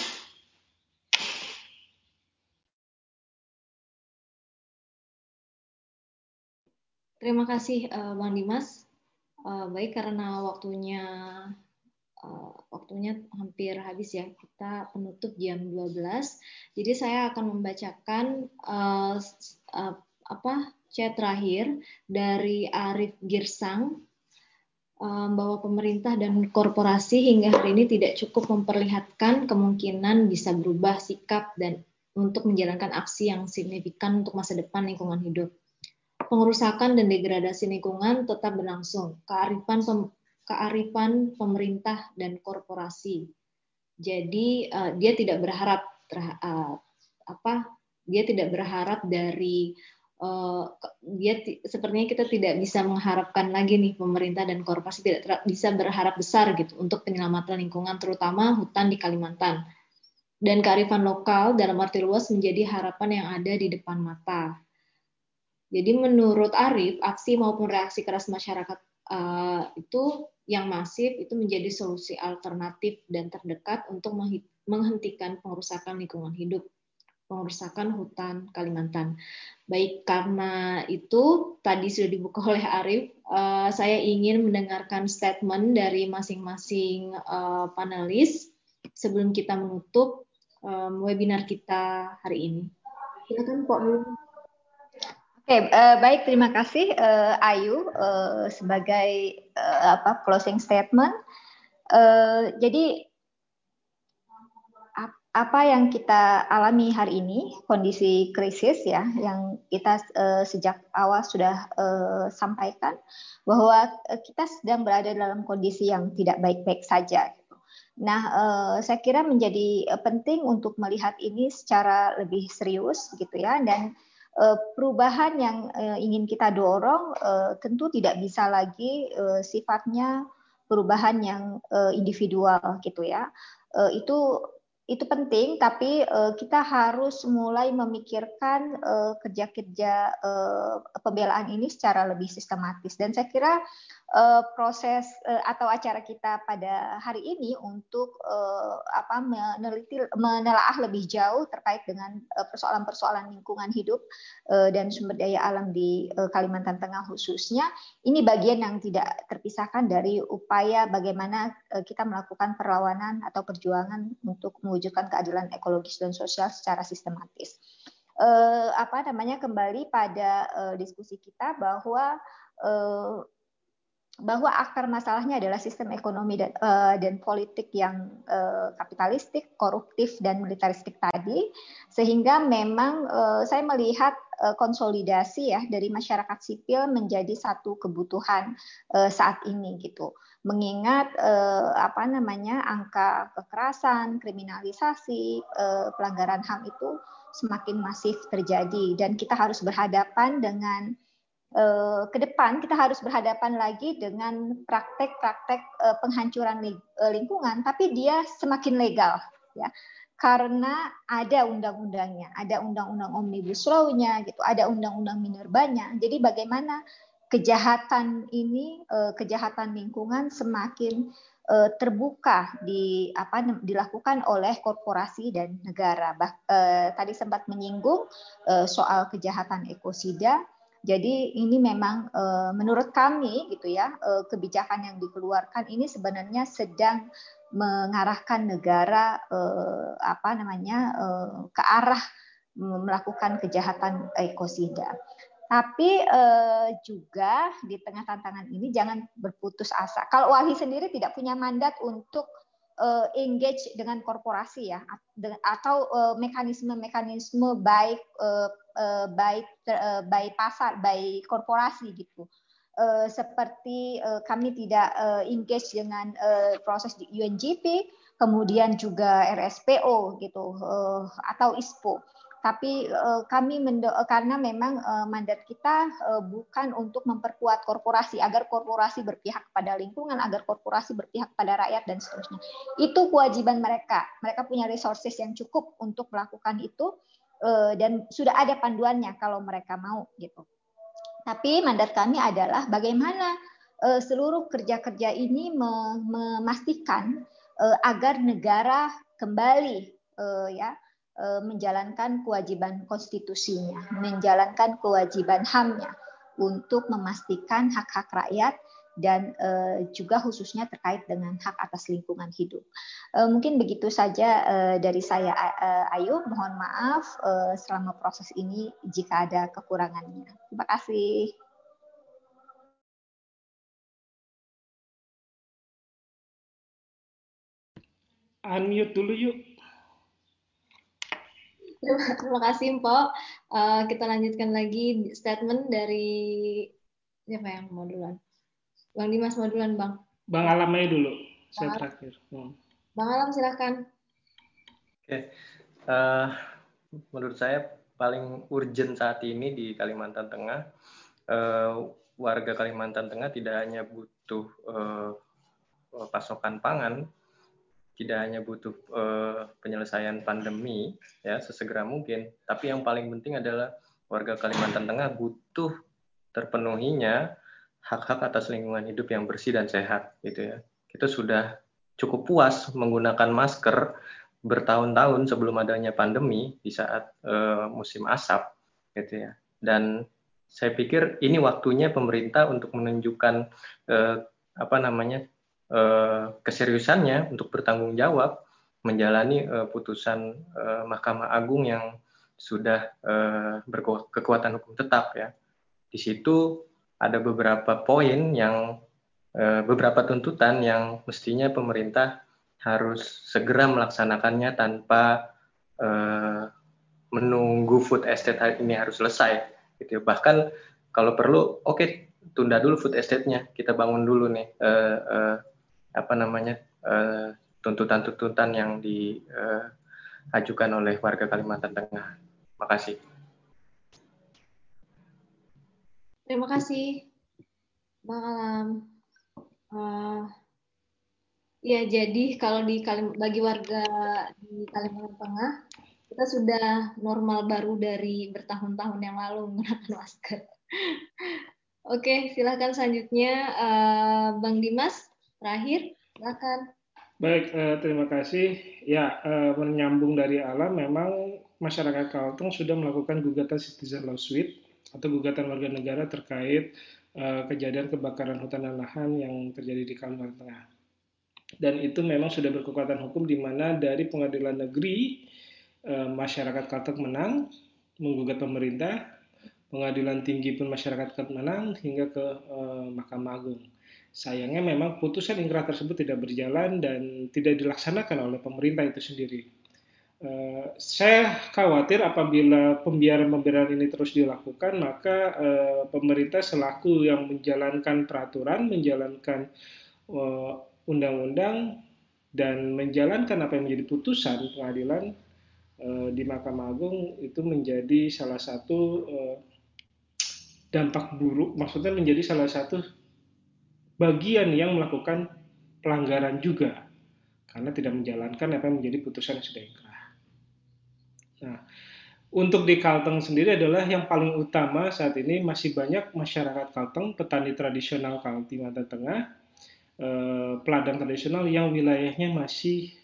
Terima kasih Bang Dimas. Baik, karena waktunya hampir habis ya, kita penutup jam 12. Jadi saya akan membacakan chat terakhir dari Arif Girsang, bahwa pemerintah dan korporasi hingga hari ini tidak cukup memperlihatkan kemungkinan bisa berubah sikap dan untuk menjalankan aksi yang signifikan untuk masa depan lingkungan hidup. Pengerusakan dan degradasi lingkungan tetap berlangsung. Kearifan pemerintah dan korporasi. Jadi dia tidak berharap dari sepertinya kita tidak bisa mengharapkan lagi nih pemerintah dan korporasi tidak bisa berharap besar gitu untuk penyelamatan lingkungan, terutama hutan di Kalimantan. Dan kearifan lokal dalam arti luas menjadi harapan yang ada di depan mata. Jadi menurut Arif, aksi maupun reaksi keras masyarakat itu yang masif itu menjadi solusi alternatif dan terdekat untuk menghentikan pengerusakan lingkungan hidup, pengerusakan hutan Kalimantan. Baik, karena itu tadi sudah dibuka oleh Arif, saya ingin mendengarkan statement dari masing-masing panelis sebelum kita menutup webinar kita hari ini. Silakan Pak Nur. Oke, baik, terima kasih Ayu sebagai closing statement. Jadi apa yang kita alami hari ini, kondisi krisis ya, yang kita sejak awal sudah sampaikan bahwa kita sedang berada dalam kondisi yang tidak baik-baik saja. Nah, saya kira menjadi penting untuk melihat ini secara lebih serius, gitu ya, dan perubahan yang ingin kita dorong tentu tidak bisa lagi sifatnya perubahan yang individual gitu ya. Itu itu penting, tapi kita harus mulai memikirkan kerja-kerja pembelaan ini secara lebih sistematis. Dan saya kira proses atau acara kita pada hari ini untuk menelaah lebih jauh terkait dengan persoalan-persoalan lingkungan hidup dan sumber daya alam di Kalimantan Tengah khususnya, ini bagian yang tidak terpisahkan dari upaya bagaimana kita melakukan perlawanan atau perjuangan untuk mewujudkan keadilan ekologis dan sosial secara sistematis. Kembali pada diskusi kita bahwa akar masalahnya adalah sistem ekonomi dan politik yang kapitalistik, koruptif, dan militaristik tadi, sehingga memang saya melihat konsolidasi ya dari masyarakat sipil menjadi satu kebutuhan saat ini gitu. Mengingat angka kekerasan, kriminalisasi, pelanggaran HAM itu semakin masif terjadi, dan kita harus berhadapan dengan ke depan kita harus berhadapan lagi dengan praktek-praktek penghancuran lingkungan, tapi dia semakin legal, ya, karena ada undang-undangnya, ada undang-undang omnibus law-nya, gitu, ada undang-undang minerbanya. Jadi bagaimana kejahatan ini, kejahatan lingkungan semakin terbuka dilakukan oleh korporasi dan negara. Tadi sempat menyinggung soal kejahatan ekosida. Jadi ini memang menurut kami gitu ya, kebijakan yang dikeluarkan ini sebenarnya sedang mengarahkan negara ke arah melakukan kejahatan ekosida. Tapi juga di tengah tantangan ini jangan berputus asa. Kalau Walhi sendiri tidak punya mandat untuk engage dengan korporasi ya, atau mekanisme baik pasar, baik korporasi gitu. Seperti kami tidak engage dengan proses di UNGP, kemudian juga RSPO gitu, atau ISPO. Tapi kami karena memang mandat kita bukan untuk memperkuat korporasi agar korporasi berpihak pada lingkungan, agar korporasi berpihak pada rakyat dan seterusnya. Itu kewajiban mereka. Mereka punya resources yang cukup untuk melakukan itu, dan sudah ada panduannya kalau mereka mau gitu. Tapi mandat kami adalah bagaimana seluruh kerja-kerja ini memastikan agar negara kembali menjalankan kewajiban konstitusinya, menjalankan kewajiban HAM-nya untuk memastikan hak-hak rakyat dan juga khususnya terkait dengan hak atas lingkungan hidup. Mungkin begitu saja dari saya, Ayu. Mohon maaf selama proses ini jika ada kekurangannya. Terima kasih. Unmute dulu yuk. Terima kasih, Mpok. Kita lanjutkan lagi statement dari siapa yang mau duluan? Bang Dimas mau duluan, Bang. Bang Alam aja dulu, saya terakhir. Bang Alam, silakan. Oke. Menurut saya paling urgent saat ini di Kalimantan Tengah, warga Kalimantan Tengah tidak hanya butuh pasokan pangan, tidak hanya butuh penyelesaian pandemi ya sesegera mungkin, tapi yang paling penting adalah warga Kalimantan Tengah butuh terpenuhinya hak-hak atas lingkungan hidup yang bersih dan sehat gitu ya. Kita sudah cukup puas menggunakan masker bertahun-tahun sebelum adanya pandemi di saat musim asap gitu ya. Dan saya pikir ini waktunya pemerintah untuk menunjukkan keseriusannya untuk bertanggung jawab menjalani putusan Mahkamah Agung yang sudah berkekuatan hukum tetap ya. Di situ ada beberapa poin yang beberapa tuntutan yang mestinya pemerintah harus segera melaksanakannya tanpa menunggu food estate ini harus selesai gitu. Bahkan kalau perlu tunda dulu food estate-nya, kita bangun dulu nih tuntutan-tuntutan yang diajukan oleh warga Kalimantan Tengah. Terima kasih. Terima kasih, Bang Alam. Ya, jadi kalau bagi warga di Kalimantan Tengah, kita sudah normal baru dari bertahun-tahun yang lalu menggunakan masker. Oke, silakan selanjutnya Bang Dimas, terakhir, silakan. Baik, terima kasih. Ya, menyambung dari Alam, memang masyarakat Kalteng sudah melakukan gugatan citizen lawsuit atau gugatan warga negara terkait kejadian kebakaran hutan dan lahan yang terjadi di Kalimantan Tengah. Dan itu memang sudah berkekuatan hukum di mana dari pengadilan negeri masyarakat Kalteng menang menggugat pemerintah, pengadilan tinggi pun masyarakat Kalteng menang hingga ke Mahkamah Agung. Sayangnya memang putusan ingkrah tersebut tidak berjalan dan tidak dilaksanakan oleh pemerintah itu sendiri. Saya khawatir apabila pembiaran-pembiaran ini terus dilakukan, maka pemerintah selaku yang menjalankan peraturan, menjalankan undang-undang, dan menjalankan apa yang menjadi putusan pengadilan di Mahkamah Agung itu menjadi salah satu dampak buruk, maksudnya menjadi salah satu bagian yang melakukan pelanggaran juga karena tidak menjalankan apa yang menjadi putusan yang sudah ingkrah. Nah, untuk di Kalteng sendiri adalah yang paling utama saat ini masih banyak masyarakat Kalteng, petani tradisional Kalimantan Tengah, peladang tradisional yang wilayahnya masih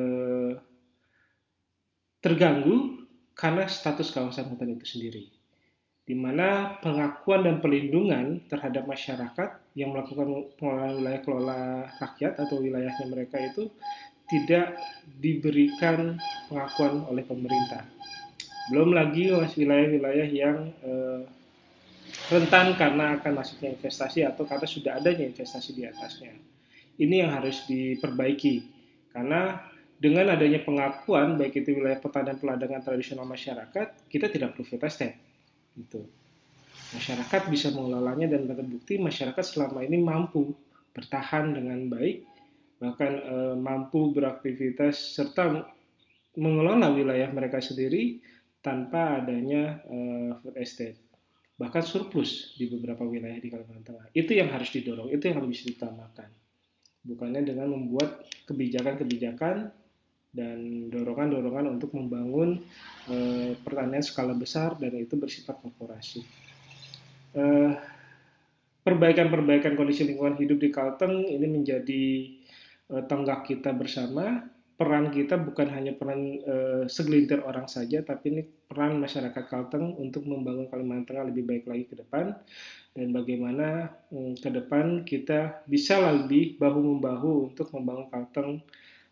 terganggu karena status kawasan hutan itu sendiri, di mana pengakuan dan perlindungan terhadap masyarakat yang melakukan pengelolaan wilayah kelola rakyat atau wilayahnya mereka itu tidak diberikan pengakuan oleh pemerintah. Belum lagi wilayah-wilayah yang rentan karena akan masuknya investasi atau karena sudah adanya investasi di atasnya. Ini yang harus diperbaiki karena dengan adanya pengakuan baik itu wilayah pertanian peladangan tradisional masyarakat, kita tidak perlu vested. Gitu. Masyarakat bisa mengelolanya dan terbukti masyarakat selama ini mampu bertahan dengan baik, bahkan mampu beraktivitas serta mengelola wilayah mereka sendiri tanpa adanya food estate. Bahkan surplus di beberapa wilayah di Kalimantan Tengah. Itu yang harus didorong, itu yang harus ditambahkan. Bukannya dengan membuat kebijakan-kebijakan dan dorongan-dorongan untuk membangun pertanian skala besar dan itu bersifat korporasi. Perbaikan-perbaikan kondisi lingkungan hidup di Kalteng ini menjadi tonggak kita bersama. Peran kita bukan hanya peran segelintir orang saja, tapi ini peran masyarakat Kalteng untuk membangun Kalimantan Tengah lebih baik lagi ke depan, dan bagaimana ke depan kita bisa lebih bahu-membahu untuk membangun Kalteng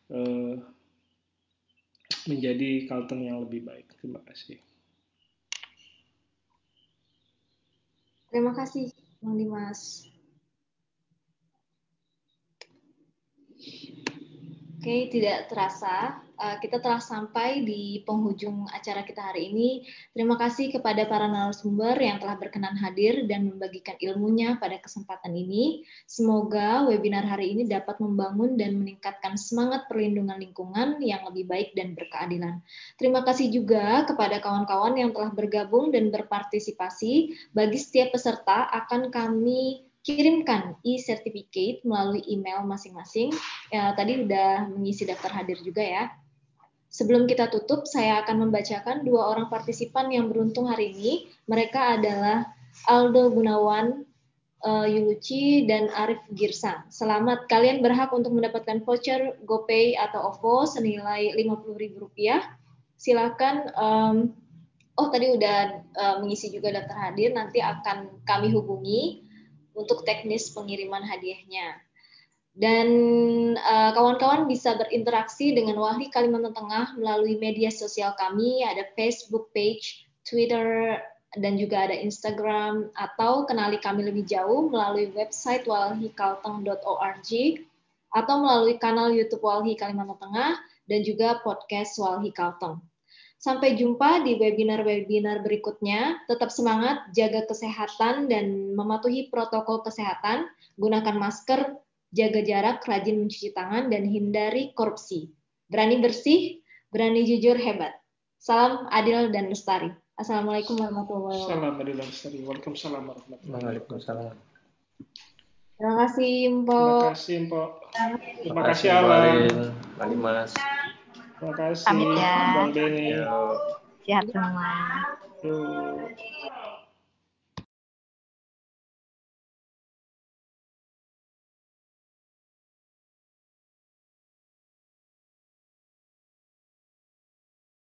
menjadi Kalteng yang lebih baik. Terima kasih. Terima kasih, Bang Dimas. Oke, tidak terasa kita telah sampai di penghujung acara kita hari ini. Terima kasih kepada para narasumber yang telah berkenan hadir dan membagikan ilmunya pada kesempatan ini. Semoga webinar hari ini dapat membangun dan meningkatkan semangat perlindungan lingkungan yang lebih baik dan berkeadilan. Terima kasih juga kepada kawan-kawan yang telah bergabung dan berpartisipasi. Bagi setiap peserta akan kami kirimkan e-certificate melalui email masing-masing. Ya, tadi udah mengisi daftar hadir juga ya. Sebelum kita tutup, saya akan membacakan 2 orang partisipan yang beruntung hari ini. Mereka adalah Aldo Gunawan Yuluci dan Arif Girsang. Selamat, kalian berhak untuk mendapatkan voucher GoPay atau OVO senilai Rp50.000. Silakan. Tadi udah mengisi juga daftar hadir. Nanti akan kami hubungi untuk teknis pengiriman hadiahnya. Dan kawan-kawan bisa berinteraksi dengan Walhi Kalimantan Tengah melalui media sosial kami, ada Facebook page, Twitter, dan juga ada Instagram, atau kenali kami lebih jauh melalui website walhikalteng.org, atau melalui kanal YouTube Walhi Kalimantan Tengah, dan juga podcast Walhi Kalteng. Sampai jumpa di webinar-webinar berikutnya. Tetap semangat, jaga kesehatan, dan mematuhi protokol kesehatan. Gunakan masker, jaga jarak, rajin mencuci tangan, dan hindari korupsi. Berani bersih, berani jujur, hebat. Salam adil dan lestari. Assalamualaikum warahmatullahi wabarakatuh. Salam adil dan lestari. Waalaikumsalam warahmatullahi wabarakatuh. Waalaikumsalam. Terima kasih, Mpok. Terima kasih, Mpok. Terima kasih Alan. Bang Dimas. Terima kasih Pamit ya. Bang Benny. Yuk. Sehat semua. Yuk.